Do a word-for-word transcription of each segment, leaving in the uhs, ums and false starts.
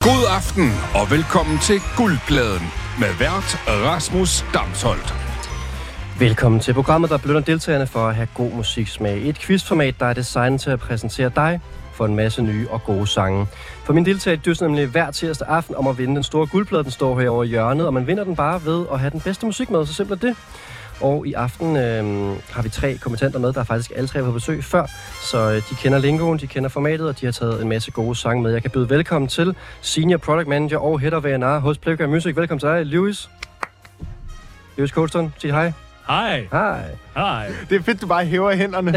God aften og velkommen til Guldpladen med vært Rasmus Damsholdt. Velkommen til programmet, der belønner deltagerne for at have god musiksmag. Et quizformat, der er designet til at præsentere dig for en masse nye og gode sange. For min deltager dyster nemlig hver tirsdag aften om at vinde den store guldplade. Den står herovre i hjørnet, og man vinder den bare ved at have den bedste musik med. Så simpelt er det. Og i aften øh, har vi tre kommententer med, der er faktisk alle tre på besøg før. Så øh, de kender lingoen, de kender formatet, og de har taget en masse gode sange med. Jeg kan byde velkommen til Senior Product Manager og Head of A and R hos Playground Music. Velkommen til dig, Lewis. Lewis Colston, sig hej. Hej. Hej. Hej. Det er fedt, du bare hæver hænderne.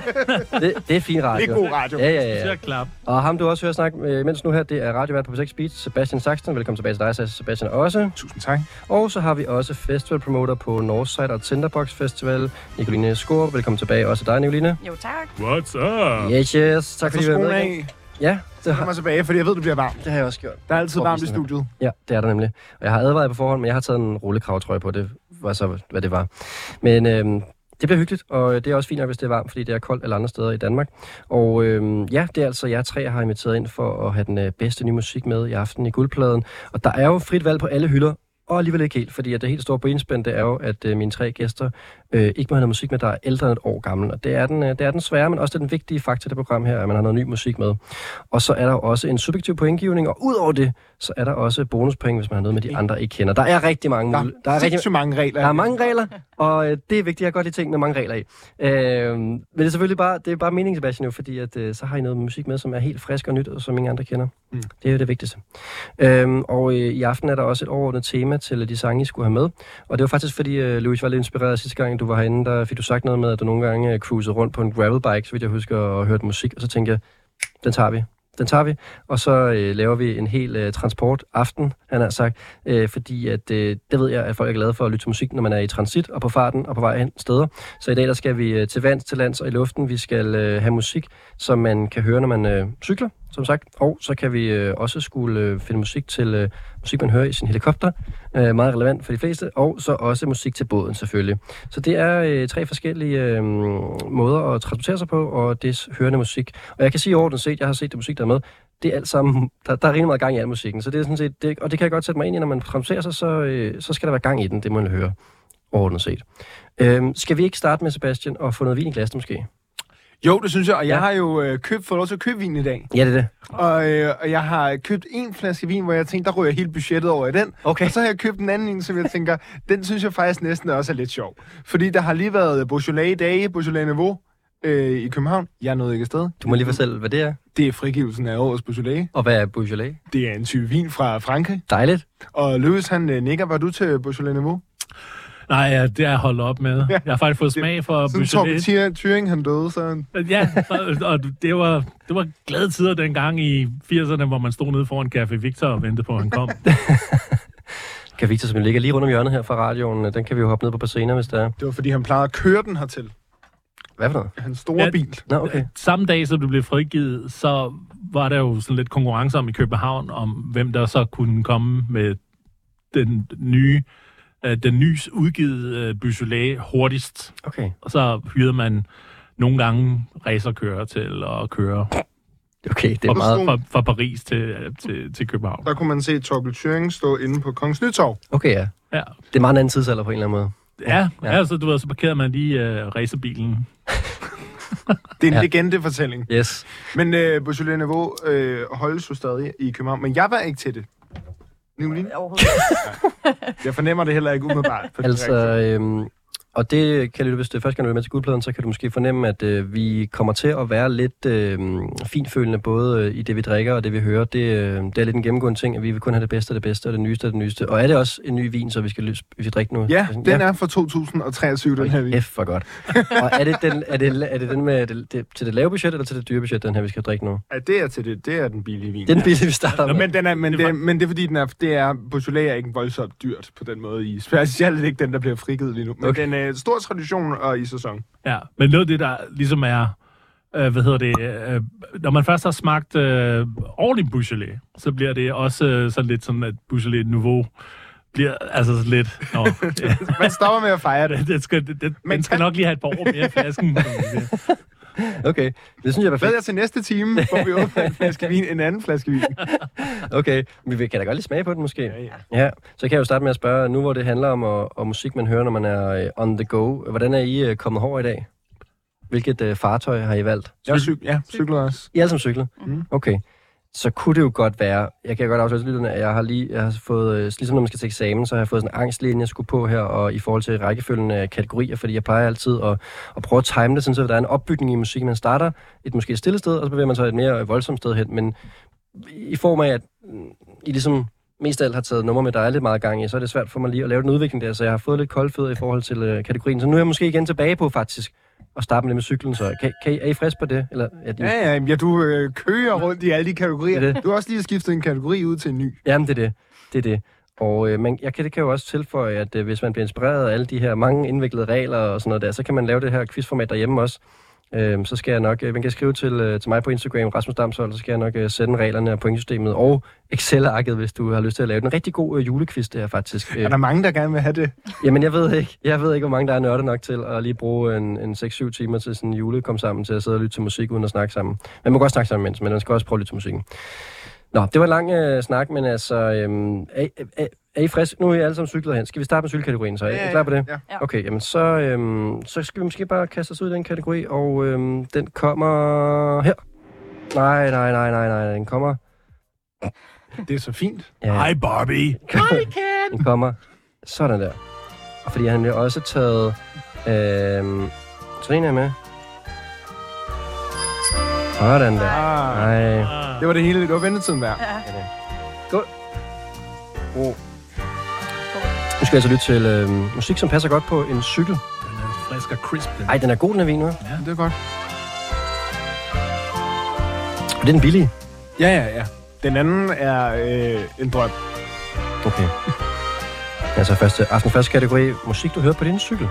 det, det er fin radio. Det er god radio. Ja, ja, ja. Så klap. Og ham, du også hører snakke med, mens nu her, det er radiovært på P seks Beat, Sebastian Saxton. Velkommen tilbage til dig, Sebastian, også. Tusind tak. Og så har vi også festival promoter på Northside og Tinderbox Festival, Nicoline Skor. Velkommen tilbage også dig, Nicoline. Jo, tak. What's up? Yes, yes. Tak fordi du var med. Af. Ja, det har mig tilbage, fordi jeg ved, du bliver varmt. Det har jeg også gjort. Der er altid varmt i studiet. Ja, det er der nemlig. Og jeg har advaret på forhånd, men jeg har taget en rullekravtrøje på. Det var så, hvad det var. Men øhm, det bliver hyggeligt, og det er også fint nok, hvis det er varmt, fordi det er koldt alle andre steder i Danmark. Og øhm, ja, det er altså jer tre, jeg har inviteret ind for at have den øh, bedste nye musik med i aften i Guldpladen. Og der er jo frit valg på alle hylder, og alligevel ikke helt, fordi at det helt store på indspænd, det er jo, at øh, mine tre gæster øh, ikke må have noget musik med, der er ældre end et år gammel. Og det er den, øh, det er den svære, men også den vigtige faktor i det program her, at man har noget ny musik med. Og så er der jo også en subjektiv pointgivning, og ud over det, så er der også bonuspoint, hvis man har noget med de andre ikke kender. Der er rigtig mange Der, der er rigtig mange regler. Der er mange regler, og øh, det er vigtigt. Jeg har godt lide ting med mange regler i. Øh, men det er selvfølgelig bare, det er bare meningen, Sebastian, jo, fordi at, øh, så har I noget musik med, som er helt frisk og nyt, og som ingen andre kender. Mm. Det er jo det vigtigste. Øh, og øh, i aften er der også et overordnet tema til de sange, I skulle have med. Og det var faktisk, fordi øh, Louis var lidt inspireret sidste gang, du var herinde, der fik du sagt noget med, at du nogle gange cruisede rundt på en gravelbike, så vidt jeg husker, og hørte musik, og så tænkte jeg, den tager vi. Den tager vi, og så øh, laver vi en hel øh, transportaften, han har sagt, øh, fordi at, øh, det ved jeg, at folk er glade for at lytte til musik, når man er i transit og på farten og på vej hen steder. Så i dag der skal vi øh, til vands, til lands og i luften. Vi skal øh, have musik, som man kan høre, når man øh, cykler, som sagt. Og så kan vi øh, også skulle øh, finde musik til øh, musik, man hører i sin helikopter. Øh, meget relevant for de fleste. Og så også musik til båden, selvfølgelig. Så det er øh, tre forskellige øh, måder at transportere sig på, og det er hørende musik. Og jeg kan sige overordnet set, jeg har set det musik, der er med, det er alt sammen, der, der er rigtig meget gang i al musikken. Så det er sådan set, det, og det kan jeg godt sætte mig ind i, når man transporterer sig, så, øh, så skal der være gang i den, det må man høre overordnet set. Øh, skal vi ikke starte med, Sebastian, og få noget vin i glasset måske? Jo, det synes jeg, og jeg ja. har jo øh, købt, fået lov til at købe vin i dag. Ja, det er det. Og, øh, og jeg har købt en flaske vin, hvor jeg tænkte, der ryger hele budgettet over i den. Okay. Og så har jeg købt en anden en, som jeg tænker, den synes jeg faktisk næsten også er lidt sjov. Fordi der har lige været Beaujolais-dage, Beaujolais-niveau øh, i København. Jeg nåede ikke afsted. Du må lige fortælle, hvad det er. Det er frigivelsen af årets Beaujolais. Og hvad er Beaujolais? Det er en type vin fra Frankrig. Dejligt. Og Louis, han øh, nikker. Var du til Beaujolais-niveau? Nej, ja, det har jeg holdt op med. Jeg har faktisk fået smag for Beaujolais. Sådan Turing, han døde, så... Ja, og, og det var, det var glade tider dengang i firserne, hvor man stod nede foran Café Victor og ventede på, at han kom. Café Victor, som ligger lige rundt om hjørnet her fra radioen, den kan vi jo hoppe ned på på senere, hvis der er. Det var, fordi han plejede at køre den hertil. Hvad for noget? Hans store ja, bil. Nå, okay. Samme dag, som du blev frigivet, så var der jo sådan lidt konkurrence om i København, om hvem der så kunne komme med den nye den nys udgivet uh, Beaujolais hurtigst. Okay. Og så hyrede man nogle gange racerkører til at køre okay, det er fra, meget... fra, fra Paris til, til, til København. Der kunne man se Torben Turing stå inde på Kongens Nytorv. Okay, ja. ja. Det er meget en anden tidsalder på en eller anden måde. Ja, ja. ja så, du ved, så parkerede man lige uh, racerbilen. Det er en ja. legendefortælling. Yes. Men uh, Beaujolais Niveau uh, holdes jo stadig i København. Men jeg var ikke til det. Nicoline? Overhovedet ikke. Jeg fornemmer det heller ikke umiddelbart. Altså, øhm, og det kan du, hvis det er første gang, du er med til Guldpladen, så kan du måske fornemme, at øh, vi kommer til at være lidt øh, finfølende, både øh, i det, vi drikker og det, vi hører. Det, øh, det er lidt en gennemgående ting, at vi vil kun have det bedste af det bedste, og det nyeste af det nyeste. Og er det også en ny vin, så vi skal, vi skal drikke nu? Ja, den ja. er fra to tusind og treogtyve, den her vin. F for godt. Og er det den, er det, er det den med det, det, til det lave budget, eller til det dyre budget, den her, vi skal drikke nu? Ja, det er til det. Det er den billige vin. Det er den billige, vi starter med. Nå, men, den er, men, det, det, men det er fordi, den er, det er, Beaujolais er ikke voldsomt dyrt på den måde. I, specielt ikke den, der bliver frigivet lige nu. Men okay. Den er stor tradition og i sæson. Ja, men noget af det, der ligesom er, øh, hvad hedder det, øh, når man først har smagt øh, ordentligt Beaujolais, så bliver det også øh, sådan lidt sådan, at Beaujolais niveau bliver altså sådan lidt... Nå, ja. Man stopper med at fejre det. det, skal, det, det men man skal kan... nok lige have et par år mere i flasken. Okay, det synes jeg er Hvad perfekt. er til næste time, hvor vi åbner en flaske vin, en anden flaske vin? Okay, men vi kan da godt lige smage på den måske. Ja, ja. Ja, så kan jeg jo starte med at spørge, nu hvor det handler om, at, om musik, man hører, når man er uh, on the go. Hvordan er I uh, kommet over i dag? Hvilket uh, fartøj har I valgt? Jeg cyk- ja, cykler også. I er alle sammen cyklet? Mm. Okay. Så kunne det jo godt være, jeg kan godt afsløre til lytterne, at jeg har lige jeg har fået, øh, ligesom når man skal til eksamen, så har jeg fået sådan en angstlinje, jeg skulle på her, og i forhold til rækkefølgen af kategorier, fordi jeg plejer altid at, at prøve at time det, sådan, så der er en opbygning i musik. Man starter et måske et stille sted, og så bevæger man sig et mere voldsomt sted hen, men i form af, at I ligesom mest af alt har taget nummer med, der er lidt meget gang i, så er det svært for mig lige at lave den udvikling der, så jeg har fået lidt kolde fødder i forhold til øh, kategorien. Så nu er jeg måske igen tilbage på faktisk at starte med det med cyklen, så kan, kan I, er I frisk på det? Eller, er de... Ja, ja, ja, du øh, kører rundt i alle de kategorier. Det er det. Du har også lige skiftet en kategori ud til en ny. Jamen, det er det. Det er det. Og øh, man, jeg kan, det kan jo også tilføje, at øh, hvis man bliver inspireret af alle de her mange indviklede regler og sådan noget der, så kan man lave det her quizformat derhjemme også. Øh, så skal jeg nok, øh, man kan skrive til, øh, til mig på Instagram, Rasmus Damsholt, så skal jeg nok øh, sende reglerne og pointsystemet og Excel-arket, hvis du har lyst til at lave den. En rigtig god øh, julequiz, det her faktisk. Er der mange, der gerne vil have det? Jamen, jeg ved ikke. Jeg ved ikke, hvor mange der er nørdet nok til at lige bruge en, en seks syv timer til sådan en julekom sammen til at sidde og lytte til musik uden at snakke sammen. Man må godt snakke sammen imens, men man skal også prøve at lytte til musikken. Nå, det var en lang øh, snak, men altså, øhm, er, er, er I friske? Nu er I alle sammen cyklet hen. Skal vi starte med cykelkategorien, så er I Ja, klar på det? ja. Okay, jamen så, øhm, så skal vi måske bare kaste os ud i den kategori, og øhm, den kommer her. Nej, nej, nej, nej, nej, den kommer... Det er så fint. Ja, Hej, Barbie. den kommer sådan der. Og fordi han har også taget... Øhm, sådan en er med. Sådan der. Ah, Nej. det var det hele. Det var ventetiden værd. Skål. Oh. Nu skal jeg altså lytte til øh, musik, som passer godt på en cykel. Den er frisk og crisp. Den. Ej, den er god, den er vin nu. Ja. Det er godt. Og det er den billige. Ja, ja, ja. Den anden er øh, en drøm. Okay. Altså første, aften første kategori, musik, du hører på din cykel.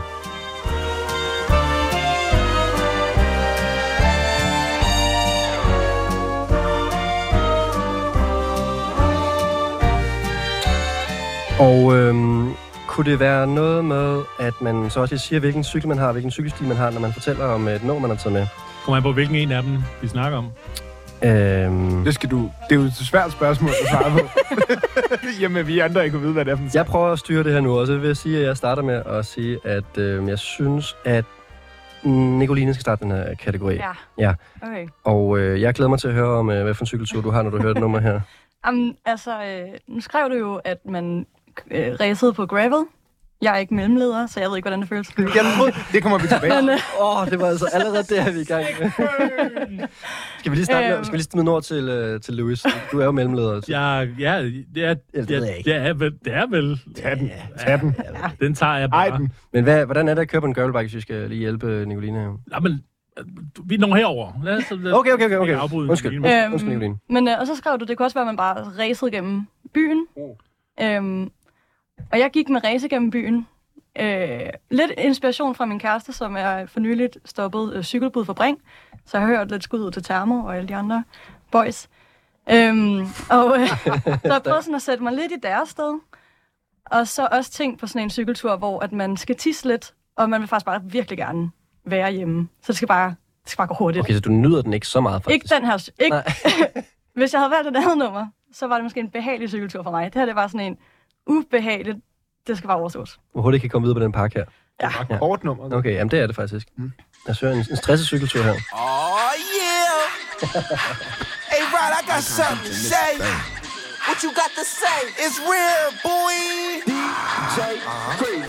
Og øhm, kunne det være noget med, at man så også siger, hvilken cykel man har, hvilken cykelstil man har, når man fortæller om et nummer, man har taget med? Kommer an på, hvilken en af dem vi snakker om. Øhm, Det skal du... Det er jo et svært spørgsmål at svare på. Jamen, vi andre ikke kan vide, hvad det er for en jeg prøver at styre det her nu, og så vil jeg sige, at jeg starter med at sige, at øh, jeg synes, at Nicoline skal starte den her kategori. Ja. Ja. Okay. Og øh, jeg glæder mig til at høre om, øh, hvad for en cykeltur du har, når du hører det nummer her. Um, altså, øh, nu skrev du jo, at man øh, racede på gravel. Jeg er ikke mellemleder, så jeg ved ikke, hvordan det føles. Det kommer vi tilbage til. Åh, oh, det var altså allerede der, vi er i gang med. Skal vi lige starte med, Øhm. skal vi lige stille noget til, øh, til Louis? Du er jo mellemleder. Så. Ja, ja, det er, Eller det ved jeg ikke. det er vel, det er vel. Tag den. Tag den. Den tager jeg bare. Ej den. Men hvad, hvordan er det at køre på en gravelbike, hvis vi skal lige hjælpe Nicoline her? Nej, men øh, vi når herover. Lad os, lad, Okay, okay, okay. okay. afbryde Undskyld. Nicoline. Undskyld, undskyld Nicoline. Men øh, og så skrev du, det kunne også være, at man bare racede gennem byen. Mm. Øhm, og jeg gik med race gennem byen. Øh, lidt inspiration fra min kæreste, som er for nyligt stoppet øh, cykelbud for Bring. Så jeg har hørt lidt skud ud til Thermo og alle de andre boys. Øhm, og øh, så jeg prøvede sådan at sætte mig lidt i deres sted. Og så også tænkt på sådan en cykeltur, hvor at man skal tisse lidt, og man vil faktisk bare virkelig gerne være hjemme. Så det skal bare, det skal bare gå hurtigt. Okay, så du nyder den ikke så meget, faktisk? Ikke den her... Ikke, Nej. hvis jeg havde valgt et andet nummer, så var det måske en behagelig cykeltur for mig. Det her det var sådan en ubehageligt. Det skal bare overstås. Hvor hurtigt kan komme videre på den pakke her? Ja. Ja. Kort nummer. Okay, jamen det er det faktisk. Mm. Jeg søger en, en stresset cykeltur her. Oh yeah! Hey Rod, I got something to say. What you got to say? It's real, boy. D J Crazy.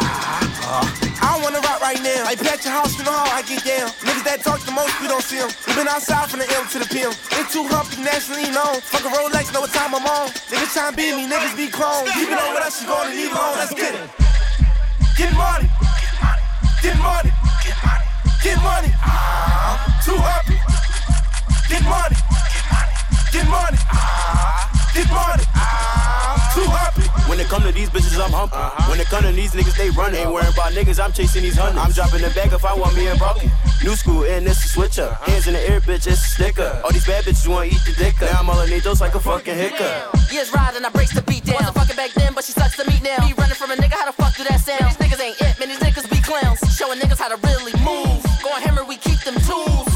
I don't wanna rock right now. I be at your house, you know how I get down. Niggas that talk the most, we don't see them. We been outside from the M to the P M. They too humpy, nationally known. Fuck a Rolex, know what time I'm on. Niggas tryna beat me, niggas be clones. You know what else you gonna leave alone, let's get it. Get money. Get money. Get money. I'm too happy. Get money. Get money. Get money. I'm too happy. When it come to these bitches, I'm humping. Uh-huh. When it come to these niggas, they running. Ain't worrying about niggas, I'm chasing these hundreds. I'm dropping the bag if I want me and broken. New school, and it's a switch up. Hands in the air, bitch, it's a sticker. All these bad bitches wanna eat the dick up. Now I'm all in those like a fucking hiccup. Years riding, I breaks the beat down. Wasn't fucking back then, but she sucks to me now. Me running from a nigga, how the fuck do that sound? These niggas ain't it, man, these niggas be clowns. Showing niggas how to really move. Going hammer, we keep them tools.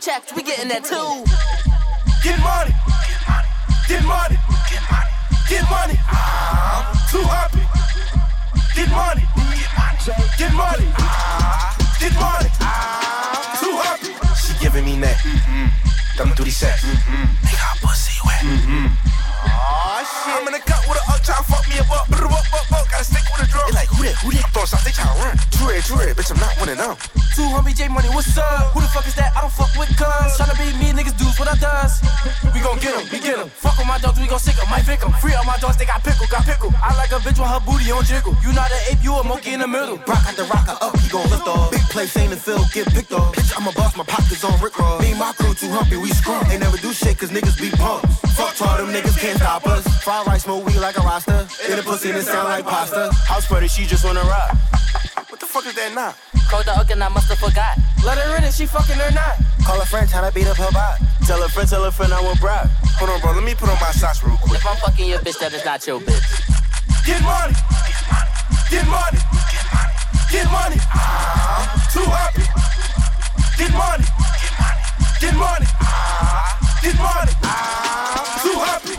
checks, we getting that too. Get money. Get money. Get money. Too happy. Get money. Get money. Get money. Too happy. She giving me neck. Them through these sets. Make her pussy wet. Aw, shit. I'm in the cut with a up, tryna fuck me up, up, up, up, up, up. Gotta stick with a drum. They like, who that, who that? I'm throwing shots, they tryna run. True it, true it, bitch, I'm not winning them. Two homie J Money, what's up? Who the fuck is that? I don't fuck with cuz. Tryna be me, niggas do what I does. We gon' get them, we get them. Fuck with my dogs, we gon' sick 'em, might pick 'em. Free all my dogs, they got pickle, got pickle. I like a bitch with her booty on jiggle. You not an ape, you a monkey in the middle. Rock out the rocker up, he gon' lift off. Big place ain't the field, get picked off. Bitch, I'm a boss, my pockets on Rick Ross. Me and my crew too humpy, we scrum. They never do shit cause niggas be punks. Fuck all them niggas can't stop us. Fried rice, smoke weed like a roster. In the pussy and it sound like pasta. House party, she just wanna rock. What the fuck is that now? Called the hook and I must've forgot. Let her in and she fucking or not. Call a friend, tryna beat up her bot. Tell a friend, tell a friend I want bride. Hold on, bro, let me put on my socks real quick. If I'm fucking your bitch, that is not your bitch. Get money. Get money. Get money. Too happy. Get money. Get money. Get money. Too happy.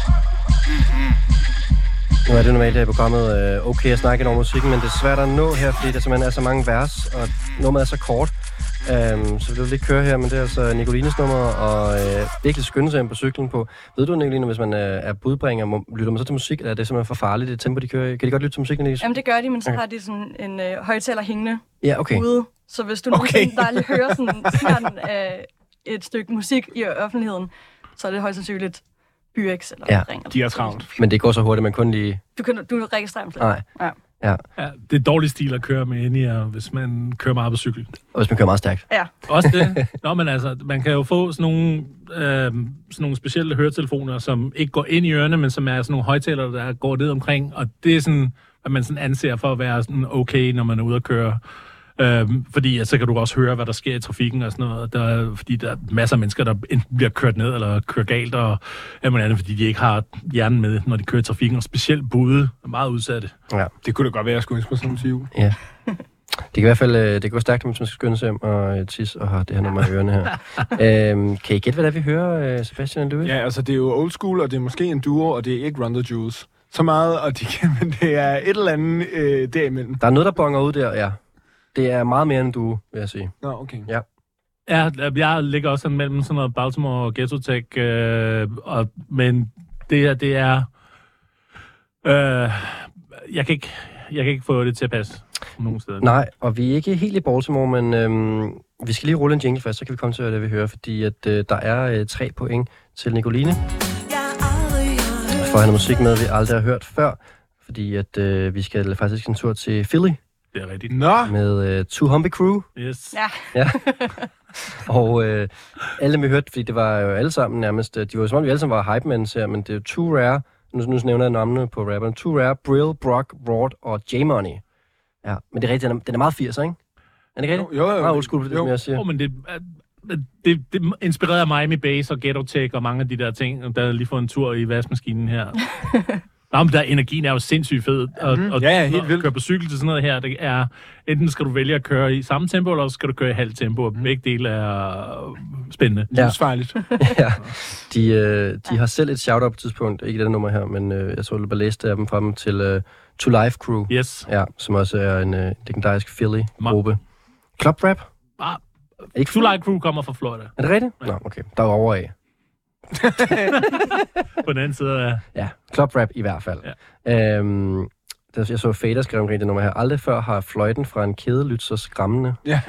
Nu er det normalt her i programmet øh, okay at snakke over musikken, men det er svært at nå her, fordi der simpelthen er så mange vers, og nummeret er så kort. Um, så vi vil lige køre her, men det er altså Nicolines nummer, og øh, virkelig skynde sig på cyklen på. Ved du, Nicoline, hvis man øh, er budbringer, må, lytter man så til musik, eller er det simpelthen for farligt, det tempo, de kører i? Kan de godt lytte til musik, Nicolines? Jamen, det gør de, men så okay. har de sådan en øh, højtaler hængende ja, okay. ude. Så hvis du okay. nogensinde bare lige hører sådan, sådan øh, et stykke musik i offentligheden, så er det højst sandsynligt Byx eller ja. Ring. De er travlt. Men det går så hurtigt, man kun lige... Du kan du registrerer dem slet. Nej. Ja. Ja. Ja, det er dårlig stil at køre med ind i, hvis man kører meget på cykel. Og hvis man kører meget stærkt. Ja. Også det. Nå, men altså, man kan jo få sådan nogle, øh, sådan nogle specielle høretelefoner, som ikke går ind i ørerne, men som er sådan nogle højtalere, der går ned omkring. Og det er sådan, at man sådan anser for at være sådan okay, når man er ude at køre. Øhm, fordi ja, så kan du også høre, hvad der sker i trafikken og sådan noget. Der, fordi der er masser af mennesker, der enten bliver kørt ned eller kører galt, og andet, fordi de ikke har hjernen med, når de kører i trafikken. Og specielt bude er meget udsatte. Ja. Det kunne da godt være, at jeg skulle ønske på sådan nogle tyve. Ja. Det kan i hvert fald det kan gå stærkt, hvis man skal skynde sig hjem og tisse og har det her nummer i ørerne her. øhm, kan I gætte, hvad det er, vi hører, Sebastian og Louis? Ja, altså det er jo old school, og det er måske en duo, og det er ikke Run the Jewels. Så meget, og de kan, men det er et eller andet øh, derimellem. Der er noget, der bonger ud der, ja. Det er meget mere end du, vil jeg sige. Nå, okay. Ja. Ja, jeg ligger også mellem sådan noget Baltimore og Ghetto Tech, øh, og, men det her, det er... Øh, jeg, kan ikke, jeg kan ikke få det til at passe nogen steder. Nej, og vi er ikke helt i Baltimore, men øhm, vi skal lige rulle en jingle først, så kan vi komme til, hvad det vi hører, fordi at, øh, der er øh, tre point til Nicoline. For at have musik med, vi aldrig har hørt før, fordi at øh, vi skal faktisk en tur til Philly. Det er rigtigt. Nå! Med øh, Two Humpy Crew. Yes. Ja. Ja. Og øh, alle dem vi hørte, fordi det var jo alle sammen nærmest, de var jo som om vi alle sammen var hype-mans her, men det er jo Too Rare, nu, nu nævner jeg navnene på rapperne, Too Rare, Brill, Brock, Rod og J-Money. Ja, men det er rigtigt, den er, den er meget firser, ikke? Er det ikke rigtigt? Jo, jo, jo. Meget old school, det, jo. som jeg siger. Oh, men det, det, det inspirerede Miami Bass og Ghetto Tech og mange af de der ting, der lige fået en tur i vaskemaskinen her. Nå, men der energien er jo sindssygt fed, og, Mm, og ja, ja, helt at vildt. køre på cykel til sådan noget her, det er, enten skal du vælge at køre i samme tempo, eller så skal du køre i halvt tempo, og begge dele er spændende. Ja. Livsfarligt. Ja, de, øh, de har selv et shout-out på et tidspunkt, ikke det nummer her, men øh, jeg tror, du bare læste af dem fra dem til øh, To Life Crew. Yes. Ja, som også er en øh, legendarisk Philly-gruppe. Club Rap? Ah, Ikke To Life Crew kommer fra Florida. Er det rigtigt? Ja. Nå, okay. Der er over af. På den anden side af... Ja, Club Rap i hvert fald. Ja. Øhm, der, jeg så Fader skrev omkring det nummer her. Aldrig før har fløjten fra en kæde lyttet så skræmmende. Ja.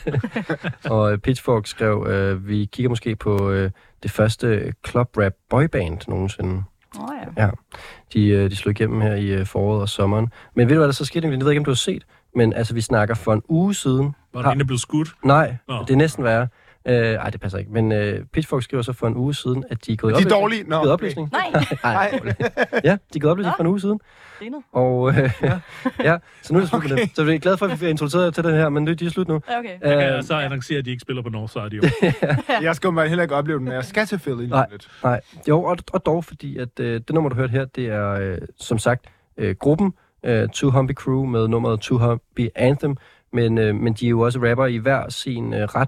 Og Pitchfork skrev, øh, vi kigger måske på øh, det første Club Rap boyband nogensinde. Åh oh, ja. Ja, de, øh, de slog igennem her i øh, foråret og sommeren. Men ved du, hvad der så skete? Jeg ved ikke, om du har set, men altså, vi snakker for en uge siden. Var den ene blevet skudt? Nej, Nå. det er næsten værre. Øh, ej, det passer ikke. Men øh, Pitchfork skriver så for en uge siden, at de er gået i De er opløsning. dårlige? Nå, De er gået i okay. opløsning. Nej. Ej, ja, de er gået i opløsning for en uge siden. Og øh, ja. ja, så nu er det slut med Okay. det. Så vi er glade for, at vi får introduceret til det her, men de er slut nu. Ja, okay. Jeg kan Øh, så annoncere, at de ikke spiller på Northside i år. Jeg skal jo bare heller ikke opleve den, jeg skal til Philly Nej. lidt. Nej, jo, og, og dog, fordi at øh, det nummer, du hørte her, det er øh, som sagt øh, gruppen øh, Two Humpy Crew med nummeret Two Humpy Anthem, men, øh, men de er jo også rapper i hver sin øh, ret,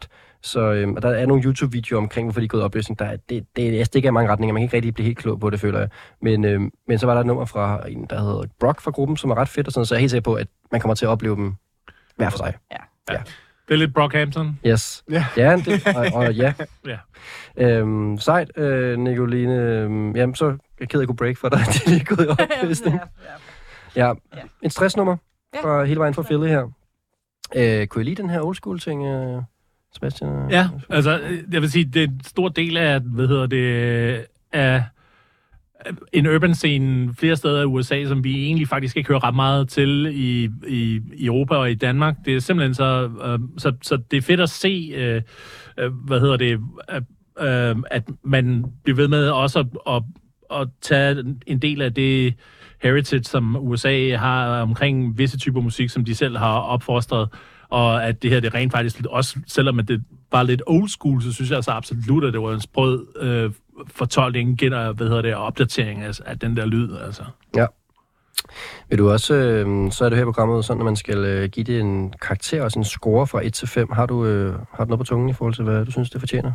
Så øhm, der er nogle YouTube-videoer omkring, hvorfor de er gået i opløsning. Der er, det, det, jeg stikker i mange retninger. Man kan ikke rigtig blive helt klog på det, føler jeg. Men, øhm, men så var der et nummer fra en, der hedder Brock fra gruppen, som er ret fedt, og sådan, så jeg er helt sikker på, at man kommer til at opleve dem hver for sig. Ja. Ja. Det er lidt Brockhampton. Yes. Ja. Ja, det, og, og ja. Ja. Øhm, sejt, øh, Nicoline. Øhm, jamen, så er jeg ked af at kunne break for dig. Det er lige gået i opløsning. Ja, en stressnummer fra hele vejen fra Philly her. Øh, kunne I lide den her old school ting, øh, Sebastian? Ja, altså, jeg vil sige, det er en stor del af, hvad hedder det, af en urban scene flere steder i U S A, som vi egentlig faktisk ikke hører ret meget til i, i, i Europa og i Danmark. Det er simpelthen så, øh, så, så det er fedt at se, øh, øh, hvad hedder det, øh, at man bliver ved med også at, at, at tage en del af det heritage, som U S A har omkring visse typer musik, som de selv har opfostret, og at det her, det rent faktisk også, selvom det var lidt old school, så synes jeg altså absolut, at det var en sprød øh, fortolkning, genner, hvad hedder det, opdatering af, af den der lyd, altså. Ja. Vil du også, øh, så er det her programmet sådan, at man skal øh, give det en karakter, også en score fra et til fem. Har du, øh, har du noget på tungen i forhold til, hvad du synes, det fortjener?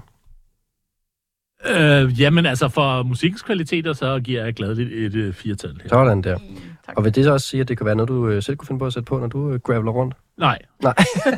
Øh, jamen altså, for musikkens kvaliteter, så giver jeg gladeligt et øh, firetal. Sådan der. Tak. Og vil det så også sige, at det kan være noget, du øh, selv kunne finde på at sætte på, når du øh, graveler rundt? Nej. Nej.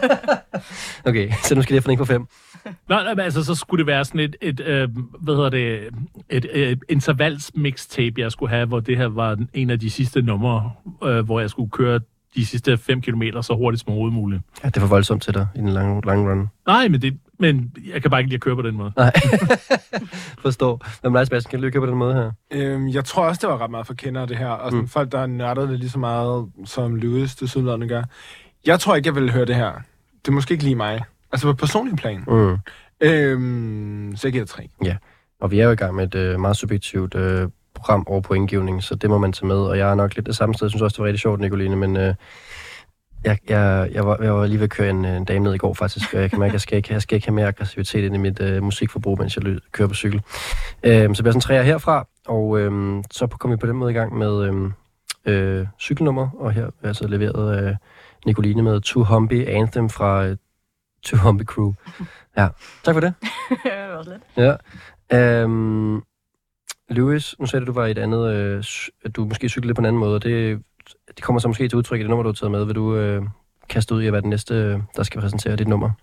Okay, så nu skal jeg få en på fem. Nej, nej, men altså, så skulle det være sådan et, et øh, hvad hedder det, et, et, et intervals-mixtape, jeg skulle have, hvor det her var en af de sidste numre, øh, hvor jeg skulle køre de sidste fem kilometer så hurtigt som overhovedet muligt. Ja, det er for voldsomt til dig i en lang, lang run. Nej, men, det, men jeg kan bare ikke lide at køre på den måde. Nej. Forstår. Hvad med dig, Sebastian? Kan du lige køre på den måde her? Øhm, jeg tror også, det var ret meget for kendere, det her. Og sådan, mm. folk, der nørder det lige så meget, som Lewis, det sydlandet gør. Jeg tror ikke, jeg ville høre det her. Det er måske ikke lige mig. Altså på personlig plan. Mm. Øhm, så jeg giver det tre. Ja, og vi er jo i gang med et øh, meget subjektivt øh, program over pointgivning, så det må man tage med. Og jeg er nok lidt det samme sted. Jeg synes også, det var rigtig sjovt, Nicoline, men øh, jeg, jeg, jeg, var, jeg var lige ved at køre en, en dame ned i går, faktisk. Og jeg kan mærke, at jeg skal ikke, jeg skal ikke have mere aggressivitet ind i mit øh, musikforbrug, mens jeg lø- kører på cykel. Øh, så bliver sådan en træer herfra, og øh, så kommer vi på den måde i gang med øh, øh, cykelnummer, og her er altså leveret af Nicoline med Too Humpy Anthem fra øh, Too Humpy Crew. Ja, tak for det. Det var også lidt. Ja. Um, Lewis, nu sagde du, du var i et andet, øh, at du måske cyklede lidt på en anden måde, og det, det kommer så måske til udtryk i det nummer, du har taget med. Vil du øh, kaste ud i, hvad den næste, der skal præsentere dit nummer?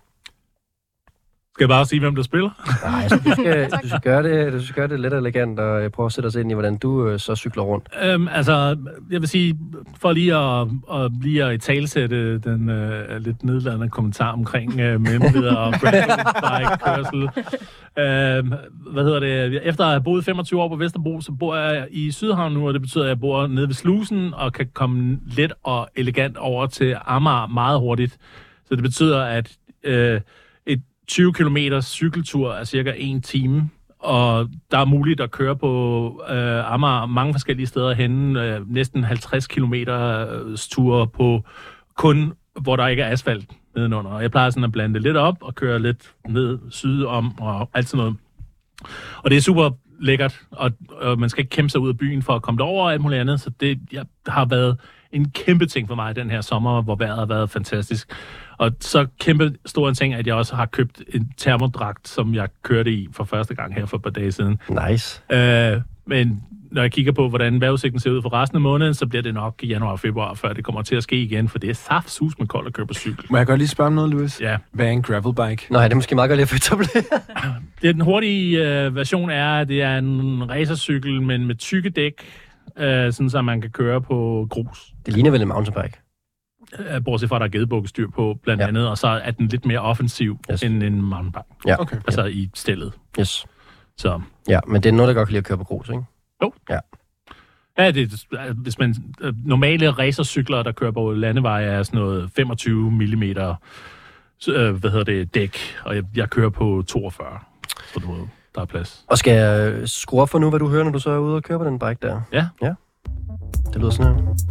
Skal jeg bare sige, hvem der spiller? Nej, altså, du, skal, du, skal gøre det, du skal gøre det lidt elegant, og prøve at sætte os ind i, hvordan du øh, så cykler rundt. Øhm, altså, jeg vil sige, for lige at, at, lige at italesætte den øh, lidt nedladende kommentar omkring øh, mellemleder og gravelbike-kørsel. Øh, hvad hedder det? Efter at have boet femogtyve år på Vesterbro, så bor jeg i Sydhavn nu, og det betyder, at jeg bor nede ved Slusen, og kan komme let og elegant over til Amager meget hurtigt. Så det betyder, at øh, et tyve kilometer cykeltur er cirka en time, og der er muligt at køre på øh, Amager mange forskellige steder hen, øh, næsten halvtreds kilometers ture på kun, hvor der ikke er asfalt nedenunder. Og jeg plejer sådan at blande det lidt op og køre lidt ned syd om og alt sådan noget. Og det er super lækkert, og, og man skal ikke kæmpe sig ud af byen for at komme derover og alt muligt andet, så det jeg, har været en kæmpe ting for mig den her sommer, hvor vejret har været fantastisk. Og så kæmpe stor en ting, at jeg også har købt en termodragt, som jeg kørte i for første gang her for et par dage siden. Nice. Øh, men når jeg kigger på, hvordan vejrudsigten ser ud for resten af måneden, så bliver det nok i januar og februar, før det kommer til at ske igen, for det er saftsus med koldt at køre på cykel. Må jeg godt lige spørge om noget, Louis? Ja. Hvad er en gravelbike? Nej, det er måske meget godt lige at få etableret. Det den hurtige øh, version er, at det er en racercykel, men med tykke dæk, øh, sådan så man kan køre på grus. Det ligner vel en mountainbike? Øh, bortset fra, at der er gedebukkestyr på, blandt ja. andet, og så er den lidt mere offensiv yes. end en mountainbike. Ja. Okay. Altså ja. i stillet. Yes. Så. Ja, men det er noget, der godt kan lide at køre på grus, ikke? Jo. Ja. Ja, det, hvis man normale racercykler, der kører på landeveje, er sådan noget femogtyve millimeter øh, hvad hedder det, dæk, og jeg, jeg kører på toogfyrre, så du, der er plads. Og skal jeg skrue op for nu, hvad du hører, når du så er ude og køre på den bike der? Ja. Ja. Det lyder sådan her.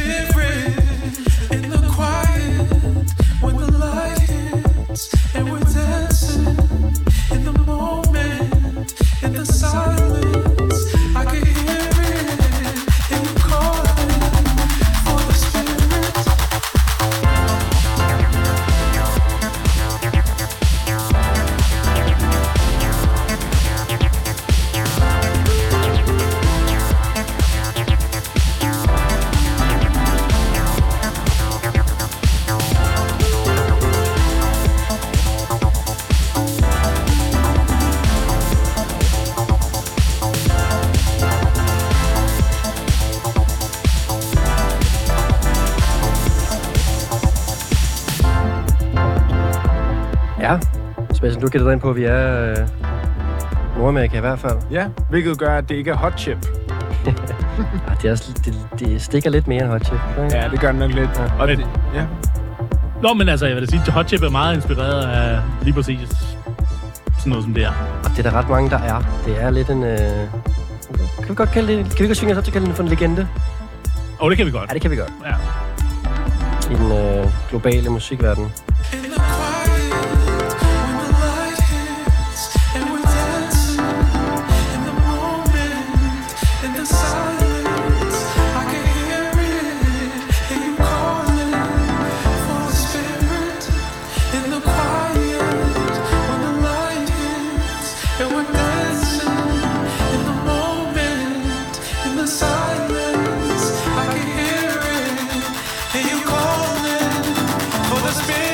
spirit in the quiet when the light hits and we're dancing in the moment, in the silence. I can hear it and you calling for the spirit. Ja, Sebastian, du gætter dig ind på, at vi er øh, Nordamerika i hvert fald. Ja, hvilket gør, at det ikke er hot chip. Ah, det, er, også- det, det stikker lidt mere end hot chip. Ikke? Ja, det gør det nok lidt. Ja. Og Men- det, ja. Nå, men altså, jeg vil da sige, at Hot Chip er meget inspireret af lige præcis sådan noget som det er. Og det er der ret mange, der er. Det er lidt en... Øh... Kan vi godt kalde det... Kan vi godt svinge os op til at kalde det for en legende? Og det kan vi godt. Ja, det kan vi godt. Ja. I den øh, globale musikverden. In the quiet, when the light hits, and we're dancing in the moment, in the silence. I can hear it, and you calling for the spirit. In the quiet, when the light hits, and we're dancing in the moment, in the silence. I can hear it, and you calling for the spirit.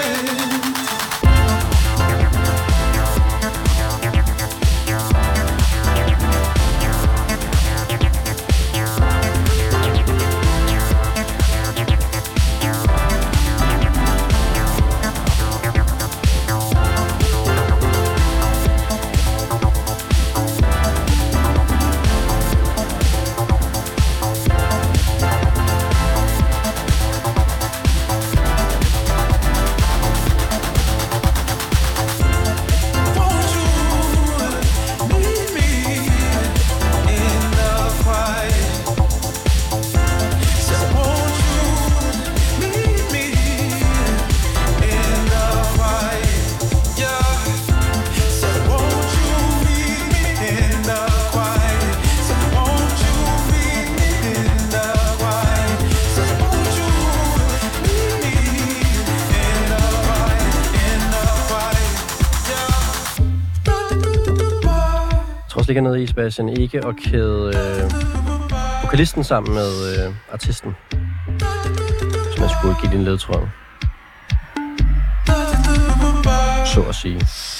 Won't you meet me in the quiet? Said, won't you meet me in the quiet? Yeah. Said, won't you meet me in the quiet? Said, won't you meet me in the quiet? Said, won't you meet me in the quiet? In the quiet, yeah. Jeg tror også ligger nede i, Sebastian, ikke at kæde øh, vokalisten sammen med øh, artisten. Hvis man skulle give din ledtråd. Så at sige.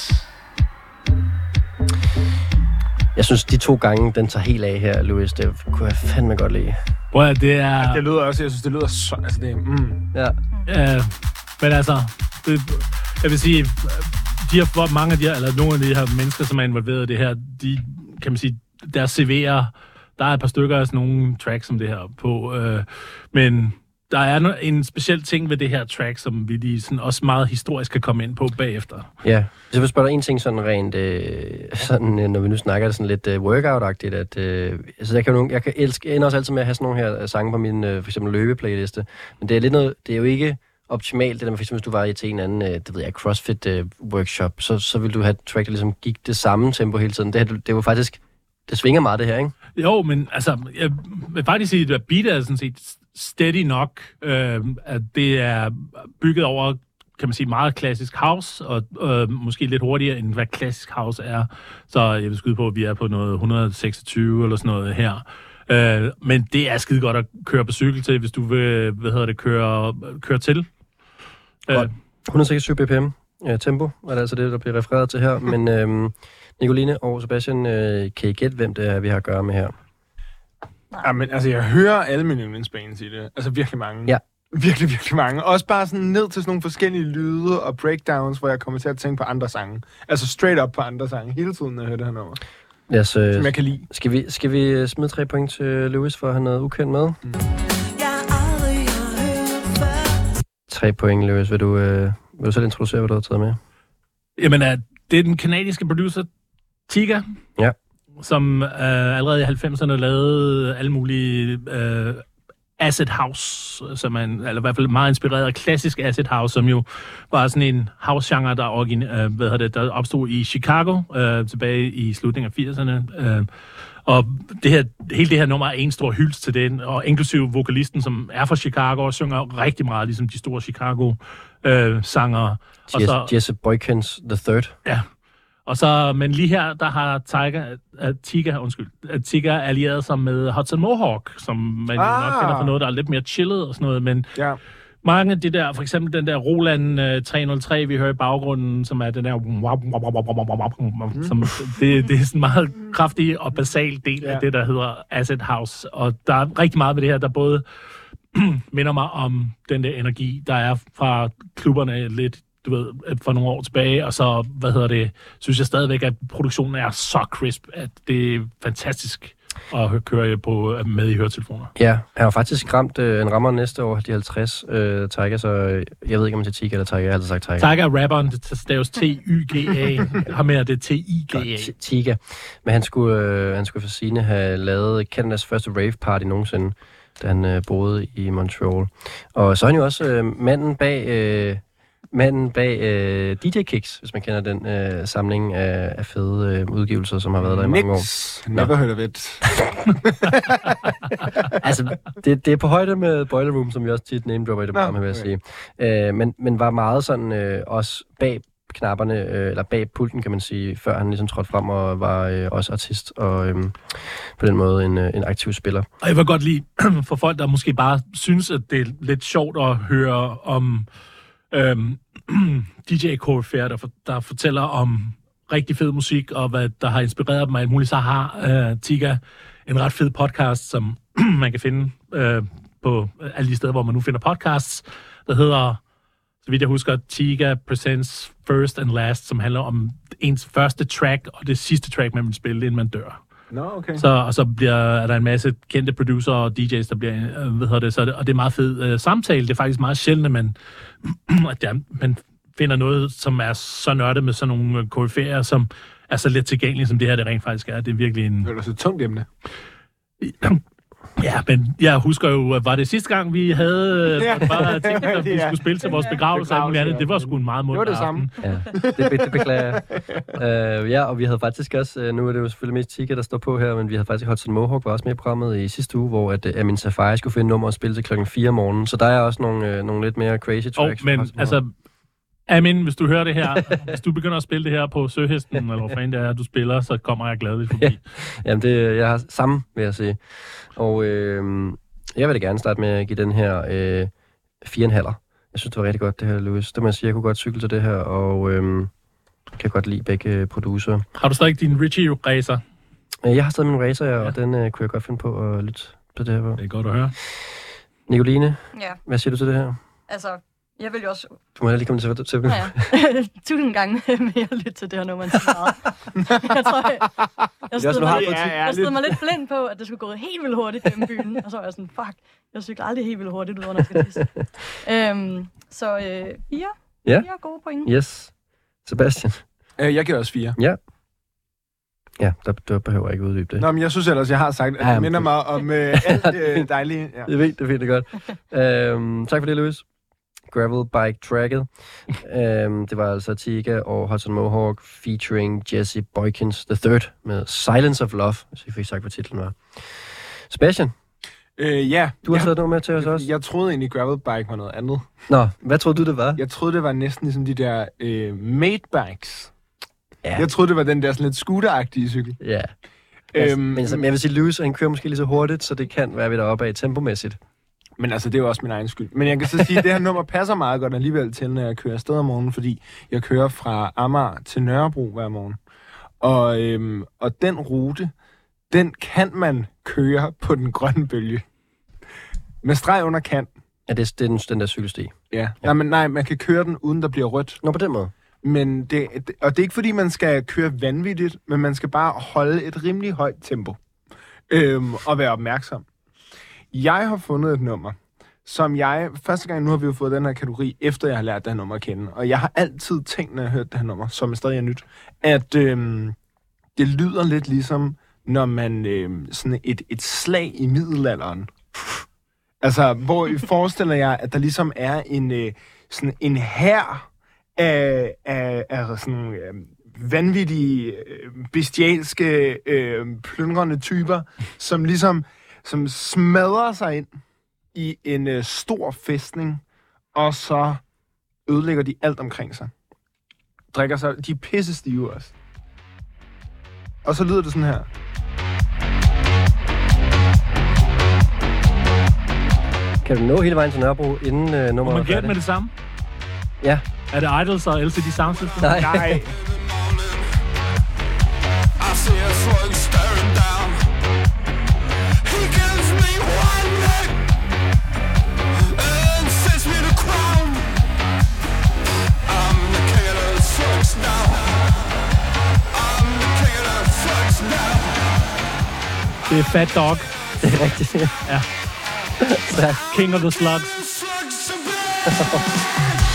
Jeg synes, de to gange, den tager helt af her, Louis, det kunne jeg fandme godt lide. Prøv at det er... Det lyder også, jeg synes, det lyder så... Altså, det er... Mm. Ja. Øh, men altså, det, jeg vil sige, de her, hvor mange af de her, eller nogle af de her mennesker, som er involveret i det her, de, kan man sige, deres C V'er, der er et par stykker af sådan nogle tracks som det her på, øh, men der er no- en speciel ting ved det her track, som vi lige sådan også meget historisk kan komme ind på bagefter. Ja, så jeg vil spørge dig en ting sådan rent, øh, sådan, øh, når vi nu snakker det sådan lidt øh, workout-agtigt, at øh, altså jeg kan, jo nogle, jeg kan elske, jeg ender også altid med at have sådan nogle her sange på min øh, for eksempel løbeplayliste, men det er lidt noget, det er jo ikke optimalt, det der med, for eksempel, hvis du var i til en anden, øh, det ved jeg, CrossFit-workshop, øh, så, så vil du have et track, der ligesom gik det samme tempo hele tiden. Det, her, det er jo faktisk, det svinger meget det her, ikke? Jo, men altså, jeg vil faktisk sige, at beat er sådan set steady nok, øh, at det er bygget over, kan man sige, meget klassisk house, og øh, måske lidt hurtigere, end hvad klassisk house er. Så jeg vil skyde på, at vi er på noget et hundrede og seksogtyve eller sådan noget her. Øh, men det er skide godt at køre på cykel til, hvis du vil, hvad hedder det, køre, køre til. Øh, et hundrede og seksogtyve B P M ja, tempo, er det altså det, der bliver refereret til her. Men øhm, Nicoline og Sebastian, øh, kan I gætte, hvem det er, vi har at gøre med her? Ja, men altså, jeg hører alle mine yndlingsbands i det. Altså, virkelig mange. Ja. Virkelig, virkelig mange. Også bare sådan ned til sådan nogle forskellige lyde og breakdowns, hvor jeg kommer til at tænke på andre sange. Altså, straight up på andre sange. Hele tiden, når jeg hører det her nummer. Yes, øh, Som jeg kan lide. skal, vi, skal vi smide tre point til Louis for at have noget ukendt med? Mm. Tre point, Louis. Vil du, øh, vil du selv introducere, hvad du har taget med? Jamen, uh, det er den kanadiske producer Tiga, Ja. som uh, allerede i halvfemserne lavede alle mulige uh, acid house, som er en, eller i hvert fald meget inspireret af klassisk acid house, som jo var sådan en house-genre, der, origin, øh, hvad det, der opstod i Chicago øh, tilbage i slutningen af firserne. Øh, og det her, hele det her nummer er en stor hyldest til den, og inklusive vokalisten, som er fra Chicago, og synger rigtig meget, ligesom de store Chicago-sangere. Øh, Jesse, Jesse Boykins the Third. Ja. Og så, men lige her, der har Tiger, uh, Tiger, undskyld, uh, Tiger allieret sig med Hudson Mohawk, som man ah. nok kender for noget, der er lidt mere chillet og sådan noget, men ja. mange af det der, for eksempel den der Roland uh, tre nul tre, vi hører i baggrunden, som er den der, mm. som, det, det er sådan en meget kraftig og basal del ja. af det, der hedder Acid House, og der er rigtig meget ved det her, der både minder mig om den der energi, der er fra klubberne lidt, du ved, for nogle år tilbage, og så, hvad hedder det, synes jeg stadigvæk, at produktionen er så crisp, at det er fantastisk at køre på med i høretelefoner. Ja, han har faktisk ramt øh, en rammer næste år, de halvtreds, øh, Tiger, så jeg ved ikke, om det er Tiger eller Tiger, jeg har altid sagt Tiger. Tiger er rapperen, det staves T Y G A, har med det T I G A. Tiger, men han skulle, øh, han skulle for sine have lavet Canadas første rave party nogensinde, da han øh, boede i Montreal. Og så er han jo også øh, manden bag... Øh, Manden bag øh, D J Kicks, hvis man kender den øh, samling af, af fede øh, udgivelser, som har været der i mange år. Nix. Never heard of it. altså, det, det er på højde med Boiler Room, som vi også tit name-dropper i det program, vil jeg sige. Øh, men, men var meget sådan øh, også bag knapperne, øh, eller bag pulten, kan man sige, før han ligesom trådte frem og var øh, også artist, og øh, på den måde en, øh, en aktiv spiller. Og jeg vil godt lide, for folk, der måske bare synes, at det er lidt sjovt at høre om Øhm, D J-koryfærer, der, for, der fortæller om rigtig fed musik, og hvad der har inspireret dem af alt muligt, så har øh, Tiga en ret fed podcast, som man kan finde øh, på alle de steder, hvor man nu finder podcasts, der hedder, så vidt jeg husker, Tiga Presents First and Last, som handler om ens første track, og det sidste track, man vil spille, inden man dør. No, okay. Så, og så bliver, er der en masse kendte producer og D J's, der bliver, øh, hvad hedder det, så det, og det er meget fed øh, samtale. Det er faktisk meget sjældent, at man, at der, man finder noget, som er så nørdet med sådan nogle koryfærer, som er så let tilgængelige, som det her det rent faktisk er. Det er virkelig en... Det er så tungt emne. Ja, men jeg husker jo, var det sidste gang, vi havde ja. bare tænkt, at vi ja. skulle spille til vores begravelse, og andet. Det var sgu en meget munter aften. Det var det samme. Ja, det, det beklager jeg. Uh, ja, og vi havde faktisk også, uh, nu er det jo selvfølgelig mest Tiga, der står på her, men vi havde faktisk Hudson Mohawk var også med i programmet i sidste uge, hvor at, uh, Amin Safari skulle finde nummer og spille til klokken fire om morgenen, så der er også nogle, uh, nogle lidt mere crazy tracks. Oh, men altså, Amin, hvis du hører det her, hvis du begynder at spille det her på Søhesten, eller hvor fanden det er, du spiller, så kommer jeg gladeligt forbi. Ja. Jamen, det, jeg har samme, vil jeg sige. Og øh, jeg vil da gerne starte med at give den her øh, fire og en halver. Jeg synes, det var rigtig godt, det her, Louis. Det må jeg sige, jeg kunne godt cykle til det her, og øh, kan godt lide begge producer. Har du stadig din Richie-racer? Jeg har stadig min racer, ja, og den øh, kunne jeg godt finde på at lytte på det her. Det er godt at høre. Nicoline, ja. Hvad siger du til det her? Altså, jeg vil jo også... Du må lige komme til til. Ja, ja. Tusind gange mere lytte til det her nummer, end så meget. Jeg tror, jeg, jeg, stod mig, lidt, jeg stod mig lidt blind på, at det skulle gå helt vildt hurtigt gennem byen. Og så var jeg sådan, fuck, jeg cykler aldrig helt vildt hurtigt ud, når jeg skal tisse. øhm, så øh, fire. Ja. Fire gode point. Yes. Sebastian? Øh, jeg giver også fire. Ja. Ja, der, der behøver jeg ikke uddybe det. Nå, men jeg synes ellers, jeg har sagt, at det minder mig om øh, alt øh, dejlige. Ja. Det er fint, det er fint, det er godt. øhm, tak for det, Louis. Gravel Bike Tracket. um, det var altså Tiga og Hudson Mohawk featuring Jesse Boykins the Third med Silence of Love, hvis vi fik sagt, hvad titlen var. Sebastian? Øh, ja. Du har ja. taget noget med til os også? Jeg troede egentlig, Gravel Bike var noget andet. Nå, hvad troede du, det var? Jeg troede, det var næsten ligesom de der øh, made bikes. Ja. Jeg troede, det var den der sådan lidt scooter-agtige cykel. Ja. Altså, øhm, men så, jeg vil sige, Lewis, han kører måske lige så hurtigt, så det kan være ved deroppe af tempomæssigt. Men altså, det er jo også min egen skyld. Men jeg kan så sige, at det her nummer passer meget godt alligevel til, når jeg kører afsted om morgenen, fordi jeg kører fra Amager til Nørrebro hver morgen. Og, øhm, og den rute, den kan man køre på den grønne bølge. Med streg under kan. Ja, det er, det er den, den der cykelsti. Ja. ja. Nej, men nej, man kan køre den, uden der bliver rødt. Nå, på den måde. Men det, og det er ikke, fordi man skal køre vanvittigt, men man skal bare holde et rimelig højt tempo. Øhm, og være opmærksom. Jeg har fundet et nummer, som jeg... Første gang nu har vi jo fået den her kategori, efter jeg har lært det her nummer at kende. Og jeg har altid tænkt, når jeg har hørt det her nummer, som er stadig er nyt, at øhm, det lyder lidt ligesom, når man... Øhm, sådan et, et slag i middelalderen. Altså, hvor forestiller jeg, at der ligesom er en, øh, sådan en hær af, af, af sådan øh, vanvittige, øh, bestialske, øh, plyndrende typer, som ligesom som smadrer sig ind i en øh, stor fæstning, og så ødelægger de alt omkring sig. Drikker sig, de er pissestive også. Og så lyder det sådan her. Kan du nå hele vejen til Nørrebro, inden øh, nummeret Må er man gætte færdigt? med det samme? Ja. Er det Idols og L C D Sound System? Nej. Nej. I see a slug staring down. He gives me one look and sets me the crown. I'm the king of the slugs now. I'm the king of the slugs now. Det er Fat Dog. Det er rigtigt. Ja. Stærkt. King of the Slugs. Slugs are bad.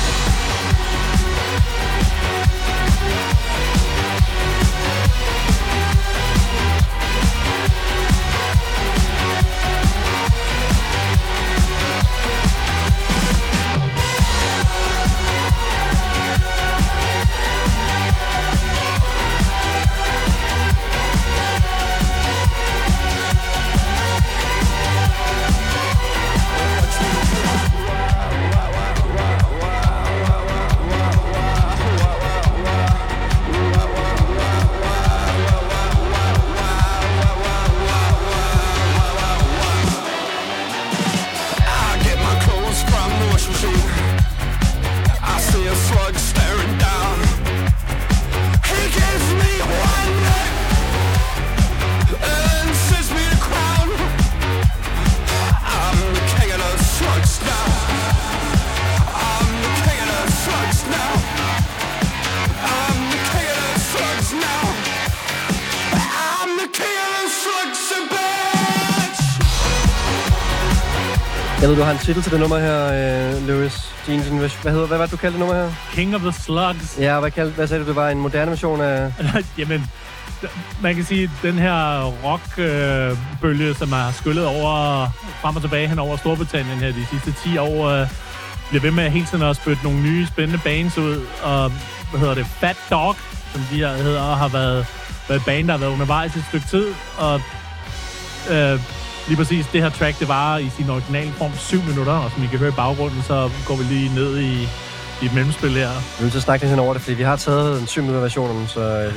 Jeg ved, du har en titel til det nummer her, øh, Lewis Jeans. Hvad hedder, hvad var det, du kaldte det nummer her? King of the Slugs. Ja, hvad, kaldte, hvad sagde du, det var en moderne version af... Jamen, man kan sige, at den her rockbølge, øh, som har skyllet over, frem og tilbage hen over Storbritannien her de sidste ti år, øh, bliver ved med hele tiden at spytte nogle nye spændende bands ud. Og, hvad hedder det, Fat Dog, som de her hedder, har været, været band, der har været undervejs et stykke tid. Og øh, lige præcis det her track, det var i sin originale form syv minutter, og som I kan høre i baggrunden, så går vi lige ned i, i et mellemspil her. Vi er nødt til at snakke lidt hen over det, fordi vi har taget en syv minutter version, så... Øh,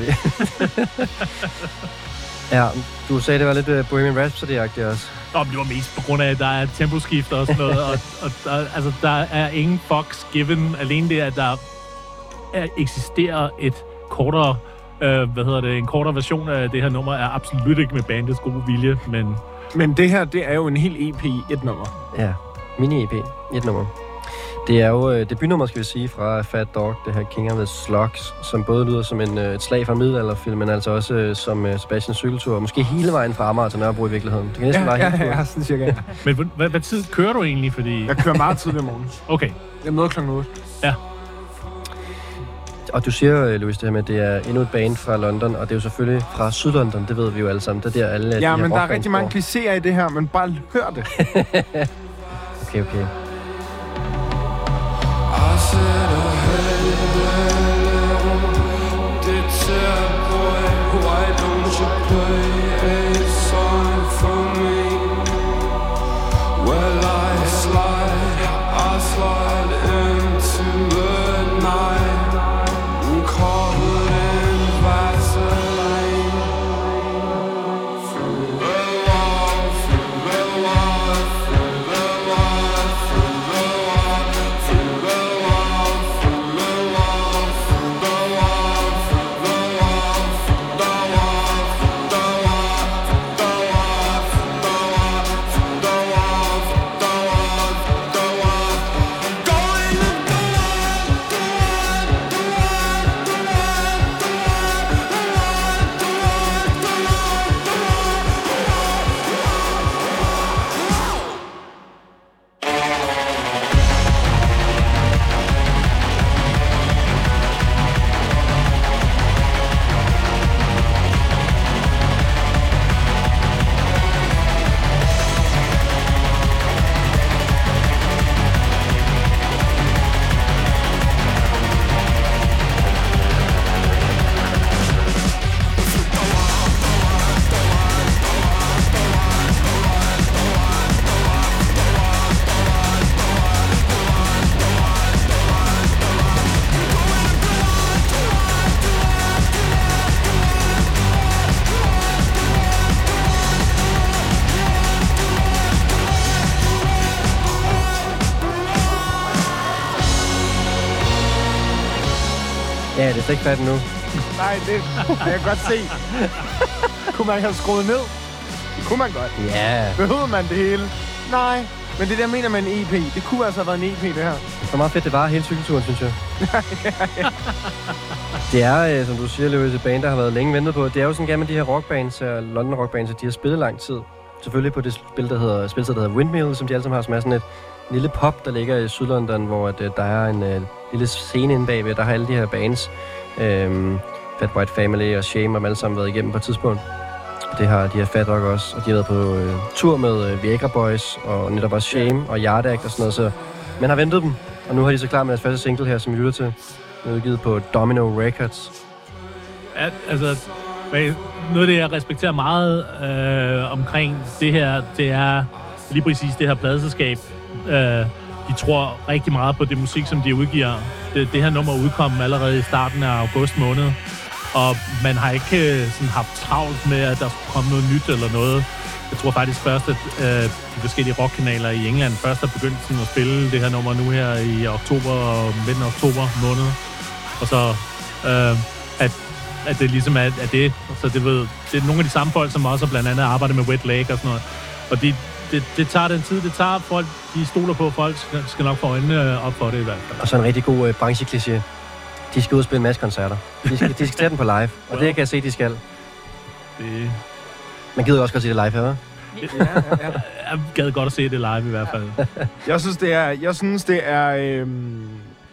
ja, du sagde, det var lidt uh, Bohemian Rhapsody-agtigt også. Nå, men det var mest på grund af, at der er temposkift og sådan noget, og, og der, altså, der er ingen fucks given. Alene det, at der er, eksisterer et kortere, øh, hvad hedder det, en kortere version af det her nummer, er absolut ikke med bandets gode vilje, men... Men det her, det er jo en hel E P i et nummer. Ja, mini-E P i et nummer. Det er jo øh, debutnummer, skal vi sige, fra Fat Dog, det her King of the Slugs, som både lyder som en, øh, et slag fra middelalderfilm, men altså også øh, som øh, Sebastians cykeltur, måske hele vejen fra Amager til Nørrebro i virkeligheden. Det kan næsten Ja, være ja, helt ja, sådan cirka. Ja. Men hvad, hvad, hvad tid kører du egentlig, fordi... Jeg kører meget tidligt om morgenen. Okay. Jeg møder klokken otte. Ja. Og du siger, Louis, det her med, at det er endnu et band fra London, og det er jo selvfølgelig fra Sydlondon, det ved vi jo alle sammen. Det er der alle Ja, de men der er rockbands rigtig mange går. klichéer i det her, men bare hør det. Okay, okay. I said, oh, hey, hello, dear boy, why don't you play a song for me? Well, I slide, I slide into the night, covered in Vaseline. Through the wall, through the wall, through the wall, through the wall, through the wall, through the wall, through the wall, through the wall, through the wall, through the wall. det er slet ikke færdigt nu. Nej, det jeg kan godt se. Kunne man have skruet ned? Det kunne man godt. Ja. Behøver man det hele? Nej. Men det der mener man en E P. Det kunne altså have været en E P, det her. Det er meget fedt, det var hele cykelturen, synes jeg. Det er, øh, som du siger, Lewis, et band, der har været længe ventet på. Det er jo sådan gerne med de her rockbands, og London rockbands, de har spillet lang tid. Selvfølgelig på det spil, der hedder, spilsted, der hedder Windmill, som de alle sammen har, som er sådan et lille pop, der ligger i Sydlondon, hvor at, der er en uh, lille scene inde bagved. Der har alle de her bands, øhm, Fat White Family og Shame, og alle sammen været igennem på et tidspunkt. Det har de her Fat Dog også, og de har været på øh, tur med øh, Viagra Boys, og netop også Shame og Yard Act og sådan noget, så man har ventet dem. Og nu har de så klar med deres første single her, som vi lytter til. Den er udgivet på Domino Records. Ja, altså, noget af det, jeg respekterer meget øh, omkring det her, det er lige præcis det her pladeselskab. Øh, de tror rigtig meget på det musik, som de udgiver. Det, det her nummer udkom allerede i starten af august måned. Og man har ikke sådan haft travlt med, at der skulle komme noget nyt eller noget. Jeg tror faktisk først, at øh, de forskellige rockkanaler i England først har begyndt sådan, at spille det her nummer nu her i oktober og midten af oktober måned. Og så, øh, at, at det ligesom er, er det. Så det, ved, det er nogle af de samme folk, som også blandt andet arbejder med Wet Lake og sådan noget. Og de, det, det tager den tid, det tager folk, de stoler på, folk skal, skal nok få øjnene op for det i hvert fald. Og så en rigtig god øh, branchekliché. De skal ud og spille en masse koncerter. De skal, de skal tage den på live, og det kan jeg se, de skal. Det... Man gider også godt se det live her, hva'? Ja, ja, ja. Jeg gad godt at se det live i hvert fald. Jeg synes, det er, jeg synes, det er øhm,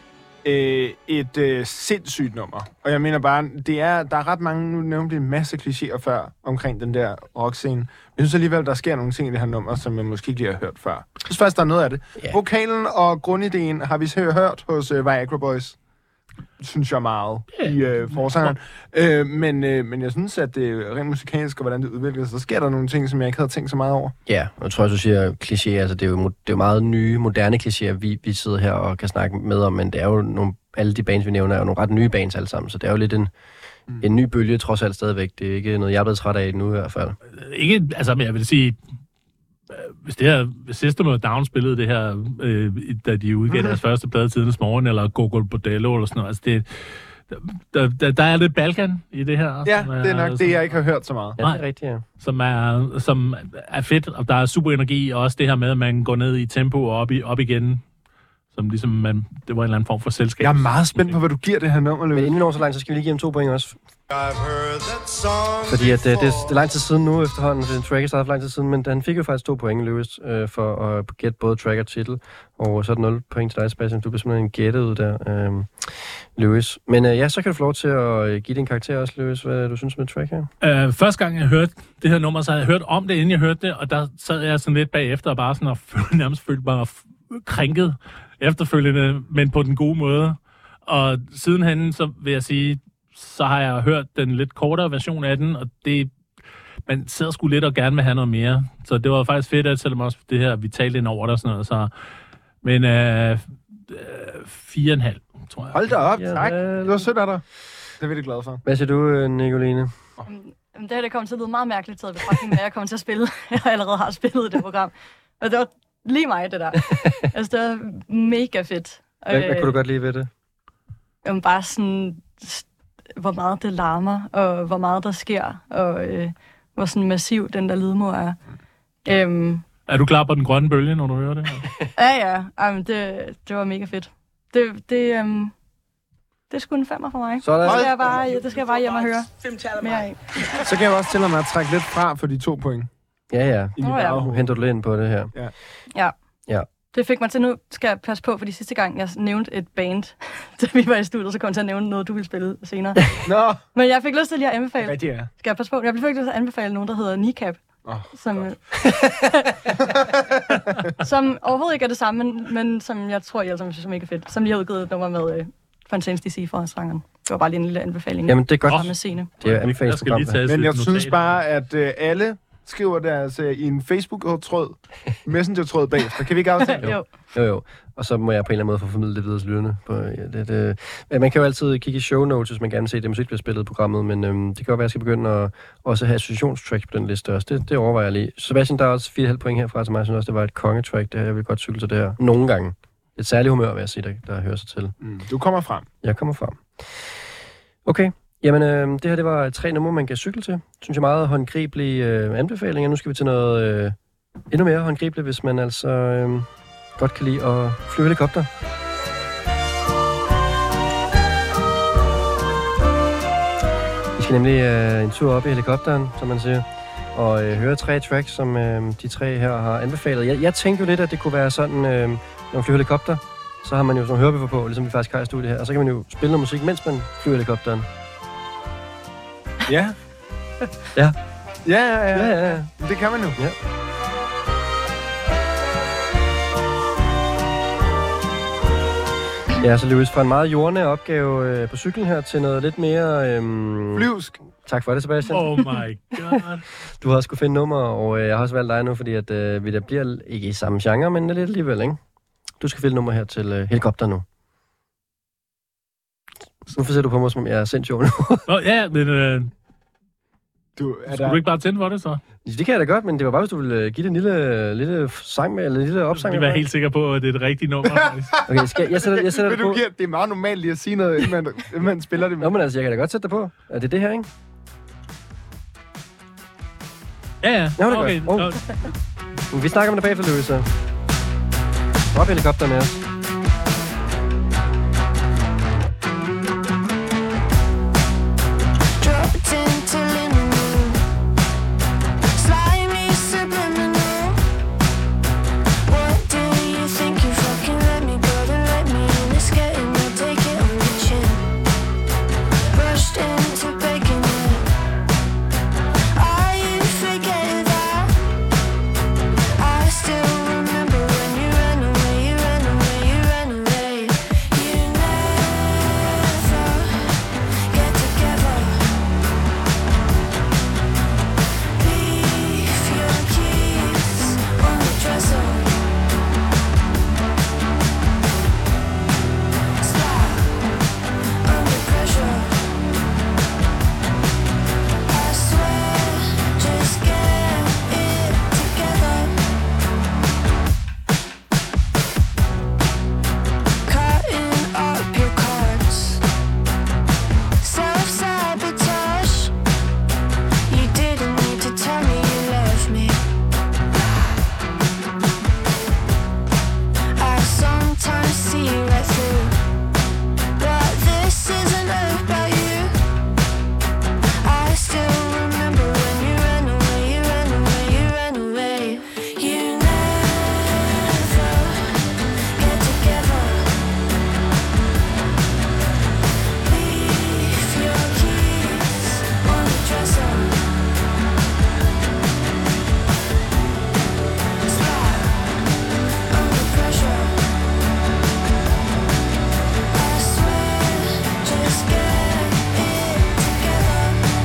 øh, et øh, sindssygt nummer. Og jeg mener bare, det er, der er ret mange, nu nævnte en masse klichéer før omkring den der rockscene. Men jeg synes alligevel, der sker nogle ting i det her nummer, som jeg måske ikke lige har hørt før. Jeg synes faktisk, der er noget af det. Yeah. Vokalen og grundideen har vi hørt hos øh, Viagra Boys. Synes jeg meget i øh, forsangeren. Øh, men, øh, men jeg synes, at det er rent musikalsk, og hvordan det udvikler sig, så sker der nogle ting, som jeg ikke havde tænkt så meget over. Ja, og jeg tror, at du siger kliché, altså det er jo, det er jo meget nye, moderne klichéer, vi, vi sidder her og kan snakke med om, men det er jo nogle, alle de bands, vi nævner, er jo nogle ret nye bands alle sammen, så det er jo lidt en, mm. en ny bølge, trods alt stadigvæk. Det er ikke noget, jeg er blevet træt af nu i hvert fald. Ikke, altså, men jeg vil sige, hvis det her, hvis System of a Down spillede det her, øh, da de udgav mm-hmm. deres første plade tidens morgen, eller Gogol Bordello, eller sådan noget, altså det, der, der, der er lidt Balkan i det her. Ja, er, det er nok som, det, jeg ikke har hørt så meget. Ja, det er rigtigt, ja. Som er, som er fedt, og der er super energi, og også det her med, at man går ned i tempo og op, i, op igen, som ligesom man, det var en eller anden form for selskab. Jeg er meget spændt på, hvad du giver det her nummer, Løbe. Men inden vi når så langt, så skal vi lige give dem to point også. Fordi at, det, det, det er lang tid siden nu efterhånden, så den track er startet for lang tid siden, men han fik jo faktisk to point, Lewis, øh, for at gætte både track og titel, og så er det nul point til dig, Sebastian. Du bliver simpelthen gættet ud der, øh, Lewis. Men øh, ja, så kan du få lov til at give din karakter også, Lewis, hvad du synes med track her. Øh, første gang jeg hørte det her nummer, så havde jeg hørt om det, inden jeg hørte det, og der sad jeg sådan lidt bagefter og bare sådan og nærmest følte mig krænket efterfølgende, men på den gode måde. Og sidenhen, så vil jeg sige, så har jeg hørt den lidt kortere version af den, og det, man sidder sgu lidt og gerne vil have noget mere. Så det var faktisk fedt, at selvom også det her, vi talte ind over det og sådan noget, så... Men øh, øh, fire og en halv, tror jeg. Hold da op, ja, tak. Det var sødt af dig. Det er vi glad for. Hvad siger du, Nicoline? Oh. Det her, det kommer til at lyde meget mærkeligt, taget betragtning, at jeg kommer til at spille. Jeg allerede har spillet det program. Og det var lige mig, det der. Altså, det var mega fedt. Hvad, hvad kunne du godt lide ved det? Jamen, bare sådan... hvor meget det larmer, og hvor meget der sker, og øh, hvor sådan massiv den der lydmur er. Øhm, er du klar på den grønne bølge, når du hører det her? Ja, ja. Jamen, det, det var mega fedt. Det, det, øhm, det er sgu en femmer for mig. Sådan. Det skal jeg bare, det skal jeg bare hjem og høre mere af. Så kan jeg også tillade mig at trække lidt fra for de to point. Ja, ja. Nå, ja. Nu henter du lidt ind på det her. Ja. Ja. Ja. Det fik mig til, nu skal jeg passe på, fordi sidste gang jeg nævnte et band, da vi var i studiet, så kom jeg til at nævne noget, du ville spille senere. Nå! Men jeg fik lyst til lige at anbefale. Rigtig, ja. Skal jeg passe på? Jeg fik lyst til at anbefale nogen, der hedder Kneecap. Oh, som, som overhovedet ikke er det samme, men, men som jeg tror, jeg som synes er mega fedt. Som lige har udgivet et nummer med uh, Fontaines D C for sangeren. Det var bare lige en lille anbefaling. Jamen, det er godt. Oh. Med scene. Det er anbefalingsprogram. Men jeg synes bare, at uh, alle skriver deres uh, i en Facebook-tråd, Messenger-tråd bagefter. Kan vi ikke aftale? Jo. Jo, jo. Og så må jeg på en eller anden måde få formidlet det videre til lytterne. På, ja, det, det. Man kan jo altid kigge i show notes, hvis man gerne vil se det musik, der bliver spillet i programmet, men øhm, det kan jo være, at jeg skal begynde at også have associationstracks på den liste også. Det, det overvejer jeg lige. Sebastian, der er også fire komma fem point herfra til mig. Jeg synes også, det var et kongetrack. Det her, jeg vil godt cykle til det her. Nogle gange. Et særligt humør, vil jeg sige, der, der hører sig til. Mm, du kommer frem. Jeg kommer frem. Okay. Jamen, øh, det her det var tre numre, man kan cykle til. Synes jeg meget håndgribelige øh, anbefalinger. Nu skal vi til noget øh, endnu mere håndgribeligt, hvis man altså øh, godt kan lide at flyve helikopter. Vi skal nemlig øh, en tur op i helikopteren, som man siger, og øh, høre tre tracks, som øh, de tre her har anbefalet. Jeg, jeg tænkte jo lidt, at det kunne være sådan, øh, når man flyver helikopter, så har man jo sådan nogle hørebøffer på, ligesom vi faktisk har i studiet her, og så kan man jo spille noget musik, mens man flyver helikopteren. Ja. Ja. Ja, ja, ja. Ja, ja, ja. Det kan man jo. Ja. Ja, så Louis, fra en meget jordnær opgave øh, på cyklen her til noget lidt mere... Øh, Flyvsk. Tak for det, Sebastian. Oh my god. Du har også skulle finde nummer, og øh, jeg har også valgt dig nu, fordi at, øh, vi der bliver ikke i samme genre, men lidt alligevel, ikke? Du skal finde nummer her til øh, helikopter nu. Nu forser du på mig, som jeg er sindssyg nu. Nå, ja, men øh, Du, er skulle der... du ikke bare tænde for det, så? Det kan jeg da godt, men det var bare, hvis du ville give det en lille, lille sang med, eller en lille opsang. Vi med. var helt sikre på, at det er et rigtigt nummer. Okay, skal, jeg sætter, jeg sætter Vil det du på. give, det er meget normalt lige at sige noget, inden man, inden man spiller det. Nå, men altså, jeg kan da godt sætte det på. Er det det her, ikke? Ja, ja. Nå, det er Okay. godt. Oh. Men vi snakker om det bagefter, Louis, så. Op i helikopteren med os. Drop it into liminal, slimy subliminal. What do you think you fucking let me go to let me in? It's getting, I'll take it on the chin. Rushed into bacon it. Are you forgetting that? I still remember when you ran away, you ran away, you ran away. You never get together. Leave your keys on the dresser. Slap under pressure. I swear, just get it together. Cutting up your cards. Self-sabotage. You didn't need to tell me you love me. I sometimes see right through, but this isn't about you. I still remember when you ran away, you ran away, you ran away. You never get together. Leave your keys on the dresser. Slap under pressure. I swear, just get it together.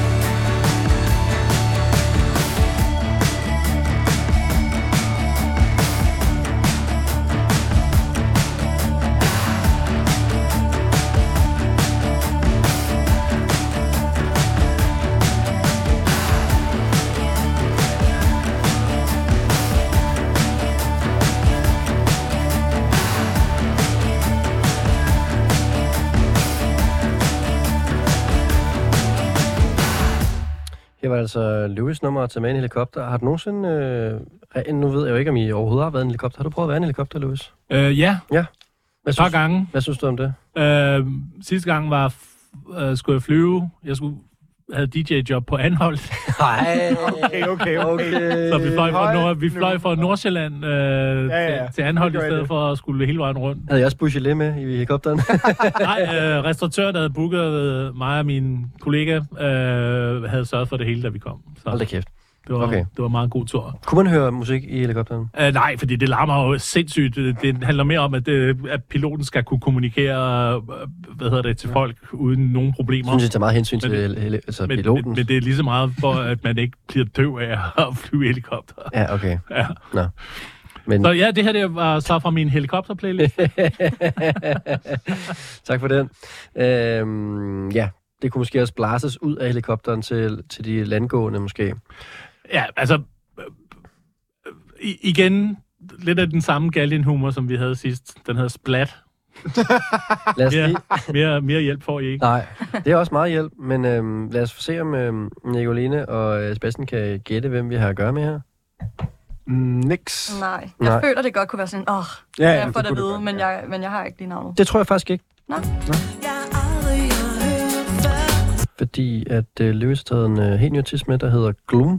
Her var altså Louis nummer at tage med en helikopter. Har du nogensinde... Øh, nu ved jeg jo ikke, om I overhovedet har været en helikopter. Har du prøvet at være en helikopter, Louis? øh, ja, Hvad et par synes, gange. hvad synes du om det? Øh, sidste gang var, f- øh, skulle jeg flyve. Jeg skulle havde D J-job på Anholt. Nej, Okay, okay, okay. Så vi fløj fra, Højt Nord, vi nu. fløj fra Nordsjælland øh, ja, ja. til, til Anholt i Det gør stedet det. for at skulle hele vejen rundt. Havde jeg også Bouchelet med i helikopteren? Nej, øh, restauratøren, der havde booket øh, mig og min kollega, øh, havde sørget for det hele, da vi kom. Så Hold da kæft. det var, okay. det var en meget god tur. Kunne man høre musik i helikopteren? Uh, nej, fordi det larmer jo sindssygt. Det, det handler mere om, at, det, at piloten skal kunne kommunikere øh, hvad hedder det, til folk uden nogen problemer. Jeg synes, det er meget hensyn til Men hel- hel- altså men, piloten. men, men det er lige så meget for, at man ikke bliver døv af at flyve i helikopter. Ja, okay. Ja. Nå. Men Så ja, det her det var så fra min helikopterplaylist. tak for den. Øhm, ja, det kunne måske også blases ud af helikopteren til, til de landgående måske. Ja, altså... øh, i- igen, lidt af den samme galgenhumor, som vi havde sidst. Den hedder Splat, Lad os Mere, lige... mere, mere hjælp får I ikke. Nej, det er også meget hjælp, men øhm, lad os få se, om øhm, Nicoline og øh, Sebastian kan gætte, hvem vi har at gøre med her. Mm, niks. Nej, jeg Nej. føler, det godt kunne være sådan, åh, oh, Ja, ja, jeg får det det at kunne det vide, godt, men ja. jeg, men jeg har ikke lige navnet. Det tror jeg faktisk ikke, Nå. fordi at øh, Lewis har taget en øh, helt ny artist med, der hedder Gloom.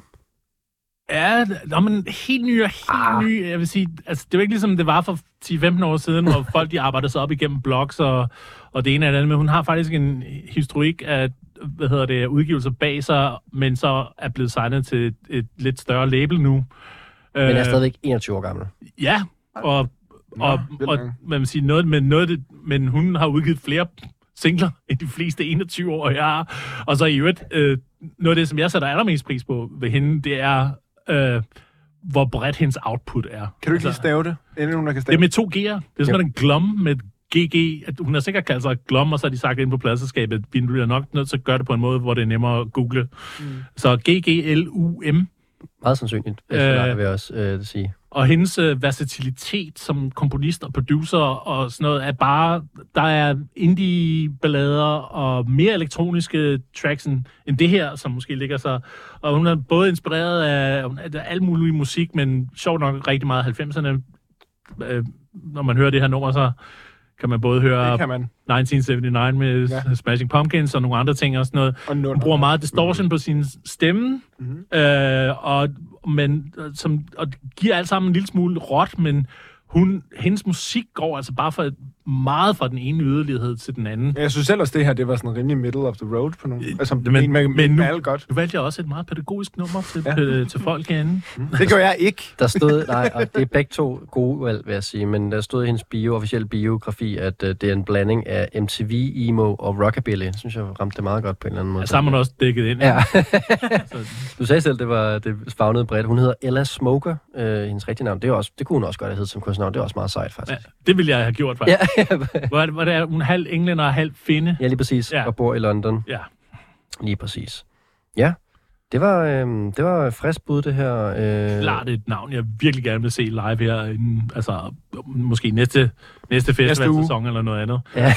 Ja, nå, men helt ny og helt ah. ny. Jeg vil sige, altså, det var ikke ligesom det var for ti til femten år siden, hvor folk de arbejdede sig op igennem blogs og, og det ene og det andet. Men hun har faktisk en historik af hvad hedder det, udgivelser bag sig, men så er blevet signet til et, et lidt større label nu. Men er stadigvæk enogtyve år gammel. Ja, og, Nå, og, vildt og nok. man vil sige noget, men, noget, det, men hun har udgivet flere singler end de fleste enogtyve år, jeg har. Og så i øvrigt, øh, noget af det, som jeg sætter allermest pris på ved hende, det er, øh, hvor bredt hendes output er. Kan du ikke lige stave det? Er det nogen, der kan Det stave er med to G'er. Det er simpelthen en glom med G G. At hun har sikkert kaldt sig glom, og så har de sagt ind på pladselskabet, at vi bliver nok nødt til at gøre det på en måde, hvor det er nemmere at google. Mm. Så G G L U M. Meget sandsynligt, øh, vil jeg også øh, sige. Og hendes øh, versatilitet som komponist og producer og sådan noget, er bare, der er indie-ballader og mere elektroniske tracks end, end det her, som måske ligger sig. Og hun er både inspireret af, af alt mulig musik, men sjovt nok rigtig meget halvfemserne. Øh, når man hører det her nummer, så kan man både høre Det kan man. nitten syvoghalvfems med Ja. Smashing Pumpkins og nogle andre ting og sådan noget. Og Hun bruger meget distortion mm-hmm. på sin stemme, Mhm. øh, og, men, som, og det giver alt sammen en lille smule råt, men hun, hendes musik går altså bare for meget fra den ene yderlighed til den anden. Jeg synes ellers, det her det var sådan rimelig middle of the road på nogle. Altså, Men- men, med, men med, nu- med alt godt. Nu valgte jeg også et meget pædagogisk nummer til, Ja. øh, til folk herinde. Det gør jeg ikke. Der stod, nej, og det er begge to gode valg, vil jeg sige, men der stod i hendes bio, officielle biografi, at uh, det er en blanding af M T V, emo og rockabilly. Jeg synes, jeg ramte det meget godt på en eller anden måde. Ja, så har man også dækket ind. Ja. Så, Du sagde selv, det var det fagnede bredt. Hun hedder Ella Smoker, øh, hendes rigtige navn. Det, er også, det kunne hun også godt have heddet som kunstnernavn. Det er også meget sejt, ja, faktisk. det ville jeg have gjort, faktisk. Ja, Hvor, er det- hvor det er hun er halv englænder og halv finde. ja lige præcis. Ja. Ja. Og bor i London. Ja. Lige præcis. Ja, det var, øh, det var et frisk bud, det her. Øh, Klart et navn, jeg virkelig gerne vil se live her, inden, altså måske næste, næste festivalsæson eller noget andet. Ja,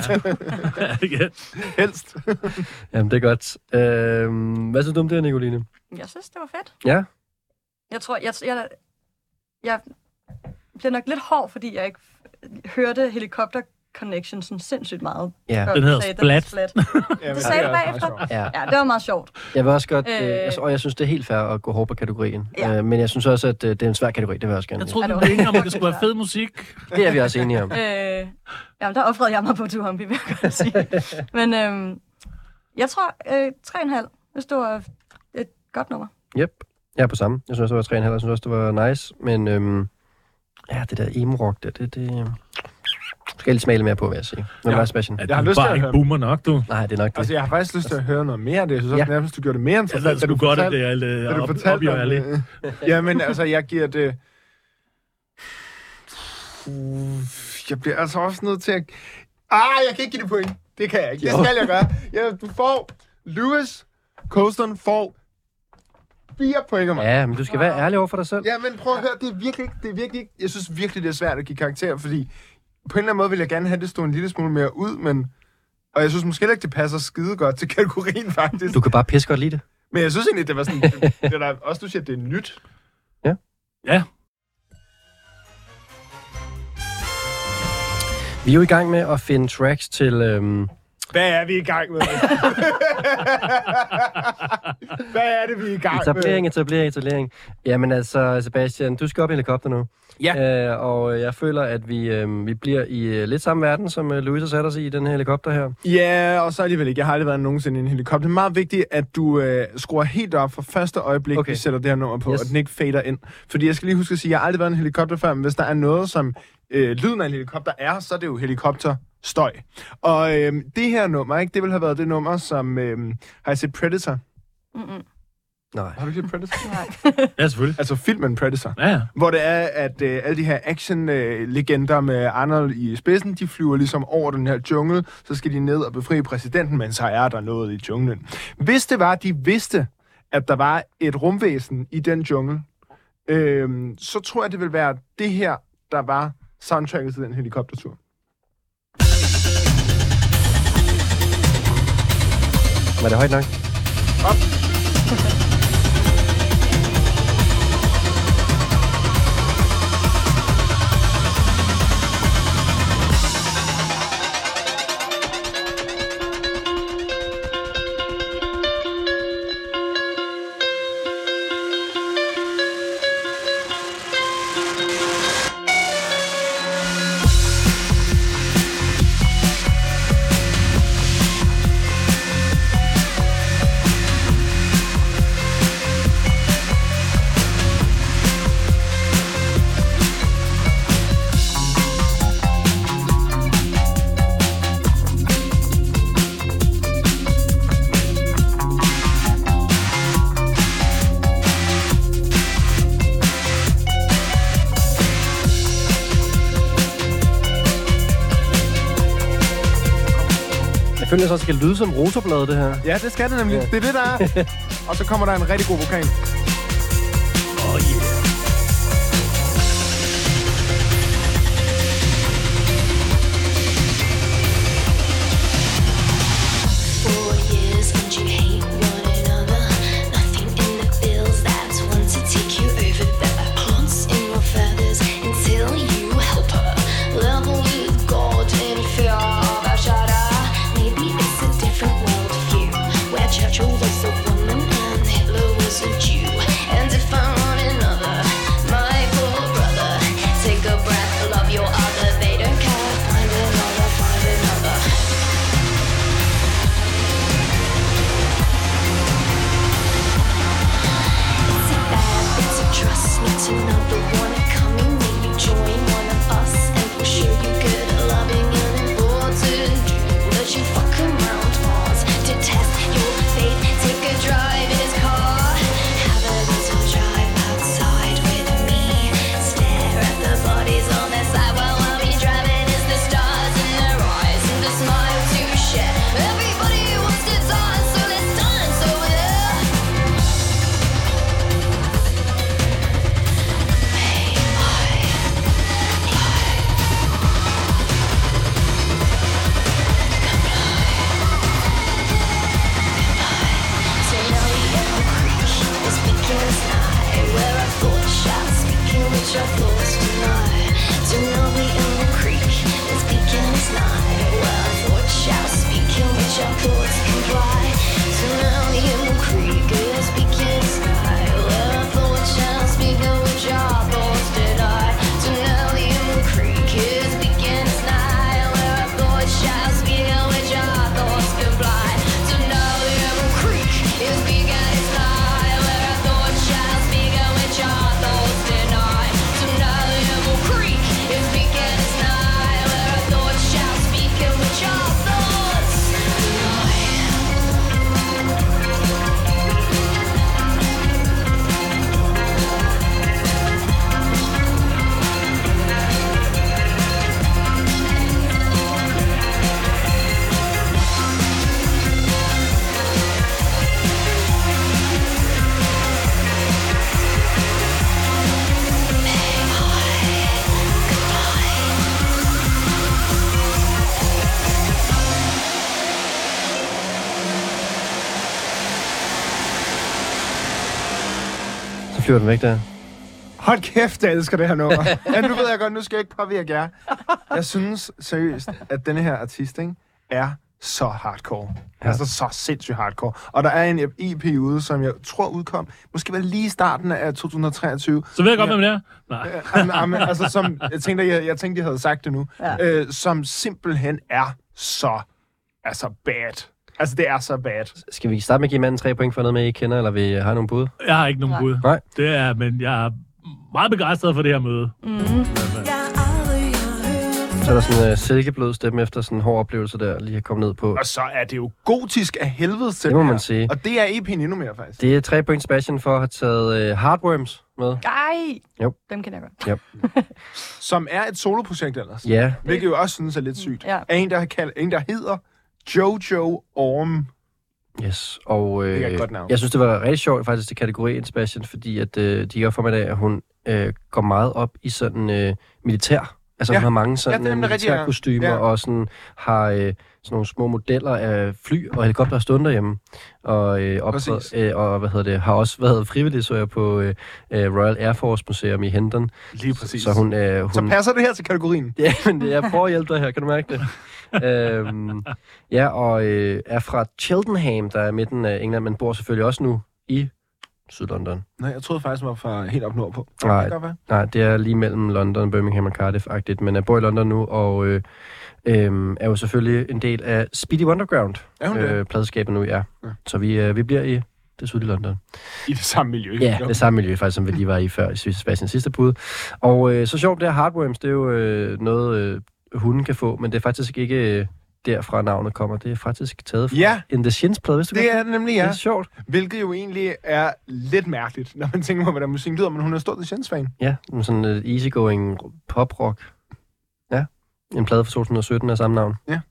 Ja. Helst. jamen, det er godt. Øh, hvad synes du om det her, Nicoline? Jeg synes, det var fedt. Ja? Jeg tror, jeg, jeg, jeg bliver nok lidt hård, fordi jeg ikke hørte Helicopter Connection sådan sindssygt meget. Ja. før Den du hedder sagde, Splat. Splat. Ja, Det sagde er du også bagefter? meget sjovt. Ja. Ja, det var meget sjovt. Jeg vil også godt, øh, Øh. jeg, og jeg synes, det er helt fair at gå hårdt på kategorien. Ja. Øh, men jeg synes også, at øh, det er en svær kategori, det vil jeg også gerne. Jeg lide. troede, Ja, vi det var var- enige om, at det skulle være fed musik. Det er vi også enige om. Øh, jamen, der offrede jeg mig på Tuhumbi, vil jeg godt sige. Men øhm, jeg tror, øh, tre og en halv, hvis det var et godt nummer. Yep. Jeg er på samme. Jeg synes også, det var tre komma fem. Jeg synes også, det var nice. Men øhm, ja, det der emo-rock, det, det, det skal jeg lige smage lidt mere på, vil jeg sige. Hvad Ja. var Sebastian? Ja, Jeg har du er lyst til bare at ikke høre- boomer nok, du. Nej, det er nok det. Altså, jeg har faktisk lyst til at høre noget mere af det. Jeg synes også, Ja. ja. nærmest, du gjorde det mere Jeg interessant, ved da du sgu godt, at fortalte- det er lidt da du op, op fortalte i om ærligt. det. Ja, men altså, jeg giver det... Uh, Jeg bliver altså også nødt til at... Ah, jeg kan ikke give det point. Det kan jeg ikke. Det skal jeg gøre. Ja, du får... Lewis Coaston får fire point af mig. Ja, men du skal være ærlig over for dig selv. Ja, men prøv at høre, det er virkelig ikke, det er virkelig ikke, jeg synes virkelig, det er svært at give karakter, fordi på en eller anden måde vil jeg gerne have det stå en lille smule mere ud, men, og jeg synes måske heller ikke, det passer skide godt til kategorien, faktisk. Du kan bare pisse godt lide det. Men jeg synes egentlig, det var sådan, det, det der, også du siger, at det er nyt. Ja, Vi er jo i gang med at finde tracks til... Øhm, Hvad er vi i gang med? Hvad er det, vi er i gang etablering, med? etablering, etablering. Jamen altså, Sebastian, du skal op i helikopter nu. Ja. Øh, og jeg føler, at vi, øh, vi bliver i øh, lidt samme verden, som øh, Louise har sat os i, i den her helikopter her. Ja, og så alligevel ikke. Jeg har aldrig været nogensinde i en helikopter. Det er meget vigtigt, at du øh, skruer helt op fra første øjeblik, Okay. okay. vi sætter det her nummer på, Yes. yes. og den ikke fader ind. Fordi jeg skal lige huske at sige, at jeg har aldrig været i en helikopter før, men hvis der er noget, som øh, lyden af en helikopter er, så er det jo helikopterstøj. Og øh, det her nummer, ikke, det vil have været det nummer, som... Øh, har I set Predator? Mm-mm. Nej. Har du set Predator? Nej. ja, selvfølgelig. Altså filmen Predator. Ja, ja. Hvor det er, at øh, alle de her action-legender med Arnold i spidsen, de flyver ligesom over den her jungle, så skal de ned og befri præsidenten, men så er der noget i junglen. Hvis det var, at de vidste, at der var et rumvæsen i den jungle, øh, så tror jeg, det vil være det her, der var soundtracket til den helikoptertur. Var det højt nok? Op. Jeg føler, at det skal lyde som rotorbladet, det her. Ja, det skal det nemlig. Ja. Det er det, der er. Og så kommer der en rigtig god vokal. Oh yeah. Four years and you hate one another. Nothing in the bills, that's one to take you over there. Plants in your feathers until you help her. Level with God in fear of our shadow. Maybe it's a different worldview where Churchill was a woman and Hitler was a Jew. And if I want another, my poor brother, take a breath, love your other. They don't care, find another, find another. It's a bad bit of trust, not another one coming. Will you join one of us and we'll show you good loving and important. But you fuck around Mars to test your faith. Take a drive in his car. Have a little drive outside with me. Stare at the bodies on their side while I'll be driving. Is the stars in their eyes and the smile to share. Everybody wants to dance, so let's dance over there. Hey, I, so now we at the creek, it's beginner's night, where our thoughts shall speaking with your thoughts tonight. So now we in the creek, it's beginner's night, where our thoughts shall speaking with your thoughts comply. So now we in the creek, it's beginner's night, where our thoughts shall speaking with your thoughts tonight. So now we in the creek, it's beginner's night, where our thoughts shall speaking with your thoughts comply. So now we in the creek, it's beginner's night, where our thoughts shall speaking with your thoughts tonight. So now we in the creek, it's beginner's night, where our thoughts shall speaking with your thoughts tonight. Så flyver den væk der. Hold kæft, jeg elsker det her nummer. Ja, nu ved jeg godt, nu skal jeg ikke påvirke jer. Jeg synes seriøst, at denne her artist, ikke, er så hardcore. Ja. Altså så sindssygt hardcore. Og der er en E P ude, som jeg tror udkom, måske var det lige i starten af to tusind treogtyve. Så ved jeg godt, hvem det er. Nej. Jamen, jamen, altså, som, jeg tænkte, jeg, jeg tænkte, jeg havde sagt det nu. Ja. Øh, som simpelthen er så, altså bad. Altså, det er så bad. Skal vi starte med at give manden tre point for noget med, I kender, eller vi har nogle bud? Jeg har ikke nogen Nej. bud. Nej. Det er, men jeg er meget begejstret for det her møde. Mm-hmm. Så er der sådan en uh, silkeblød stemme efter sådan en hård oplevelse der, lige at komme ned på. Og så er det jo gotisk af helvede til Det må her. man sige. Og det er E P'en endnu mere, faktisk. Det er tre point Sebastian for at have taget uh, Heartworms med. Ej! Jo. Dem kender jeg godt. Yep. Som er et soloprojekt ellers. Ja. Hvilket jo også synes er lidt sygt. Ja. Er en, der, har kaldt, en, der hedder Jojo Orm. Yes, og øh, Det er et godt navn. jeg synes, det var rigtig sjovt faktisk til kategorien, Sebastian, fordi at, øh, de gør for mig i dag, at hun øh, går meget op i sådan øh, militær Altså Ja. hun har mange Ja, sådan det er ja, nemlig rigtigt, ja. militærkostymer, Ja. og sådan har øh, sådan nogle små modeller af fly og helikopter stående derhjemme. Og, øh, optræd, Præcis. øh, og hvad hedder det, har også været frivillig, så jeg på øh, øh, Royal Air Force Museum i Hendon. Lige præcis. Så hun... Øh, hun Så passer det her til kategorien? Ja, men det, jeg prøver at hjælpe dig her, kan du mærke det? øhm, ja, og øh, er fra Cheltenham, der er i midten af England, men bor selvfølgelig også nu i Syd-London. Nej, jeg troede faktisk, man var fra helt op nordpå. Nej, Det kan godt være. nej, det er lige mellem London, Birmingham og Cardiff-agtigt, men jeg bor i London nu, og øh, øh, er jo selvfølgelig en del af Speedy Wonderground, Er hun det? øh, pladskabet nu, ja. Ja. ja. Så vi, øh, vi bliver i det sydlige London. I det samme miljø. Ja, det samme miljø, faktisk, som vi lige var i før i Sebastians sidste bud. Og øh, så sjovt, det er Heartworms, det er jo øh, noget, øh, hunden kan få, men det er faktisk ikke øh, derfra navnet kommer. Det er faktisk taget fra Ja. In The Shins-plade, vidste du Det godt? er det nemlig, Det ja. er sjovt. Hvilket jo egentlig er lidt mærkeligt, når man tænker på, hvordan musikken lyder, men hun er stor The Shins-fan. Ja, sådan et easygoing pop-rock. Ja, en plade fra to tusind og sytten af samme navn. Ja.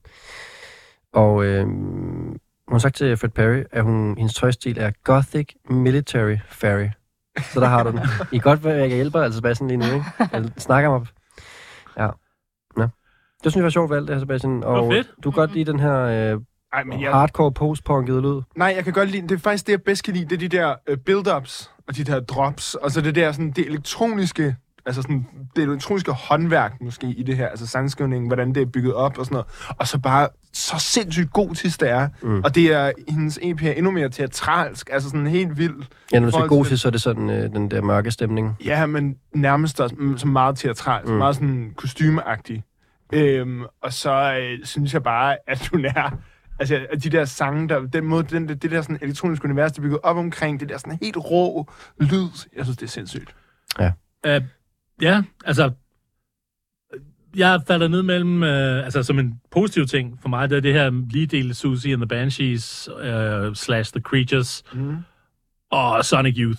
Og øh, hun har sagt til Fred Perry, at hun, hendes tøjstil er Gothic Military Fairy. Så der har du den. I kan godt være, at jeg kan hjælpe dig, altså Sebastian lige nu, ikke? Jeg snakker mig op. Ja. Ja. Det synes jeg var sjovt valgt, det her, Sebastian. Og fedt. du kan godt lide den her øh, Ej, men jeg... hardcore post-punkede lyd. Nej, jeg kan godt lide, det er faktisk det, jeg bedst kan lide, det er de der uh, build-ups og de der drops, og så det der sådan, det elektroniske, altså sådan, det elektroniske håndværk måske i det her, altså sangskrivningen, hvordan det er bygget op og sådan noget, og så bare så sindssygt gotisk det er, mm. og det er, hendes E P er endnu mere teatralsk, altså sådan helt vild. Ja, når du I siger forhold god til- til, så er det sådan øh, den der mørke stemning. Ja, men nærmest også, mm, som meget teatralsk, mm. meget sådan kostymeagtig. Øhm, og så øh, synes jeg bare, at hun er... Altså, at de der sange, der, den måde, den, det der sådan elektroniske univers, der er bygget op omkring, det der sådan helt rå lyd, jeg synes, det er sindssygt. Uh, ja, altså... Jeg falder ned mellem... Uh, altså, som en positiv ting for mig, det er det her lige del Susie and the Banshees, uh, slash The Creatures, Mm. og Sonic Youth.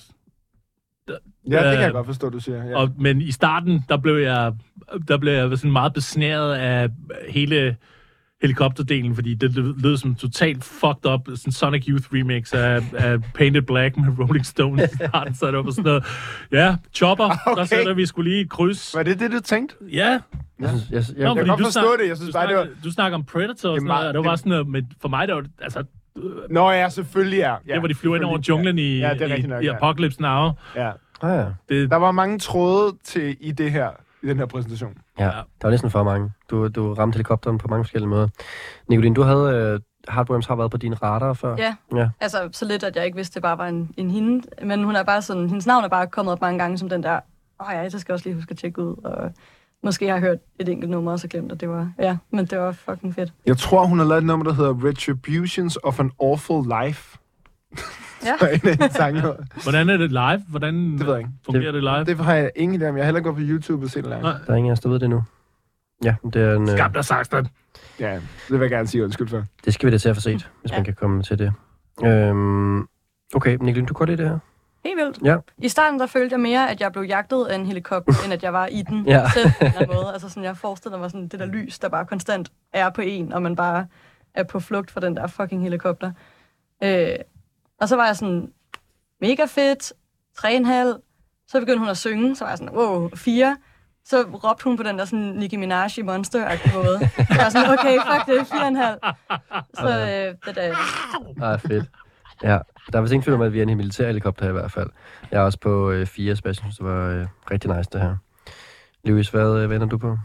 Ja, det kan jeg Øh, godt forstå, du siger. Ja. Og, men i starten, der blev jeg, der blev jeg sådan meget besnæret af hele helikopterdelen, fordi det lød lød som totalt fucked up, sådan Sonic Youth remix af, af Painted Black med Rolling Stones i starten, sat op og sådan noget. Ja, Chopper, okay. Der sætter vi skulle lige et kryds. Var det det, du tænkte? Ja. Jeg, synes, jeg, jeg, Nå, jeg, kan fordi godt du forstå snak- det. Jeg synes du bare, det snakker, var- Du snakker om Predator og sådan Det er noget, og det var meget- bare sådan noget, men for mig, det var, altså, Nå ja, selvfølgelig er. Ja, det var de flyver ind over selvfølgelig. junglen i, Ja, det er i, rigtigt nok, i ja. Apocalypse Now. Ja. ah, ja. Det, Der var mange tråde til i det her, i den her præsentation. Ja, der var næsten for mange. Du, du ramte helikopteren på mange forskellige måder. Nicoline, du havde... Øh, Heartworms har været på din radar før. Ja, Ja. altså så lidt, at jeg ikke vidste, det bare var en, en hende. Men hun er bare sådan, hendes navn er bare kommet op mange gange som den der, åh ja, det skal jeg også lige huske at tjekke ud. Og måske har jeg hørt et enkelt nummer, og så glemt, at det var, ja, men det var fucking fedt. Jeg tror, hun har lavet et nummer, der hedder Retributions of an Awful Life. Ja. en af de sange. hvordan er det live? Hvordan Det ved jeg ikke. fungerer det live? Det har jeg ingen idé om. Jeg har heller gået på YouTube og set det live. Nej. Der er ingen af os, der ved det nu. Ja, det er en... Øh, Skam dig, Saxton. Ja, det vil jeg gerne sige undskyld for. det skal vi da til at få set, hvis Ja. man kan komme til det. Øhm, okay, Nicoline, du går lide det her? Helt vildt. Ja. I starten, der følte jeg mere, at jeg blev jagtet af en helikopter, end at jeg var i den Ja. selv på en eller anden måde. Altså sådan, jeg forestiller mig sådan det der lys, der bare konstant er på en, og man bare er på flugt fra den der fucking helikopter. Øh, og så var jeg sådan, mega fedt, tre og en halv. Så begyndte hun at synge, så var jeg sådan, wow, fire. Så råbte hun på den der sådan Nicki Minaj i Monster-agtige måde. Så jeg var sådan, okay, fuck det, fire og en halv. Så øh, det der... Ah, fedt. Ja, der er vist ingen tvivl om, at vi er en militær helikopter i hvert fald. Jeg er også på øh, fire Sebastian, så det var øh, rigtig nice det her. Louis, hvad øh, vender du på?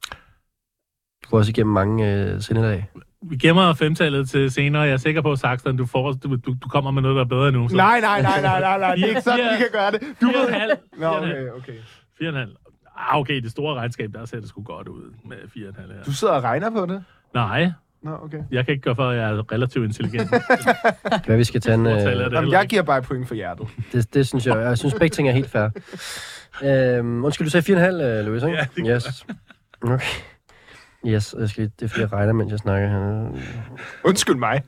Du går også igennem mange øh, sindelag. Vi gemmer femtallet til senere. Jeg er sikker på, Saxton, du, får, du, du, du kommer med noget, der er bedre nu. Så. Nej, nej, nej, nej, nej, nej. Det er ikke sådan, Fire- vi kan gøre det. Du Fire og ved... en halv. Nå, Fire og en halv. okay, okay. Fire og en halv. Ah, okay, det store regnskab, der ser det sgu godt ud med fire og en halv her. Du sidder og regner på det? Nej, Nå, okay. jeg kan ikke gøre for, at jeg er relativt intelligent. Hvad vi skal tage en... Store tal er Øh, det. Jamen, jeg giver bare point for hjertet. det, det synes jeg... Jeg synes, begge ting er helt fair. Øhm, undskyld, du sagde fire komma fem, Louis, ikke? Ja, det gør Yes. Okay. Yes, jeg skal, det er fordi, jeg regner, mens jeg snakker her. Undskyld mig.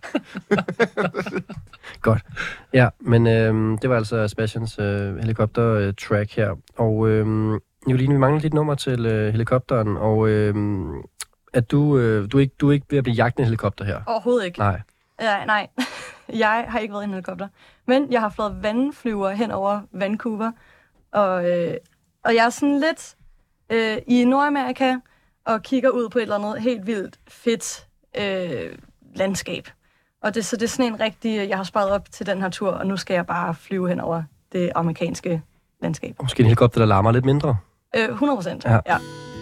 Godt. Ja, men øhm, det var altså Sebastians øh, helikopter-track her. Og øhm, Nicoline, vi mangler lidt nummer til øh, helikopteren, og øhm, at du, øh, du, er ikke, du er ikke ved at blive jagtet en helikopter her. Overhovedet ikke. Nej. Ja, nej, jeg har ikke været i en helikopter. Men jeg har flået vandflyver hen over Vancouver. Og, øh, og jeg er sådan lidt... øh, i Nordamerika og kigger ud på et eller andet helt vildt fedt øh, landskab. Og det, så det er sådan en rigtig, jeg har sparet op til den her tur, og nu skal jeg bare flyve hen over det amerikanske landskab. Måske en helikopter, der larmer lidt mindre. Øh, hundrede procent, Ja. ja.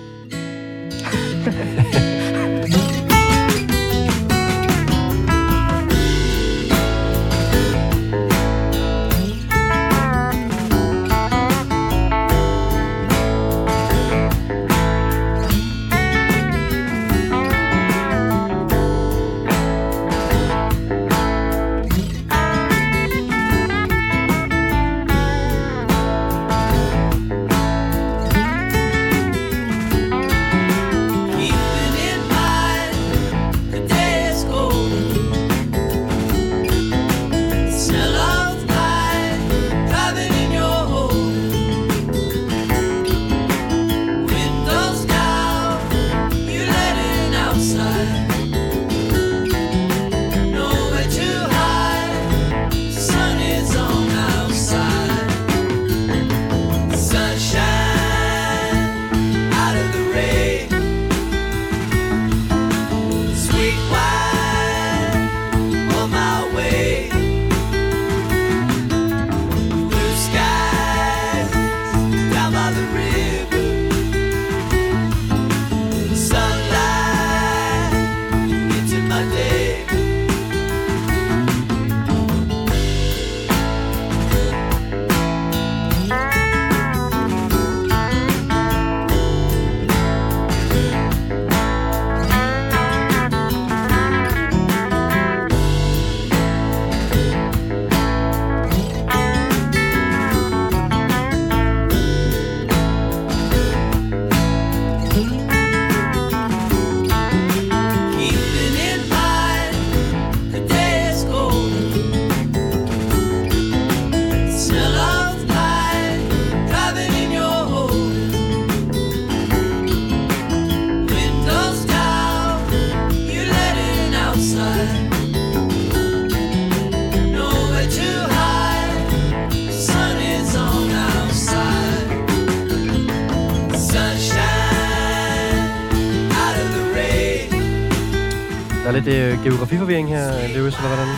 Der er lidt øh, geografiforvirring her, Lewis, eller hvordan?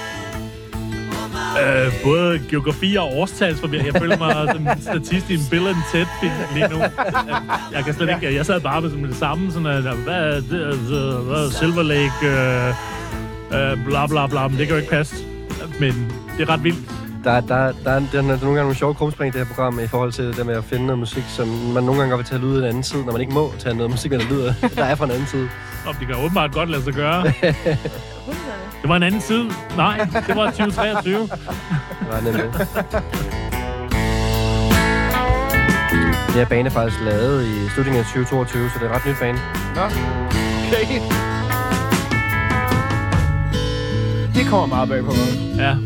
Øh, både geografi og årstalsforvirring. Jeg føler mig som en statist i en Bill and Ted film lige nu. Jeg kan slet ikke... Jeg sad bare med som det samme, sådan at... Hvad er det? Hvad er Silver Lake? Øh, øh, bla bla bla. Men det kan jo ikke passe. Men det er ret vildt. Der, der, der, der, er, der er nogle gange nogle sjove krumspring i det her program i forhold til det med at finde noget musik, som man nogle gange godt vil tage lyd af en anden side, når man ikke må tage noget musik, der lyder, der er fra en anden side. Om det kan åbenbart godt lade sig gøre. Det var en anden side. Nej, det var tyve treogtyve. Det var nemlig. Det her bane er faktisk lavet i slutningen af tyve toogtyve, så det er ret nyt bane. Nå, okay. Det kommer meget bag på mig. Ja.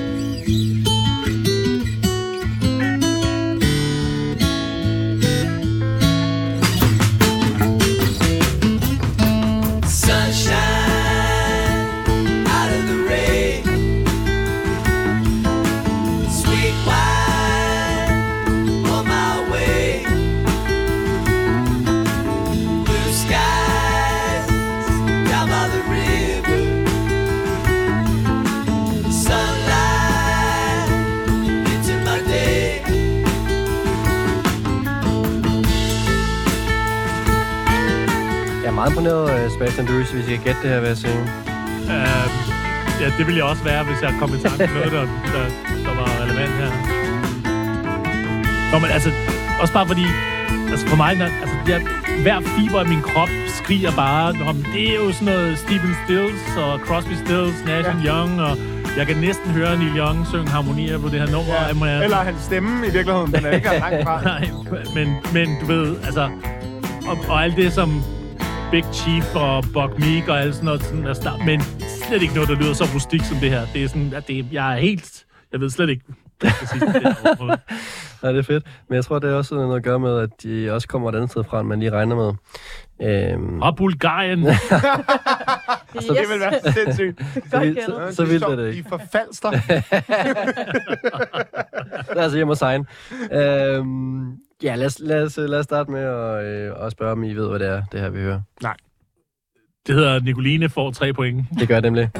Meget imponeret, Sebastian Lewis, hvis I kan gætte det her, vil jeg sige. Uh, ja, det ville jeg også være, hvis jeg kom i tanke med noget, der, der, der var relevant her. Nå, men altså, også bare fordi, altså for mig, altså, jeg, hver fiber af min krop skriger bare, om det er jo sådan noget Stephen Stills og Crosby, Stills, Nash and Young, og jeg kan næsten høre Neil Young synge harmonier på det her nummer. Ja, jeg, eller hans stemme i virkeligheden, den er ikke langt fra. Nej, men, men du ved, altså, og, og alt det som Big Chief og Buck Meek og alt sådan noget, sådan, altså, der, men slet ikke noget, der lyder så rustik som det her. Det er sådan, at det, jeg er helt, jeg ved slet ikke, hvad jeg skal sige det her. Nej, det er fedt. Men jeg tror, det er også noget at gøre med, at de også kommer et andet sted fra, end man lige regner med. Øhm... Og Bulgarien. Så yes. Det vil være sindssygt. Så, vildt, så, så vildt er det ikke. De forfalster. Det er altså hjemme hos egen. Øhm, Ja, lad os, lad os, lad os starte med at, øh, at spørge, om I ved, hvad det er, det her, vi hører. Det hedder, Nicoline får tre point. Det gør jeg nemlig.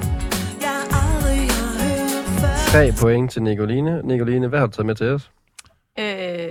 Tre point til Nicoline. Nicoline, hvad har du taget med til os? Øh,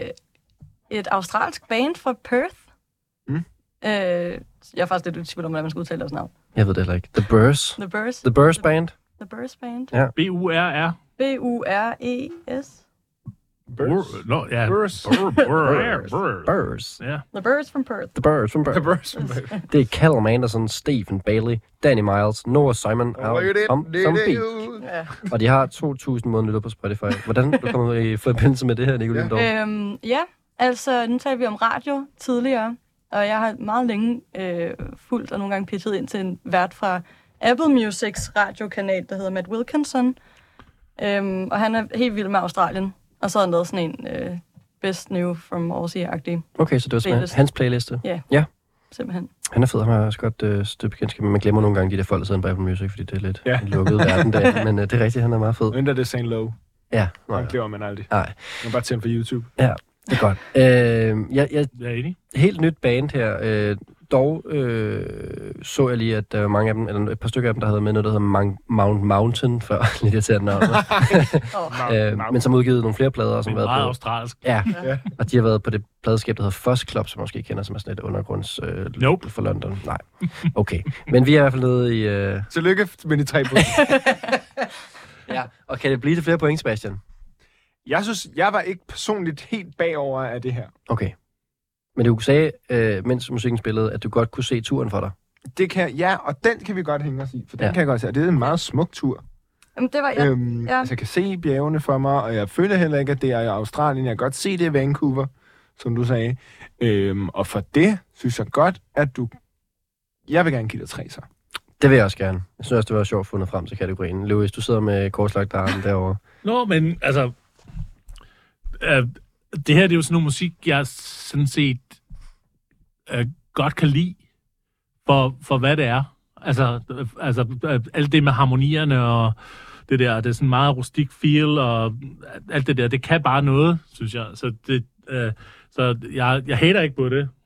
et australsk band fra Perth. Mm. Øh, jeg er faktisk lidt i tvivl om, hvordan man skal udtale deres navn. Jeg ved det heller ikke. The Burrs. The Burrs. The Burrs Band. The Burrs Band. Ja. B U R R. B U R E S. Burrs. Nå, ja. Burrs. Burrs. Burrs. Ja. The Burrs from Perth. The Burrs from The Burrs. Burrs. Det er Callum Anderson, Stephen Bailey, Danny Miles, Noah Simon og Tom, Tom Beak. Ja. Og de har to tusind måneder lytter på Spotify. Hvordan er du kommet i forbindelse med det her, Nicoline? Ja. Øhm, ja, altså nu talte vi om radio tidligere, og jeg har meget længe øh, fulgt og nogle gange pitchet ind til en vært fra Apple Musics radiokanal, der hedder Matt Wilkinson. Øhm, og han er helt vild med Australien. Og så har han lavet sådan en øh, Best New from Aussie-agtig. Okay, så det var simpelthen Playlist. hans playliste. Ja, Ja. simpelthen. Han er fed, han har også godt øh, støbt bekendtskab, men man glemmer nogle gange de der folk, der sidder på Apple Music, fordi det er lidt Ja. en lukket verden der. Men øh, det er rigtigt, han er meget fed. Mindre det er Saint Low. Ja, Nej, nej, det glemmer man aldrig. nej. Man bare tænde på YouTube. Ja, det er godt. Øh, jeg, jeg, Jeg er enig. helt nyt band her. Øh, dog øh, så jeg lige, at der var mange af dem, eller et par stykker af dem, der havde med noget, der hedder Mount, Mount Mountain, før lidt irriterende navn. øh, men som udgivet nogle flere plader, og som Men har været meget på... australsk. Ja, og de har været på det pladeskab, der hedder Fuzz Club, som måske kender, som er sådan et undergrunds øh, Nope. for London. Nej, okay. Men vi er i hvert fald nede i... Øh... Tillykke med de tre point. Ja, og kan det blive til flere point, Sebastian? Jeg synes, jeg var ikke personligt helt bagover af det her. Okay. Men du sagde, øh, mens musikken spillede, at du godt kunne se turen for dig. Det kan, ja, og den kan vi godt hænge os i, for den Ja. kan jeg godt se. Og det er en meget smuk tur. Jamen, det var jeg. Øhm, ja. Altså, jeg kan se bjergene for mig, og jeg føler heller ikke, at det er i Australien. Jeg kan godt se det i Vancouver, som du sagde. Øhm, og for det synes jeg godt, at du... Jeg vil gerne give dig tre, så. Det vil jeg også gerne. Jeg synes også, det var sjovt fundet frem til kategorien. Louis, du sidder med korslagt armen derovre. Nå, men altså... Øh, det her det er jo sådan noget musik, jeg sådan set øh, godt kan lide, for, for hvad det er. Altså, øh, altså øh, alt det med harmonierne og det der, det er sådan meget rustik feel, og alt det der, det kan bare noget, synes jeg. Så, det, øh, så jeg, jeg hater ikke på det.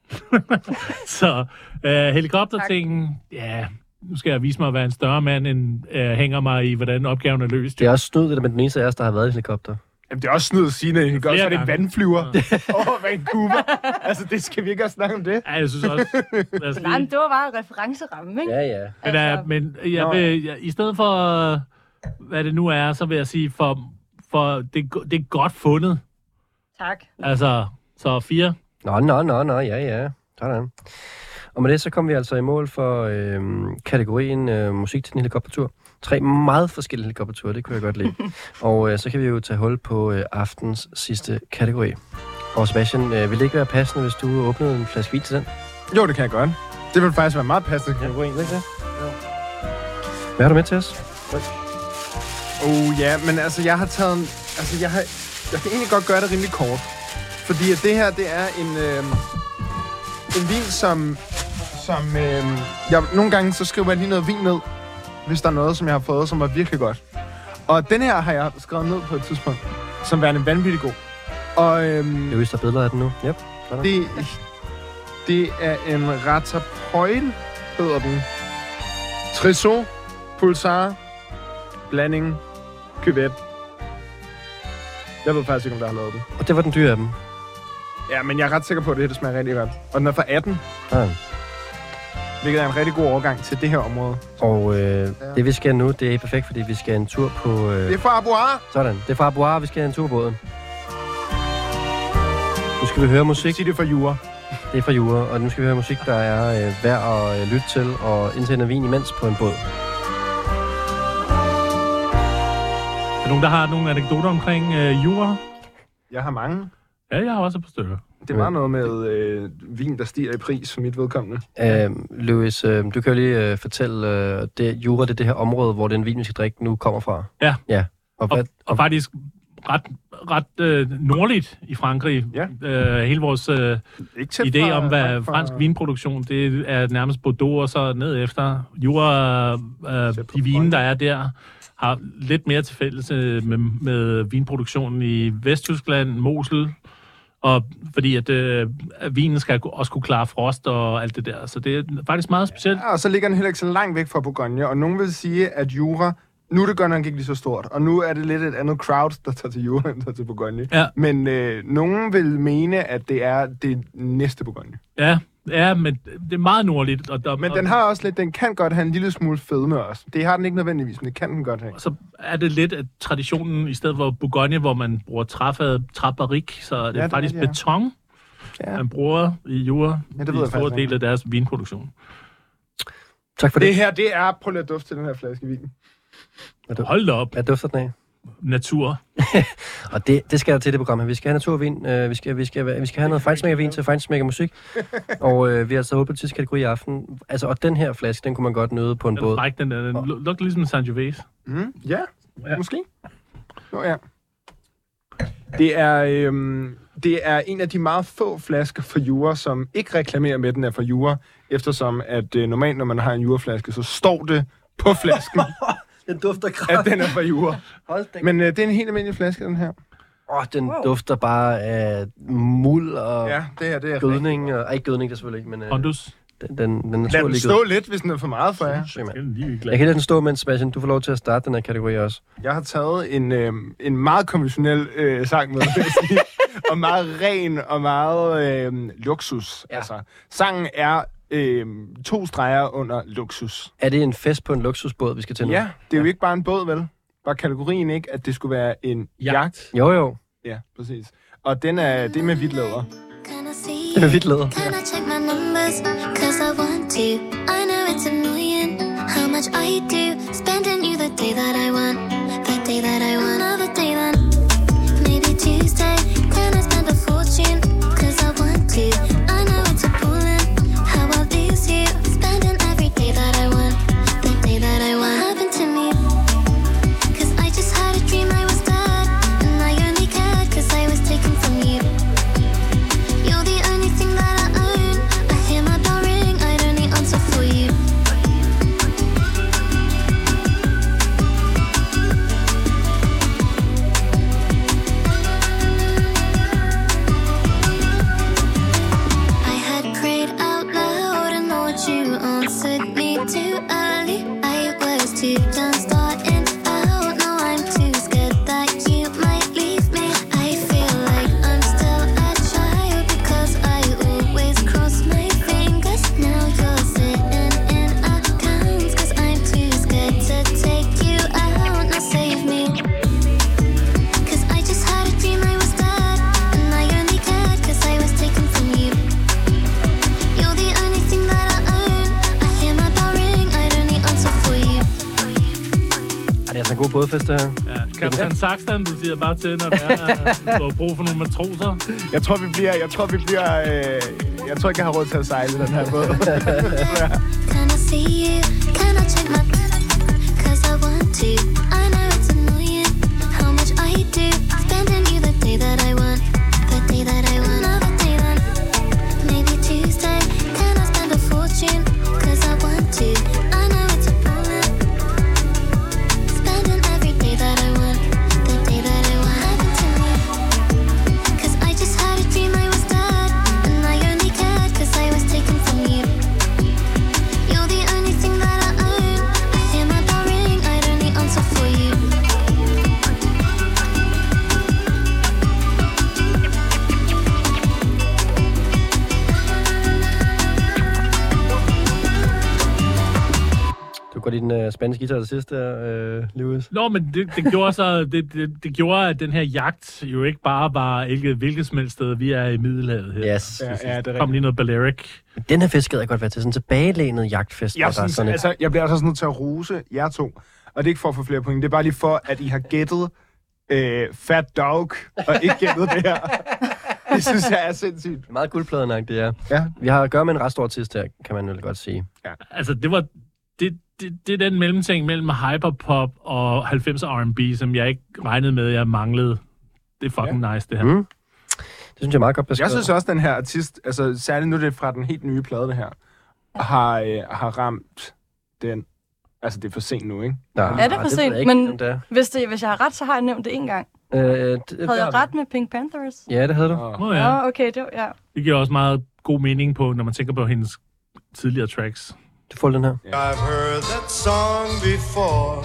Så øh, helikoptertingen, ja, nu skal jeg vise mig at være en større mand, end øh, hænger mig i, hvordan opgaven er løst. Det er også snyd, det der med den eneste af os, der har været i en helikopter. Jamen, det er også snyd at sige, at det gør, så er det en gange. vandflyver over Vancouver. Altså, det skal vi ikke også snakke om det. Ja, jeg synes også... lad os Nej, lige- men det var bare en referenceramme, ikke? Ja, ja. Men, Altså- uh, men jeg Nå. vil, jeg, i stedet for, uh, hvad det nu er, så vil jeg sige, for, for det, det er godt fundet. Tak. Altså, så fire. Nå, nå, nå, nå, ja, ja. Sådan. Og med det, så kom vi altså i mål for øh, kategorien øh, musik til en helikoptertur. Tre meget forskellige helikopterture, det kunne jeg godt lide. Og øh, så kan vi jo tage hul på øh, aftens sidste kategori. Og Sebastian, øh, vil det ikke være passende, hvis du åbnede en flaske vin til den? Jo, det kan jeg godt. Det vil faktisk være meget passende kategori, ikke det? Hvad har du med til os? Oh ja, men altså, jeg har taget en, altså, jeg har, jeg kan egentlig godt gøre det rimelig kort. Fordi at det her, det er en, øh, en vin, som, som øh, jeg, nogle gange, så skriver jeg lige noget vin ned, hvis der er noget, som jeg har fået, som var virkelig godt. Og den her har jeg skrevet ned på et tidspunkt, som værende vanvittig god. Og øhm, Louis, der er billeder af den nu. Yep. Sådan. det, det er en Ratapoil, hedder den. Tresor, Pulsar, blanding, Cuvette. Jeg ved faktisk ikke, om der har lavet det. Og det var den dyre af dem. Ja, men jeg er ret sikker på, at det her det smager rigtig godt. Og den er fra atten, Ja. hvilket er en rigtig god overgang til det her område. Og øh, det vi skal nu, det er perfekt, fordi vi skal en tur på... Øh, Det er fra Aboir. sådan, det er fra Aboir, vi skal en tur på båden. Nu skal vi høre musik. Sig det for Jura. Det er fra Jura, og nu skal vi høre musik, der er øh, værd at øh, lytte til og indtænde vin imens på en båd. Er der nogen, der har nogle anekdoter omkring øh, jura? Jeg har mange. Ja, jeg har også et par stykker. Det var noget med øh, vin, der stiger i pris for mit vedkommende. Øh, Louis, øh, du kan jo lige øh, fortælle, øh, det Jura, det er det her område, hvor den vin, vi skal drikke, nu kommer fra. Ja. Ja. Og, hvad, Og, og faktisk ret, ret øh, nordligt i Frankrig. Ja. Øh, hele vores øh, Ikke tæt idé fra- om, hvad fra- fransk vinproduktion, det er nærmest Bordeaux og så ned efter. Jura, øh, de vine, der er der, har lidt mere til fælles øh, med, med vinproduktionen i Vesttyskland, Mosel Og fordi at, øh, at vinen skal også kunne klare frost og alt det der. Så det er faktisk meget specielt. Ja, og så ligger den heller ikke så langt væk fra Bourgogne, og nogen vil sige, at Jura, nu er det godt nok ikke lige så stort, og nu er det lidt et andet crowd, der tager til Jura, end der til Bourgogne. Ja. Men øh, nogen vil mene, at det er det næste Bourgogne. Ja, ja, men det er meget nordligt. Og der, Men den har også lidt, den kan godt have en lille smule fedme også. Det har den ikke nødvendigvis, men det kan den godt have. Og så er det lidt at traditionen, i stedet for Bourgogne, hvor man bruger træfad, træbarik, så er det Ja, ja, det faktisk er det, ja. beton, Ja. man bruger i Jura, Ja, det ved i jeg en stor faktisk del af deres vinproduktion. Tak for det. Det her, det er, prøv lige at dufte til den her flaske vin. Hold da op, Hvad dufter den af? natur. Og det, det skal der til det program her. Vi skal have naturvin, øh, vi, skal, vi, skal, vi skal have noget fejnsmækkervin til fejnsmækkermusik, og øh, vi har altså håbet på sidste kategori i aften. Altså, og den her flaske, den kunne man godt nyde på en Den båd. er fræk, den der. Den lu- lugter ligesom en Sangiovese. Mm, ja, Ja. måske. Jo, ja. Det er, øhm, det er en af de meget få flasker fra Jura, som ikke reklamerer med, at den er fra Jura, eftersom at øh, normalt, når man har en Jura-flaske, så står det på flasken, Den dufter at kraft. den er fra Jura. Hold da. Men øh, det er en helt almindelig flaske, den her. Åh, oh, den wow. dufter bare af muld og Ja, det her, det er gødning. Og, ej, ikke gødning, det er selvfølgelig ikke, men øh, Pondus. den, den, den Lad den naturlige stå lidt, hvis den er for meget for jer. gødning. Skal den lige Jeg kan lade den stå, mens Sebastian, du får lov til at starte den her kategori også. Jeg har taget en, øh, en meget konventionel øh, sang med, vil jeg sige. Og meget ren og meget øh, luksus. Ja. Ja. Altså, sangen er øh, to streger under luksus. Er det en fest på en luksusbåd, vi skal til nu? Ja, det er jo ikke bare en båd, vel? Var kategorien ikke, at det skulle være en Jagt. jagt? Jo, jo. Ja, præcis. Og den er, det er med hvidt læder. Can I see Det er hvidt læder. Can I check my numbers? Cause I want to. I know it's annoying how much I do. Spending you the day that I want. The day that I want. Another day then. Maybe Tuesday. Can I spend a fortune? Cause I want to. I know it's appalling how I lose you. Spending every day that I want. The day that I want. What happened to me? Cause I just had a dream I was dead. And I only cared cause I was taken from you. You're the only thing that I own. I hear my bell ring, I'd only answer for you. I had prayed out loud and Lord, you answered me too early. I was too done starting out. Now I'm too scared that you might leave me. I feel like I'm still a child because I always cross my fingers. Now you're sitting in accounts cause I'm too scared to take you out. Now save me. Cause I just had a dream I was dead. And I only cared cause I was taken from you. You're the only thing that I own. I hear my bell ring, I'd only answer for you. Ej, det er altså en god bådfest, det her. Ja. Kaptajn Saxton, du siger bare til, når der er, du har brug for nogle matroser. Jeg tror, vi bliver... Jeg tror, vi bliver... Øh, jeg tror ikke, jeg har råd til at sejle den her båd. Can I see you? Can I check my... Cause I want to. I know it's annoying how much I do. Spending you the day that I want. The day that I want. Another day then. Maybe Tuesday. Can I spend a fortune? Cause I want to. I know it's appalling. Spending every day that I want. The day that I want. Happened to me. Cause I just had a dream I was dead. And I only cared cause I was taken from you. You're the only thing that I own. I hear my bell ring, I'd only answer for you. Du går din uh, spanske guitar til sidst der, uh, Lewis. Nå, men det, det, gjorde så, det, det, det gjorde, at den her jagt jo ikke bare var ikke hvilket som helst sted. Vi er i Middelhavet her. Yes. Ja, ja, det er Der kom rigtigt. lige noget Balearic. Den her fest gad jeg godt være til. Sådan en tilbagelænet jagtfest. hvor Jeg, der er synes, sådan et- altså, jeg bliver også nødt til at rose jer to. Og det er ikke for at få flere point. Det er bare lige for, at I har gættet øh, Fat Dog, og ikke gættet det her. Det synes jeg er sindssygt. Meget guldpladenagt, det er. Ja. Vi har at gøre med en ret stor artist her, kan man vel godt sige. Altså, det var... Det, det, det er den mellemting mellem hyperpop og halvfemser R and B, som jeg ikke regnede med, jeg manglede. Det er fucking ja. nice, det her. Mm. Det synes jeg er meget godt beskrevet. Jeg synes også, at den her artist, altså særligt nu er det fra den helt nye plade, det her, har, øh, har ramt den. Altså, det er for sent nu, ikke? Nej, Er det for ved sent? jeg ikke, Men- om det er. Hvis, det, hvis jeg har ret, så har jeg nævnt det en gang. Øh, det, Havde jeg ret med Pink Panthers? Ja, det havde du. Åh. Nå Ja, ja. okay, det var, ja. Det giver også meget god mening på, når man tænker på hendes tidligere tracks. Du får den her. I've heard that song before.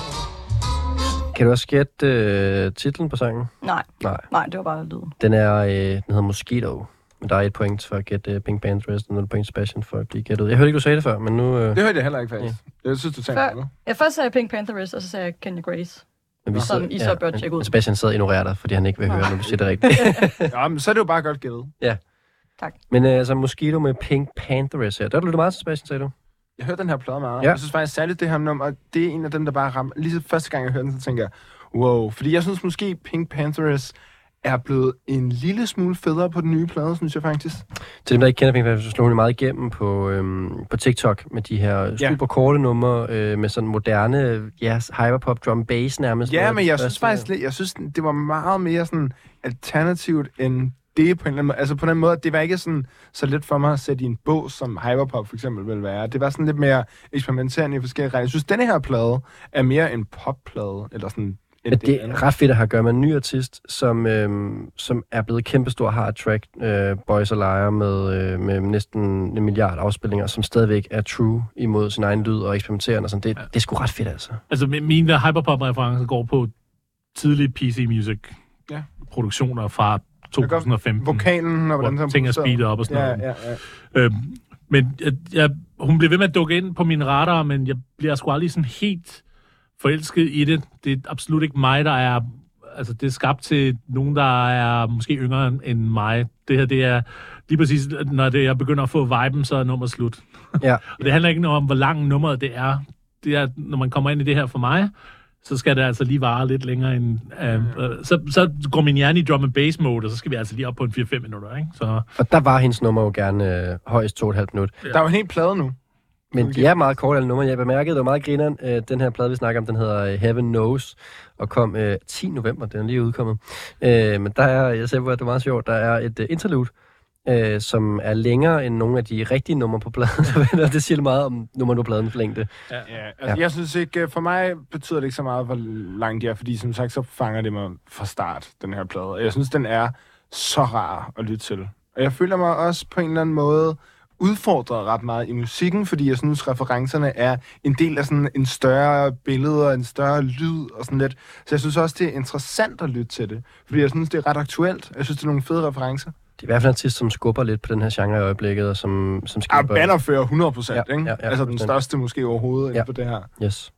Kan du også gætte øh, titlen på sangen? Nej, Nej. nej, det var bare lyden. Den er, øh, den hedder Mosquito. Men der er et point for at gætte uh, Pink Panthers, og nul point Sebastian for at blive gættet. Jeg hørte ikke, du sagde det før, men nu... Øh, Det hørte jeg heller ikke, faktisk. Ja. Jeg synes, du tænker Før, noget. jeg først sagde Pink Panthers, og så sagde jeg Kenya Grace. men vi Som I så bør tjekke ud. men Sebastian sidder og ignorerer dig, fordi han ikke vil høre, når du siger det rigtigt. Ja, men så er det jo bare godt gættet. Tak. Men øh, altså Mosquito med Pink Panthers her. Der har du lyttet meget til, Sebastian, sagde du? Jeg hørte den her plade meget. Ja. Jeg synes faktisk særligt, det her nummer, det er en af dem, der bare rammer. Lige så første gang, jeg hørte den, så tænker jeg, wow. Fordi jeg synes måske, Pink Panthers er blevet en lille smule federe på den nye plade, synes jeg faktisk. Til dem, der ikke kender Pink Panthers, så slog hun meget igennem på, øhm, på TikTok med de her Ja. super korte numre, øh, med sådan moderne, ja, hyperpop, drum bass nærmest. Ja, noget af men det jeg synes første. faktisk lidt, jeg synes, det var meget mere sådan alternativt end det på en eller anden måde. Altså på den måde, at det var ikke sådan så let for mig at sætte i en bås, som hyperpop for eksempel vil være. Det var sådan lidt mere eksperimenterende i forskellige retninger. Jeg synes, denne her plade er mere en popplade, eller sådan. Ja, det er ret fedt at have at gøre med en ny artist, som, øhm, som er blevet kæmpestor, har et track, øh, Boys og Liar, med, øh, med næsten en milliard afspillinger, som stadigvæk er true imod sin egen lyd og eksperimenterende og sådan. Det, ja. det er sgu ret fedt, altså. Altså, mi- mine hyperpop-referencer går på tidlige P C Music Ja. produktioner fra to tusind og femten. Vokalen og hvordan hvor den ting er produceret. speedet op og sådan Ja, noget. ja, ja. Øhm, men jeg, jeg, hun blev ved med at dukke ind på mine radar, men jeg bliver sgu aldrig sådan helt forelsket i det. Det er absolut ikke mig, der er... Altså, det er skabt til nogen, der er måske yngre end mig. Det her, det er lige præcis, når det, jeg begynder at få viben, så er nummeret slut. Ja. Og det handler ikke noget om, hvor lang nummeret det er. Det er, når man kommer ind i det her for mig, så skal det altså lige vare lidt længere end... Øh, øh, så, så går min hjerne i drum and bass mode, og så skal vi altså lige op på en fire fem minutter, ikke? Så, Og der var hendes nummer jo gerne øh, højst to og et halvt minut. Der er jo en hel plade nu. Men Okay. de er meget korte alle numre. Jeg bemærkede, det var meget grineren. Øh, den her plade, vi snakker om, den hedder øh, Heaven Knows, og kom øh, ti november. Den er lige udkommet. Øh, men der er, jeg ser, hvor det er meget sjovt, der er et øh, interlude, øh, som er længere end nogle af de rigtige numre på pladen. Og det siger meget om nummer på pladens længde. Ja, altså, ja. Jeg synes ikke, for mig betyder det ikke så meget, hvor langt de er, fordi som sagt, så fanger det mig fra start, den her plade. Og jeg synes, den er så rar at lytte til. Og jeg føler mig også på en eller anden måde udfordret ret meget i musikken, fordi jeg synes, referencerne er en del af sådan en større billede og en større lyd og sådan lidt. Så jeg synes også, det er interessant at lytte til det, fordi jeg synes, det er ret aktuelt. Jeg synes, det er nogle fede referencer. Det er i hvert fald en artist, som skubber lidt på den her genre i øjeblikket, og som, som Ja, skaber... bannerfører hundrede procent, Ja, ikke? ja, ja, altså den fuldstændig. største måske overhovedet Ja. inden for det her. Yes.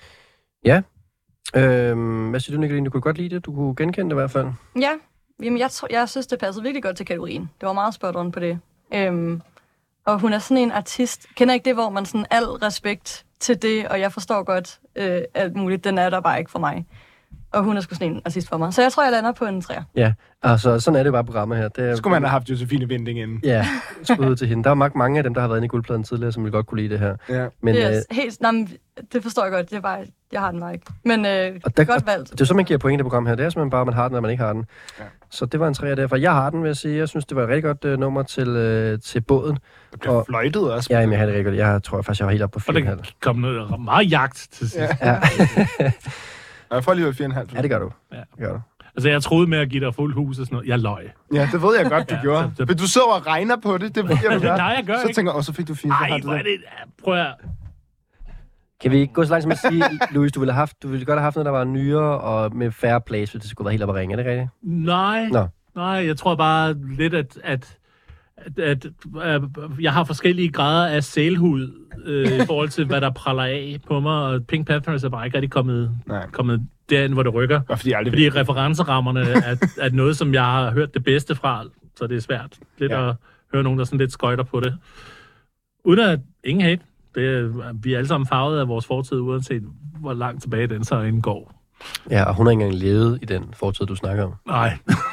Ja. Øhm, hvad siger du, Nicoline? Du kunne godt lide det? Du kunne genkende det i hvert fald? Ja, jamen jeg, tror, jeg synes, det passede virkelig godt til kategorien. Det var meget spot on på det. Øhm, og hun er sådan en artist. Kender ikke det, hvor man sådan al respekt til det, og jeg forstår godt øh, alt muligt. Den er der bare ikke for mig. Og hun er sgu sådan en artist for mig. Så jeg tror, jeg lander på en træer. Ja, altså sådan er det jo bare programmet her. Det er, Så skulle man have haft Josefine Vinding inden. Ja, skud til hende. Der er mange, mange af dem, der har været inde i guldpladen tidligere, som vil godt kunne lide det her. Ja. Men, det, er øh, helt, nej, men det forstår jeg godt. Det er bare, jeg har den bare ikke. Men øh, og der, godt valgt. det er så, man giver point i det program her. Det er simpelthen bare, at man har den, eller man ikke har den. Ja. Så det var en træer derfor. Jeg har den, vil jeg sige. Jeg synes, det var et rigtig godt uh, nummer til, uh, til båden. Det bliver Og- fløjtet også. Ja, jamen, jeg havde det rigtig godt. Jeg tror faktisk, jeg var helt oppe på og fire komma fem. der kom noget meget jagt til sidst. Ja. Ja. Og jeg får lige fire komma fem. ja, det gør du. Ja. Det gør du. Altså, jeg troede med at give dig fuld hus og sådan noget. Jeg løg. Ja, det ved jeg godt, du Ja, gjorde. så det- Men du sidder og regner på det, det ved jeg, du gør. Nej, jeg gør Så ikke. tænker jeg, åh, så fik du fire. så har Nej, du hvor er det. det... Ja, prøv at... Kan vi ikke gå så langt som at sige, Louis, du ville, have haft, du ville godt have haft noget, der var nyere og med fair place, hvis det skulle være helt op at ringe. Er det rigtigt? Nej, Nå. nej, jeg tror bare lidt, at, at, at, at, at jeg har forskellige grader af sælhud øh, i forhold til, hvad der praller af på mig, og Pink Panthers er bare ikke rigtig kommet, Nej. kommet derind, hvor det rykker. Bare fordi jeg aldrig Fordi referencerammerne er, er noget, som jeg har hørt det bedste fra, så det er svært lidt Ja. at høre nogen, der sådan lidt skøjter på det. Uden at ingen hate. Det er, vi er alle sammen farvet af vores fortid, uanset hvor langt tilbage den så indgår. Ja, og hun har ikke engang levet i den fortid, du snakker om. Nej.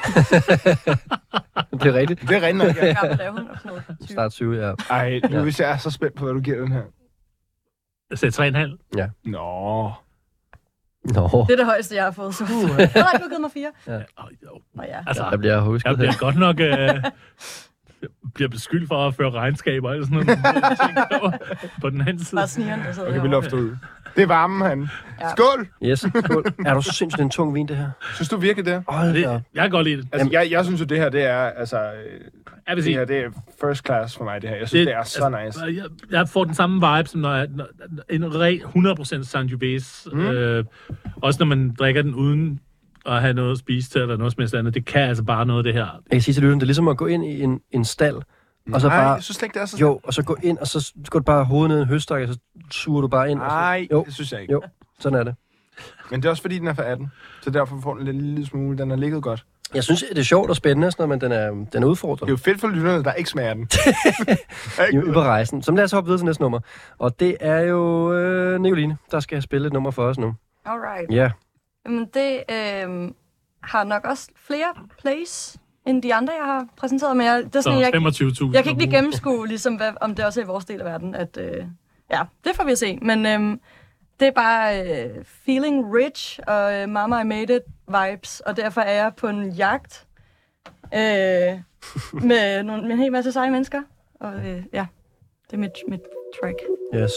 Det er rigtigt. Det er rent nok, ja. Hvor gammel er hun? Og sådan noget. tyve. Start syv, ja. Ej, nu hvis jeg er så spændt på, hvad du giver den her. Jeg sagde tre komma fem. Nå. Nå. Det er det højeste, jeg har fået. Så. Uh, nej, du har givet mig fire. Ja. Nå ja. Altså, Der bliver husket jeg bliver her. godt nok... Øh, bliver beskyldt for at føre regnskaber eller sådan noget ting på den anden side. Bare snigeren, der sidder Okay, vi herovre. lufter ud. Det er varmen, han. Ja. Skål! Yes, skål. Er du så sindssygt en tung vin, det her? Synes du virkelig det? Hold da Det, op. jeg kan godt lide det. Altså, jeg, jeg synes jo, det her, det er, altså... øh, Jeg vil Det sige, her, det er first class for mig, det her. Jeg synes, det, det er så nice. Jeg, jeg får den samme vibe, som når jeg, når, en re, hundrede procent Sangiovese. Mm. Øh, også når man drikker den uden at have noget at spise til, eller noget som helst andet. Det kan altså bare noget, det her. Jeg kan sige til lytteren, det er ligesom at gå ind i en, en stald, og så Nej, bare... jeg synes ikke, det er så... Jo, og så gå ind, og så går du bare hovedet ned i en høstak, og så suger du bare ind. og så, Nej, jo, det synes jeg ikke. jo, sådan er det. Men det er også fordi, den er for atten. Så derfor får den en lille smule. Den har ligget godt. Jeg synes, det er sjovt og spændende, sådan, men den er, den er Det er udfordret. jo fedt for lytterne, der ikke smager den. I på rejsen. Så lad os hoppe videre til næste nummer. Og det er jo øh, Nicoline, der skal spille et nummer for os nu. Alright. Ja. Jamen, det øh, har nok også flere plays end de andre, jeg har præsenteret. Men jeg, det er sådan, Så jeg, femogtyve tusind. jeg kan ikke lige gennemskue, ligesom, hvad, om det også er i vores del af verden. At, øh, ja, det får vi at se. Men øh, det er bare øh, feeling rich og øh, Mama I Made It vibes. Og derfor er jeg på en jagt øh, med, nogle, med en hel masse seje mennesker. Og øh, ja, det er mit, mit track. Yes.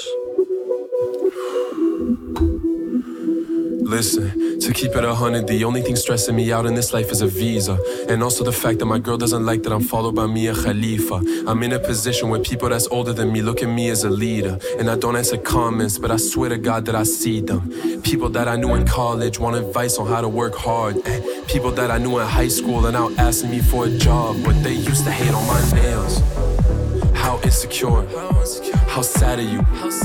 Listen, to keep it a hundred, the only thing stressing me out in this life is a visa. And also the fact that my girl doesn't like that I'm followed by Mia Khalifa. I'm in a position where people that's older than me look at me as a leader. And I don't answer comments, but I swear to God that I see them. People that I knew in college want advice on how to work hard. And people that I knew in high school are now asking me for a job, but they used to hate on my nails. How insecure, how sad are you?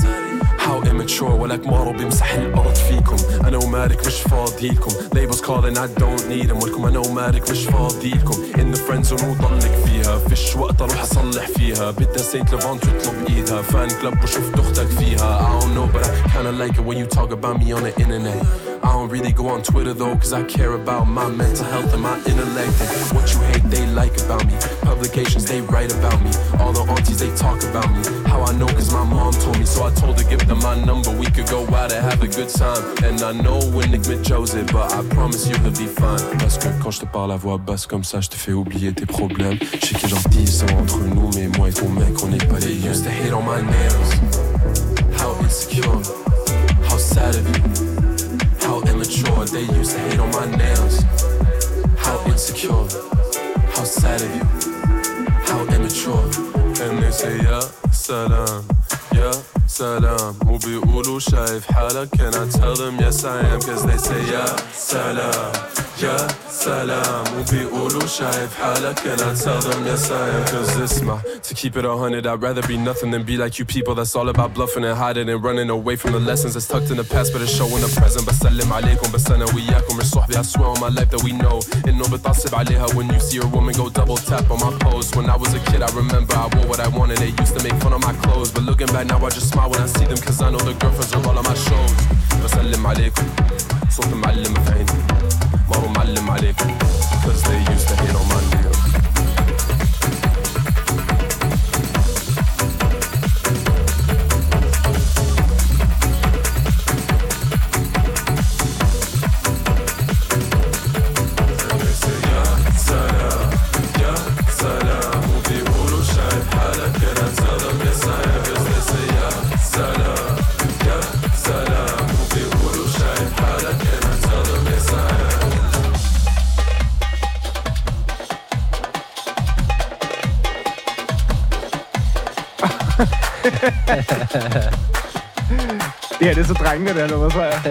How immature ولك مارو بيمسح الأرض فيكم. أنا ومالك مش فاضيلكم. Labels calling I don't need them. ولكم أنا ومالك مش فاضيلكم. In the friend zone وضلك فيها. فيش وقت أروح أصلح فيها. بدها سينت ليفان تطلب إيدها. فان كلب وشفت أختك فيها. I don't know but I kinda like it when you talk about me on the internet. I don't really go on Twitter though cause I care about my mental health and my intellect. And what you hate they like about me. Publications they write about me. All the aunties they talk about me. How I know cause my mom told me. So I told her give them my number, we could go out and have a good time. And I know when Nick Joseph, but I promise you he'll be fine. Parce que quand je te parle à voix basse comme ça, je te fais oublier tes problèmes. Je sais que j'en dis ça entre nous, mais moi et ton mec, on n'est pas les used to hate on my nails. How insecure, how sad of you. How immature, they used to hate on my nails. How insecure, how sad of you. How immature. And they say, yeah, salam, yeah. Salam, مو بيقولوا شايف حالك. Can I tell them yes I am cause they say يا سلام يا سلام مو بيقولوا شايف حالك. Can I tell them yes I am cause اسمع. To keep it a hundred I'd rather be nothing than be like you people. That's all about bluffing and hiding and running away from the lessons that's tucked in the past but it's showing the present. بسلم عليكم بس أنا وياكم مش صحبي. I swear on my life that we know إنه بتعصب عليها when you see your woman go double tap on my pose. When I was a kid I remember I wore what I wanted. They used to make fun of my clothes but looking back now I just smile when I see them cause I know the girlfriends are all on my shows. بسلم عليكم صوت معلم في عيني مارو معلم عليكم cause they used to hate on my nails. Det her, det er så drengene, det her nummer, tror jeg.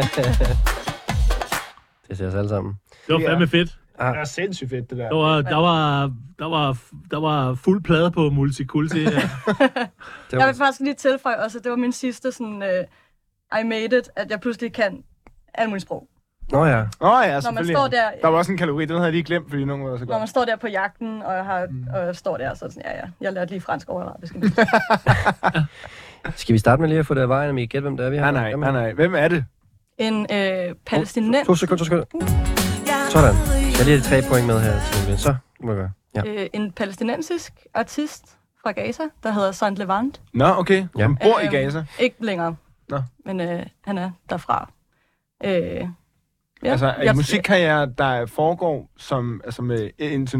Det ser os alle sammen. Det var fandme fedt. Ah. Det er sindssygt fedt, det der. Der var, der var, der var, der var fuld plade på Multikulti. Ja. Jeg vil faktisk lige tilføje også, at det var min sidste sådan, uh, I made it, at jeg pludselig kan alle mulige sprog. Nå ja. Åh oh, ja, Når man selvfølgelig. står der, Der var også en kategori, den havde jeg lige glemt, fordi nogen var så når man godt. står der på jagten, og jeg, har, og jeg står der, så er det sådan, ja, ja, jeg lærte lige fransk over arabisk. Skal vi starte med lige at få det af vejen, om I kan gætte, hvem det er, vi har? Nej, nej, nej, nej. Hvem er det? En øh, palæstinens... To sekunder, to sekunder. Sådan. Jeg har lige de tre point med her til så må jeg gøre. Ja. Øh, en palæstinensisk artist fra Gaza, der hedder Saint Levant. Nå, okay. Ja. Han bor i Øhm, Gaza. Ikke længere, Nå. men øh, han er derfra. Øh, ja, Altså, jeg- en musikkarriere, der foregår som, altså med, indtil nu,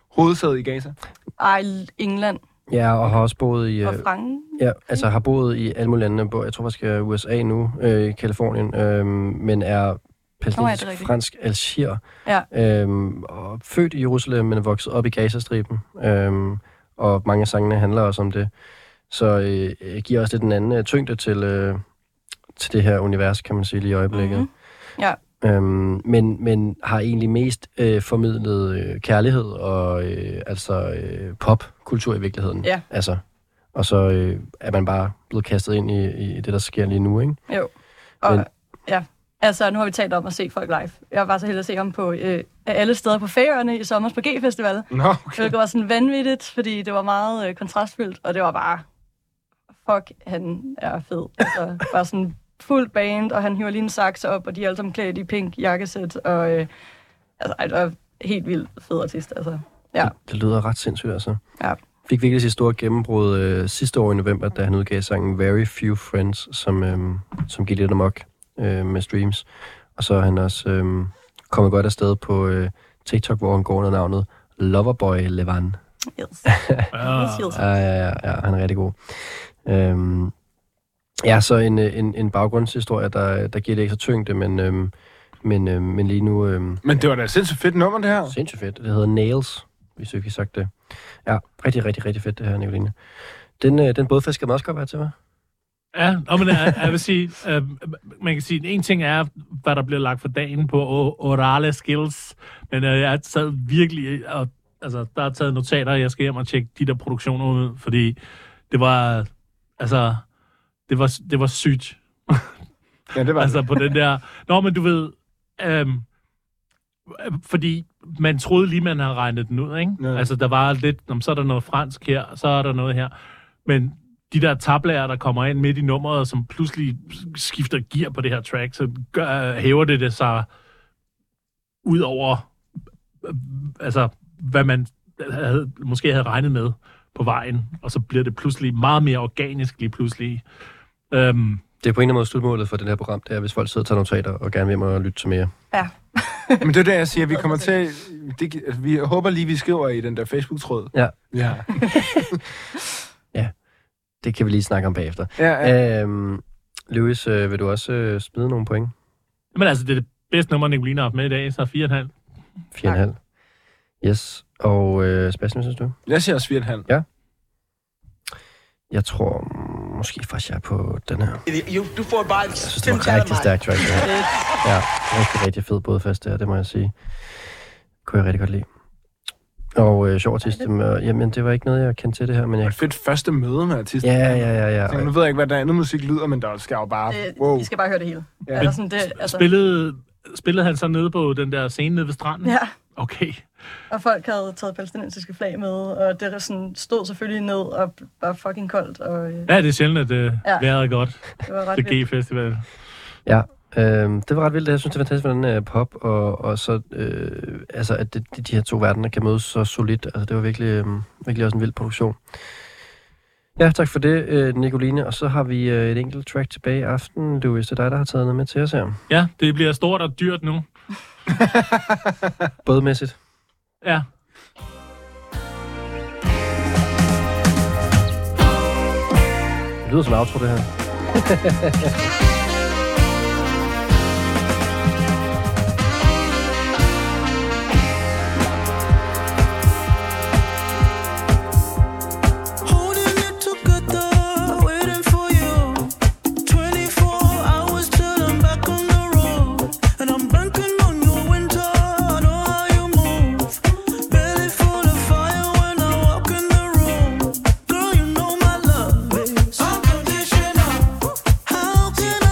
hovedsæde i Gaza? Ej, England Ja, og har også boet i... og Øh, Frankrig. ja, altså har boet i alle mulige lande. Bo- Jeg tror faktisk, jeg er i U S A nu, øh, i Kalifornien, øh, men er palæstinensisk rigtigt? fransk algier. Ja. Øhm, og født i Jerusalem, men er vokset op i Gazastriben. Øhm, og mange af sangene handler også om det. Så øh, jeg giver også lidt en anden øh, tyngde til, øh, til det her univers, kan man sige, lige i øjeblikket. Mhm. Ja. Øhm, men, men har egentlig mest øh, formidlet øh, kærlighed og øh, altså øh, popkultur i virkeligheden. Ja. Altså, og så øh, er man bare blevet kastet ind i, i det, der sker lige nu, ikke? Jo. Og, Men- ja. Altså, nu har vi talt om at se folk live. Jeg var så heldig at se ham på øh, alle steder på Færøerne i sommer på G-festival. Nå, okay. Det var sådan vanvittigt, fordi det var meget øh, kontrastfyldt, og det var bare, fuck, han er fed. Altså, bare sådan fuld band, og han hiver lige en saks op, og de er alle sammen klædt i pink jakkesæt, og øh, altså, ej, det var helt vildt fed artist, altså. Ja. Det, det lyder ret sindssygt, altså. Ja. Fik virkelig sit store gennembrud øh, sidste år i november, da han udgav sangen Very Few Friends, som, øh, som gik lidt amok øh, med streams. Og så er han også øh, kommet godt afsted på øh, TikTok, hvor han går under navnet Loverboy Levan. Yes. Ja. Yes. Ja, ja, ja, ja, han er rigtig god. Øhm, ja, så en, en, en baggrundshistorie, der, der giver det ikke så tyngde, men, øhm, men, øhm, men lige nu... Øhm, Men det var da et sindssygt fedt nummer, det her. sindssygt fedt. Det hedder Nails, hvis du ikke har sagt det. Ja, rigtig, rigtig, rigtig fedt det her, Nicoline. Den, øh, den bådfest skal man også godt være til, hva'? Ja, og men jeg, jeg vil sige, øh, man kan sige, en ting er, hvad der bliver lagt for dagen på orale skills, men øh, jeg har taget virkelig, og, altså, der er taget notater, jeg skal hjem og tjekke de der produktioner ud, fordi det var, altså, det var, det var sygt. Ja, det var Altså på den der, nå, men du ved, øhm, fordi man troede lige, man havde regnet den ud, ikke? Ja. Altså, der var lidt, om så er der noget fransk her, så er der noget her, men de der tablager, der kommer ind midt i nummeret, som pludselig skifter gear på det her track, så gør, hæver det det sig ud over, øh, altså, hvad man havde, måske havde regnet med på vejen, og så bliver det pludselig meget mere organisk lige pludselig. Øhm, Det er på en eller anden måde slutmålet for det her program, det er, hvis folk sidder og tager notater og gerne vil med at lytte til mere. Ja. Men det er det, jeg siger, vi kommer til... Det, altså, vi håber lige, vi skriver i den der Facebook-tråd. Ja. Ja. Det kan vi lige snakke om bagefter. Ja, ja. Øhm, Louis, øh, vil du også øh, smide nogle point? men altså, det er det bedste nummer, Nicoline har haft med i dag, så fire komma fem. fire komma fem. Yes. Og øh, Sebastian, synes du? Jeg siger også fire komma fem. Jeg tror mm, måske faktisk, jeg er på den her. You, du får bare Jeg synes, det var rigtig stærkt track. Det her. Ja, rigtig, rigtig fed bådfest der, det må jeg sige. Kunne jeg rigtig godt lide. Og øh, sjov artist, øh, jamen det var ikke noget, jeg kendte til det her, men Det var jeg... et fedt første møde med artisten. Ja, ja, ja, ja. Så nu ved jeg ikke, hvad der andet musik lyder, men der skal jo bare... Det, Wow. I skal bare høre det hele. Ja. Ja. Eller sådan, det, altså, Spillede, spillede han så nede på den der scene nede ved stranden? ja, Okay. og folk havde taget palæstinensiske flag med, og det sådan, stod selvfølgelig ned og var fucking koldt, og øh, Ja, det er sjældent, at det Ja. vejret er godt det var ret til vildt. G-festival. Ja, øh, det var ret vildt. Jeg synes, det er fantastisk, hvordan øh, pop og, og så, øh, altså, at det, de, de her to verdener kan mødes så solidt. Altså, det var virkelig, øh, virkelig også en vild produktion. Ja, tak for det, øh, Nicoline. Og så har vi øh, et enkelt track tilbage i aften. Louis, det er dig, der har taget noget med til os her. Ja, det bliver stort og dyrt nu. Bådmæssigt. Ja. Det lyder som outro, det her. Holding it together, waiting for you. twenty-four hours till I'm back on the road. And I'm banking on your winter, I know how you move. Belly full of fire when I walk in the room. Girl, you know my love is unconditional. How can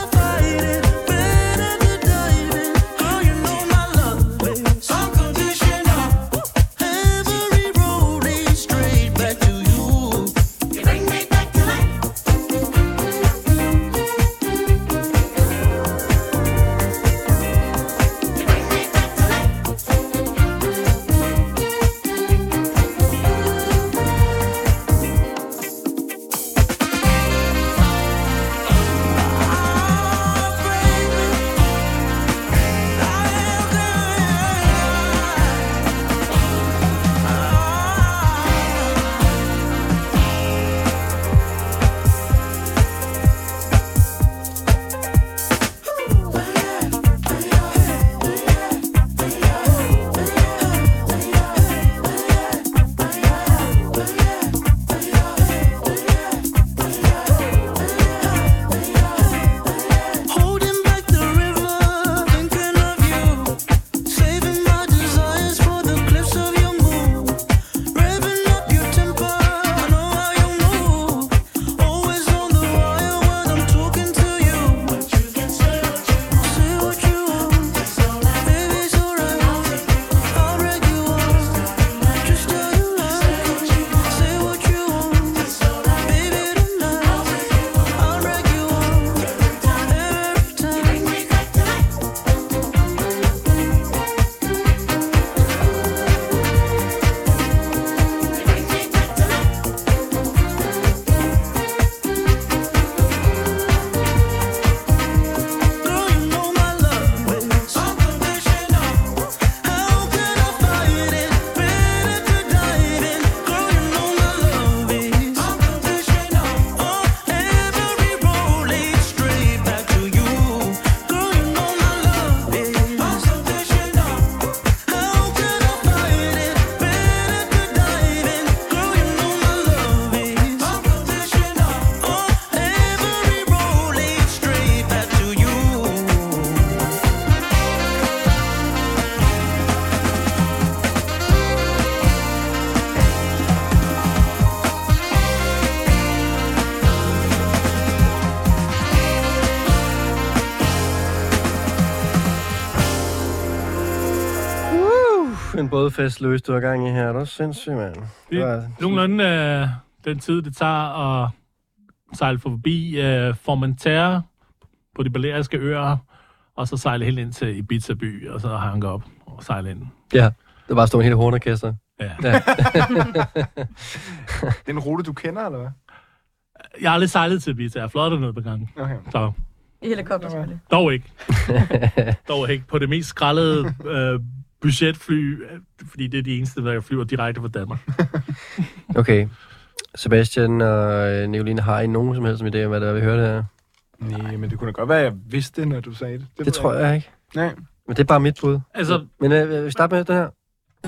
en bådfest, Louis, du har gang i her. Det er sindssygt, mand. Det er nogenlunde øh, den tid, det tager at sejle forbi øh, Formentera på de Baleariske øer, og så sejle helt ind til Ibiza by, og så hanke op og sejle ind. Ja, det var stået en hele hornorkester. Ja. ja. Det er en rute, du kender, eller hvad? Jeg har aldrig sejlet til Ibiza. Jeg har fløjet dernede på gangen. Okay. Så. I helikopter, selvfølgelig. Dog ikke. Dog ikke. På det mest skrællede øh, budgetfly, fordi det er de eneste, der flyver direkte fra Danmark. Okay. Sebastian og Nicoline, har I nogen som helst idé om, hvad der er, vi hørte her? Nej, men det kunne da godt være, at jeg vidste det, når du sagde det. Det, det tror jeg, jeg ikke. Nej. Men det er bare mit bud. Altså, men øh, vi starter med det her.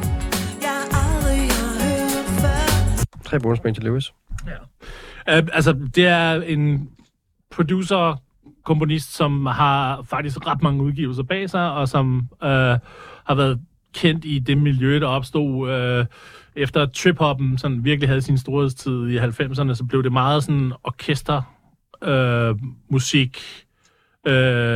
Tre bonuspoint til Lewis. Ja. Uh, altså, det er en producer, komponist, som har faktisk ret mange udgivelser bag sig, og som uh, har været kendt i det miljø, der opstod uh, efter trip-hoppen sådan virkelig havde sin storhedstid i halvfemserne, så blev det meget sådan orkester uh, musik, uh,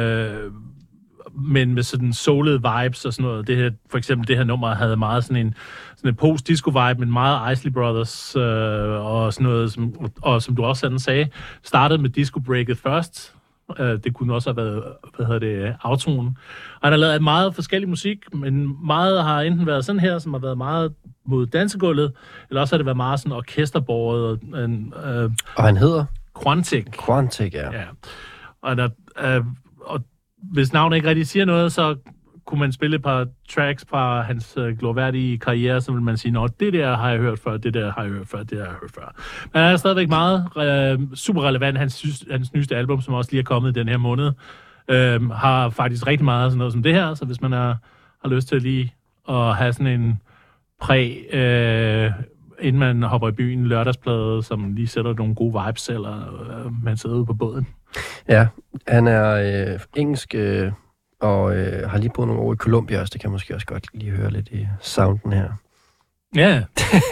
men med sådan soulede vibes og sådan noget. Det her, for eksempel det her nummer havde meget sådan en, sådan en post-disco-vibe, men meget Isley Brothers øh, og sådan noget, som, og som du også sådan sagde, startede med disco-breaket først. Øh, det kunne også have været, hvad hedder det, autoen. Og han har lavet meget forskellig musik, men meget har enten været sådan her, som har været meget mod dansegulvet, eller også har det været meget sådan orkesterbordet. Og, øh, og han hedder? Quantic. Quantic, ja. ja. Og der, øh, og hvis navnet ikke rigtig siger noget, så kunne man spille et par tracks fra hans øh, glorværdige karriere, så vil man sige, nå, det der har jeg hørt før, det der har jeg hørt før, det der har jeg hørt før. Men han er stadigvæk meget øh, super relevant. Hans, hans nyeste album, som også lige er kommet den her måned, øh, har faktisk rigtig meget sådan noget som det her, så hvis man er, har lyst til lige at have sådan en præg, øh, inden man hopper i byen, lørdagsplade, som lige sætter nogle gode vibes, eller øh, man sidder ude på båden. Ja, han er øh, engelsk, øh, og øh, har lige boet nogle år i Colombia også. Det kan måske også godt lige høre lidt i sounden her. Ja,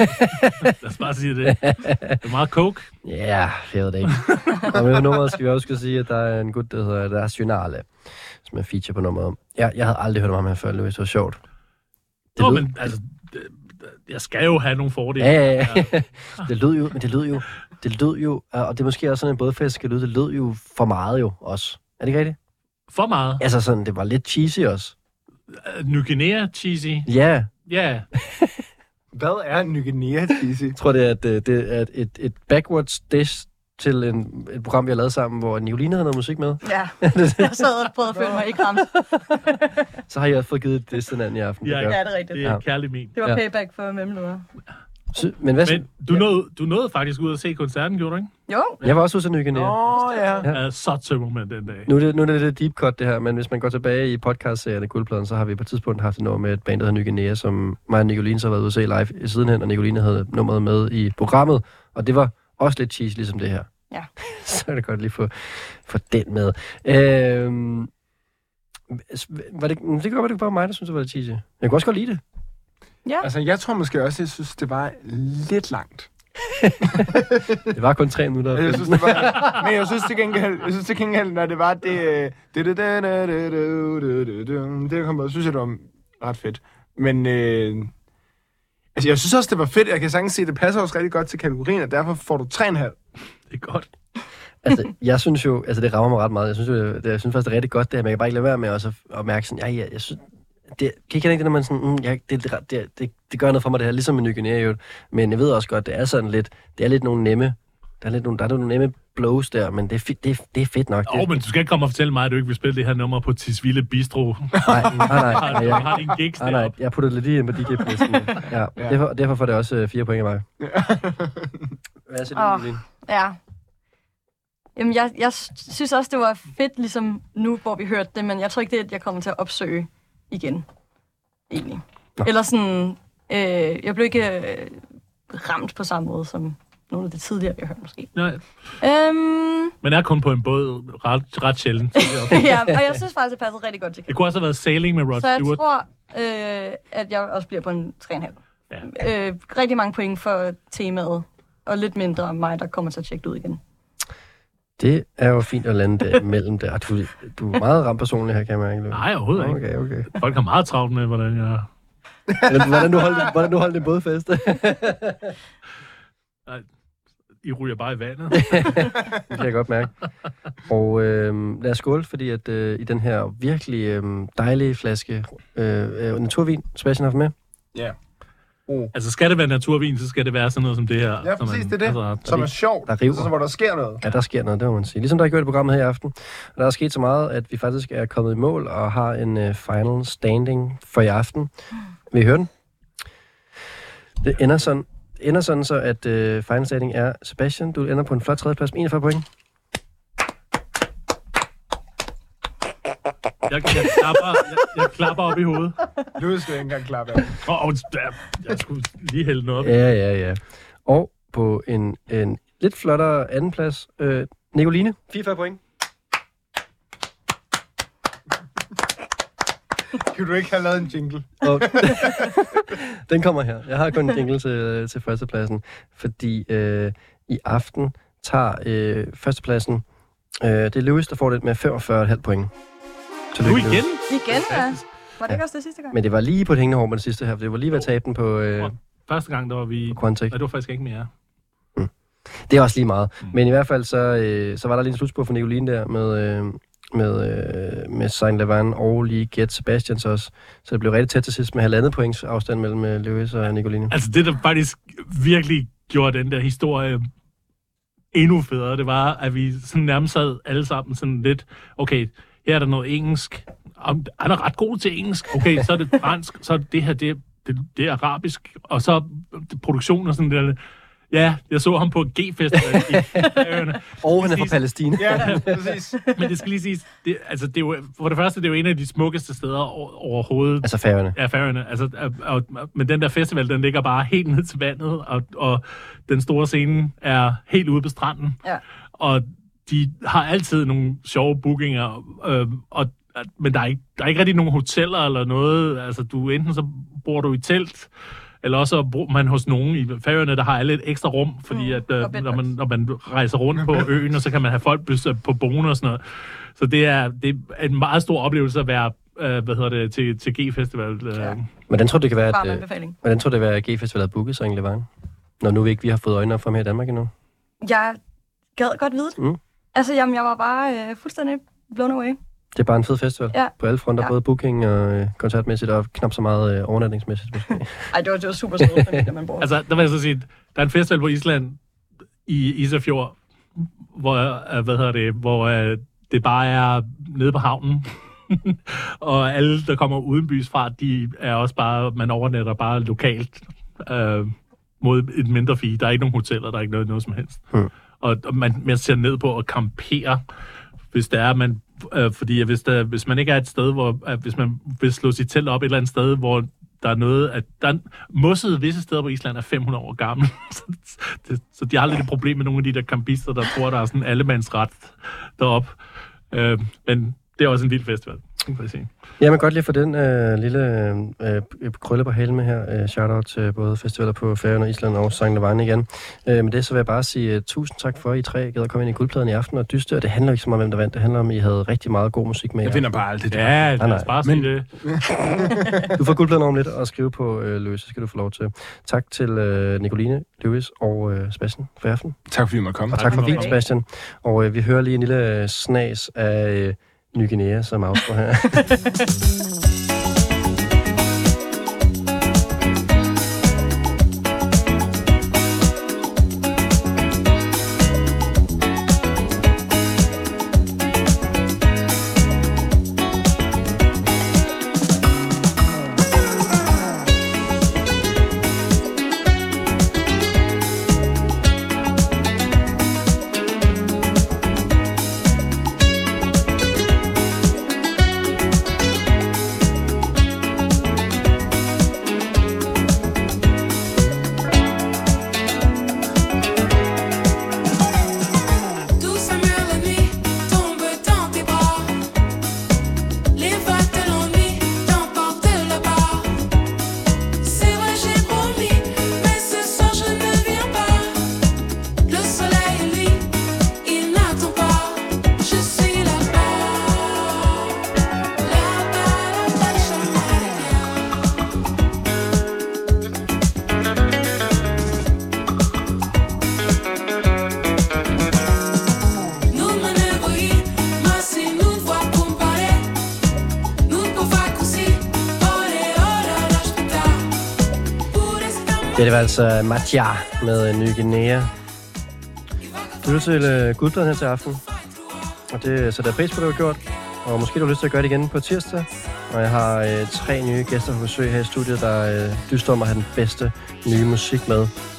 lad os bare sige det. Det er meget coke. Ja, jeg ved det ikke. Og med nummeret skal vi også sige, at der er en gut, der hedder Rationale, som er feature på nummeret. Jeg, jeg havde aldrig hørt om ham her før, Louis. Det var sjovt. Det Nå, lød... men altså, det, jeg skal jo have nogle fordele. Ja, ja, ja. Det lød jo, men det lød jo, det lød jo, og det er måske også sådan en bådfest skal lyde, det lød jo for meget jo også. Er det ikke rigtigt? For meget? Altså sådan, det var lidt cheesy også. Uh, Ny Guinea cheesy? Ja. Ja. Hvad er Ny Guinea cheesy? Jeg tror, det er, at, det er et, et backwards dish til en, et program, vi har lavet sammen, hvor Nicoline havde noget musik med. Ja, jeg sad og prøvede at føle mig ikke ramt. Så har jeg også fået givet det til anden i aften. Ja, det, ja, det er rigtigt. Det er kærlig min. Det var ja. Payback for mellemleder. Men, hvad, men du, nåede, du nåede faktisk ud at se koncerten, gjorde du ikke? Jo. Jeg var også ude til Ny Guinea. Åh, oh, ja. ja. Så tømmermand den dag. Nu er, det, nu er det lidt deep cut, det her, men hvis man går tilbage i podcast-serien af Guldpladen, så har vi på et tidspunkt haft et nummer med et band, der hedder Ny Guinea, som mig og Nicoline så har været ude at se live sidenhen, og Nicoline havde nummeret med i programmet, og det var også lidt cheesy, ligesom det her. Ja. Så er det godt lige få, få den med. Øhm, var det, det kan godt være, det var mig, der synes, det var lidt cheesy. Jeg kunne også godt lide det. Ja. Altså, jeg tror måske også, jeg synes, det var lidt langt. Det var kun tre minutter. Jeg synes, det var, men jeg synes til gengæld, jeg synes til gengæld, når det var det, det, det, det, det, det, det, det, det kom, synes jeg, det var ret fedt. Men øh, altså, jeg synes også, det var fedt. Jeg kan sagtens se, det passer også rigtig godt til kategorien, og derfor får du tre komma fem. Det er godt. Altså, jeg synes jo, altså det rammer mig ret meget. Jeg synes jo, det, jeg synes faktisk, det er rigtig godt, det her. Man kan bare ikke lade være med også at mærke sådan, ja, ja, jeg synes, det, kan ikke det, når man sådan, mm, ja, det, det, det, det, det gør noget for mig, det her, ligesom med Ny Guinea jo. Men jeg ved også godt, det er sådan lidt, det er lidt nogle nemme, der er lidt nogle, der er nogle nemme blows der, men det er, det, det er fedt nok. Åh, oh, men du skal ikke komme og fortælle mig, at du ikke vil spille det her nummer på Tisvilde Bistro. Nej, nej, nej. Har, nej, jeg, har din gigs nej, nej, jeg putter lidt lige ind på D J-listen. Ja, ja. Derfor, derfor får det også uh, fire point af mig. Hvad siger du, Nicoline? Ja. Jamen, jeg, jeg synes også, det var fedt, ligesom nu, hvor vi hørte det, men jeg tror ikke, det er, at jeg kommer til at opsøge igen. Egentlig. Nå. Eller sådan, øh, jeg blev ikke øh, ramt på samme måde, som nogle af de tidligere, jeg har hørt måske. Nej. Øhm, men er kun på en båd ret, ret sjældent. Ja, og jeg synes faktisk, det passede rigtig godt til. Det kunne også have været Sailing med Rod Så jeg Stewart. tror, øh, at jeg også bliver på en tre komma fem. Ja. Øh, rigtig mange point for temaet, og lidt mindre om mig, der kommer til at tjekke det ud igen. Det er jo fint at lande der mellem der. Du, du er meget ramt personlig her, kan jeg mærke. Nej, overhovedet ikke. Okay, okay. Folk har meget travlt med, hvordan jeg Hvordan du holdt, hvordan du holdt en bådfest? I ryger bare i vandet. Det kan jeg godt mærke. Og øh, lad os skåle, fordi at øh, i den her virkelig øh, dejlige flaske øh, øh, naturvin, Sebastian har haft med. Ja. Yeah. Uh. Altså skal det være naturvin, så skal det være sådan noget som det her. Ja, præcis, man, det er det. Altså, som er sjovt. Der river. Så hvor der sker noget. Ja, der sker noget, det må man sige. Ligesom der er gjort i programmet her i aften. Og der er sket så meget, at vi faktisk er kommet i mål og har en uh, final standing for i aften. Vil I høre den? Det ender sådan, ender sådan så, at uh, final standing er Sebastian. Du ender på en flot tredjeplads med enogfyrre point. Jeg, jeg, klapper, jeg, jeg klapper op i hovedet. Du skal ikke engang klappe af. Åh, oh, jeg skulle lige hælde noget op. Ja, ja, ja. Og på en, en lidt flottere andenplads, øh, Nicoline, fireogfyrre point. Kunne du ikke have lavet en jingle? Og den kommer her. Jeg har kun en jingle til, til førstepladsen, fordi øh, i aften tager øh, førstepladsen, øh, det er Louis, der får det med femogfyrre komma fem point. Nu igen? Igen, ja. Var det ikke også det sidste gang? Men det var lige på et hængende hår med det sidste her, for det var lige ved at tabe den på øh, Første gang, der var vi... Quantic. Nej, det var faktisk ikke mere. Mm. Det er også lige meget. Mm. Men i hvert fald, så, øh, så var der lige en slutspur for Nicoline der, med, øh, med, øh, med Saint Lavan og lige Get Sebastians også. Så det blev rigtig tæt til sidst med halvandet points afstand mellem øh, Lewis og Nicoline. Altså det, der faktisk virkelig gjorde den der historie endnu federe, det var, at vi sådan nærmest sad alle sammen sådan lidt, okay, her er der noget engelsk. Han er ret god til engelsk. Okay, så er det fransk, så er det her, det, det, det er arabisk, og så produktion og sådan der. Ja, jeg så ham på G-festival i Færøerne. Og han er fra Palæstina. Ja, præcis. Men det skal lige siges, det, altså det er jo, for det første, det er jo en af de smukkeste steder overhovedet. Altså Færøerne. Ja, Færøerne. Altså, og, og, men den der festival, den ligger bare helt ned til vandet, og, og den store scene er helt ude på stranden. Ja. Og de har altid nogle sjove bookinger, øh, og, men der er, ikke, der er ikke rigtig nogen hoteller eller noget. Altså, du enten så bor du i telt, eller også bor man hos nogen i Færøerne, der har alle et ekstra rum, fordi mm, at, øh, når, man, når man rejser rundt på øen, og så kan man have folk på bogen og sådan noget. Så det er, det er en meget stor oplevelse at være øh, hvad hedder det, til, til G-festival. Øh. Ja. Hvordan tror du, det kan være, Varm at, anbefaling. hvordan tror du, det kan være, at G-festival har booket Saint Lavan? Når nu vi ikke vi har fået øjnene op fra her i Danmark endnu. Jeg gad godt vide det. Mm. Altså, jamen, jeg var bare øh, fuldstændig blown away. Det er bare en fed festival. Ja. På alle fronter, Ja. både booking og øh, koncertmæssigt, og knap så meget øh, overnatningsmæssigt måske. Ej, det var, det var super sødt, fordi der man bor. Altså, der vil jeg så sige, der er en festival på Island, i Isafjord, hvor, øh, hvad hedder det, hvor øh, det bare er nede på havnen. Og alle, der kommer udenbys fra, de er også bare, man overnatter bare lokalt øh, mod et mindre fee. Der er ikke nogen hoteller, der er ikke noget, noget som helst. Mm. Og, og man, man ser ned på at campere, hvis det er, man, øh, fordi hvis, der, hvis man ikke er et sted, hvor, øh, hvis man vil slå sit telt op et eller andet sted, hvor der er noget, at der er, mosset visse steder på Island er fem hundrede år gammel. så, det, så de har lidt et problem med nogle af de der campister, der tror, der er sådan en allemandsret deroppe. Øh, men det er også en vild festival, kan jeg sige. Ja, men godt lige for den øh, lille øh, krølle på halen med her. Øh, shout-out til både festivaler på Færøerne, Island og Saint Lavan igen. Øh, men det så vil jeg bare sige uh, tusind tak for, at I tre gad at komme ind i Guldpladen i aften og dyste. Og det handler ikke så meget om, hvem der vandt. Det handler om, at I havde rigtig meget god musik med. Jeg finder bare alt det. Ja, det er bare sige det. Du får Guldpladen om lidt og skrive på øh, Louis, så skal du få lov til. Tak til øh, Nicoline, Louis og øh, Sebastian for i aften. Tak fordi I måtte komme. Og tak for vin, Sebastian. Og øh, vi hører lige en lille snas af øh, Ny Guinea som outro her. Ja, det var altså Matja med Ny Guinea. Du lytter til uh, Guldpladen her til aften, og det sætter jeg pris på, det du har gjort. Og måske du har lyst til at gøre det igen på tirsdag. Og jeg har uh, tre nye gæster på besøg her i studiet, der uh, dyster om at have den bedste nye musik med.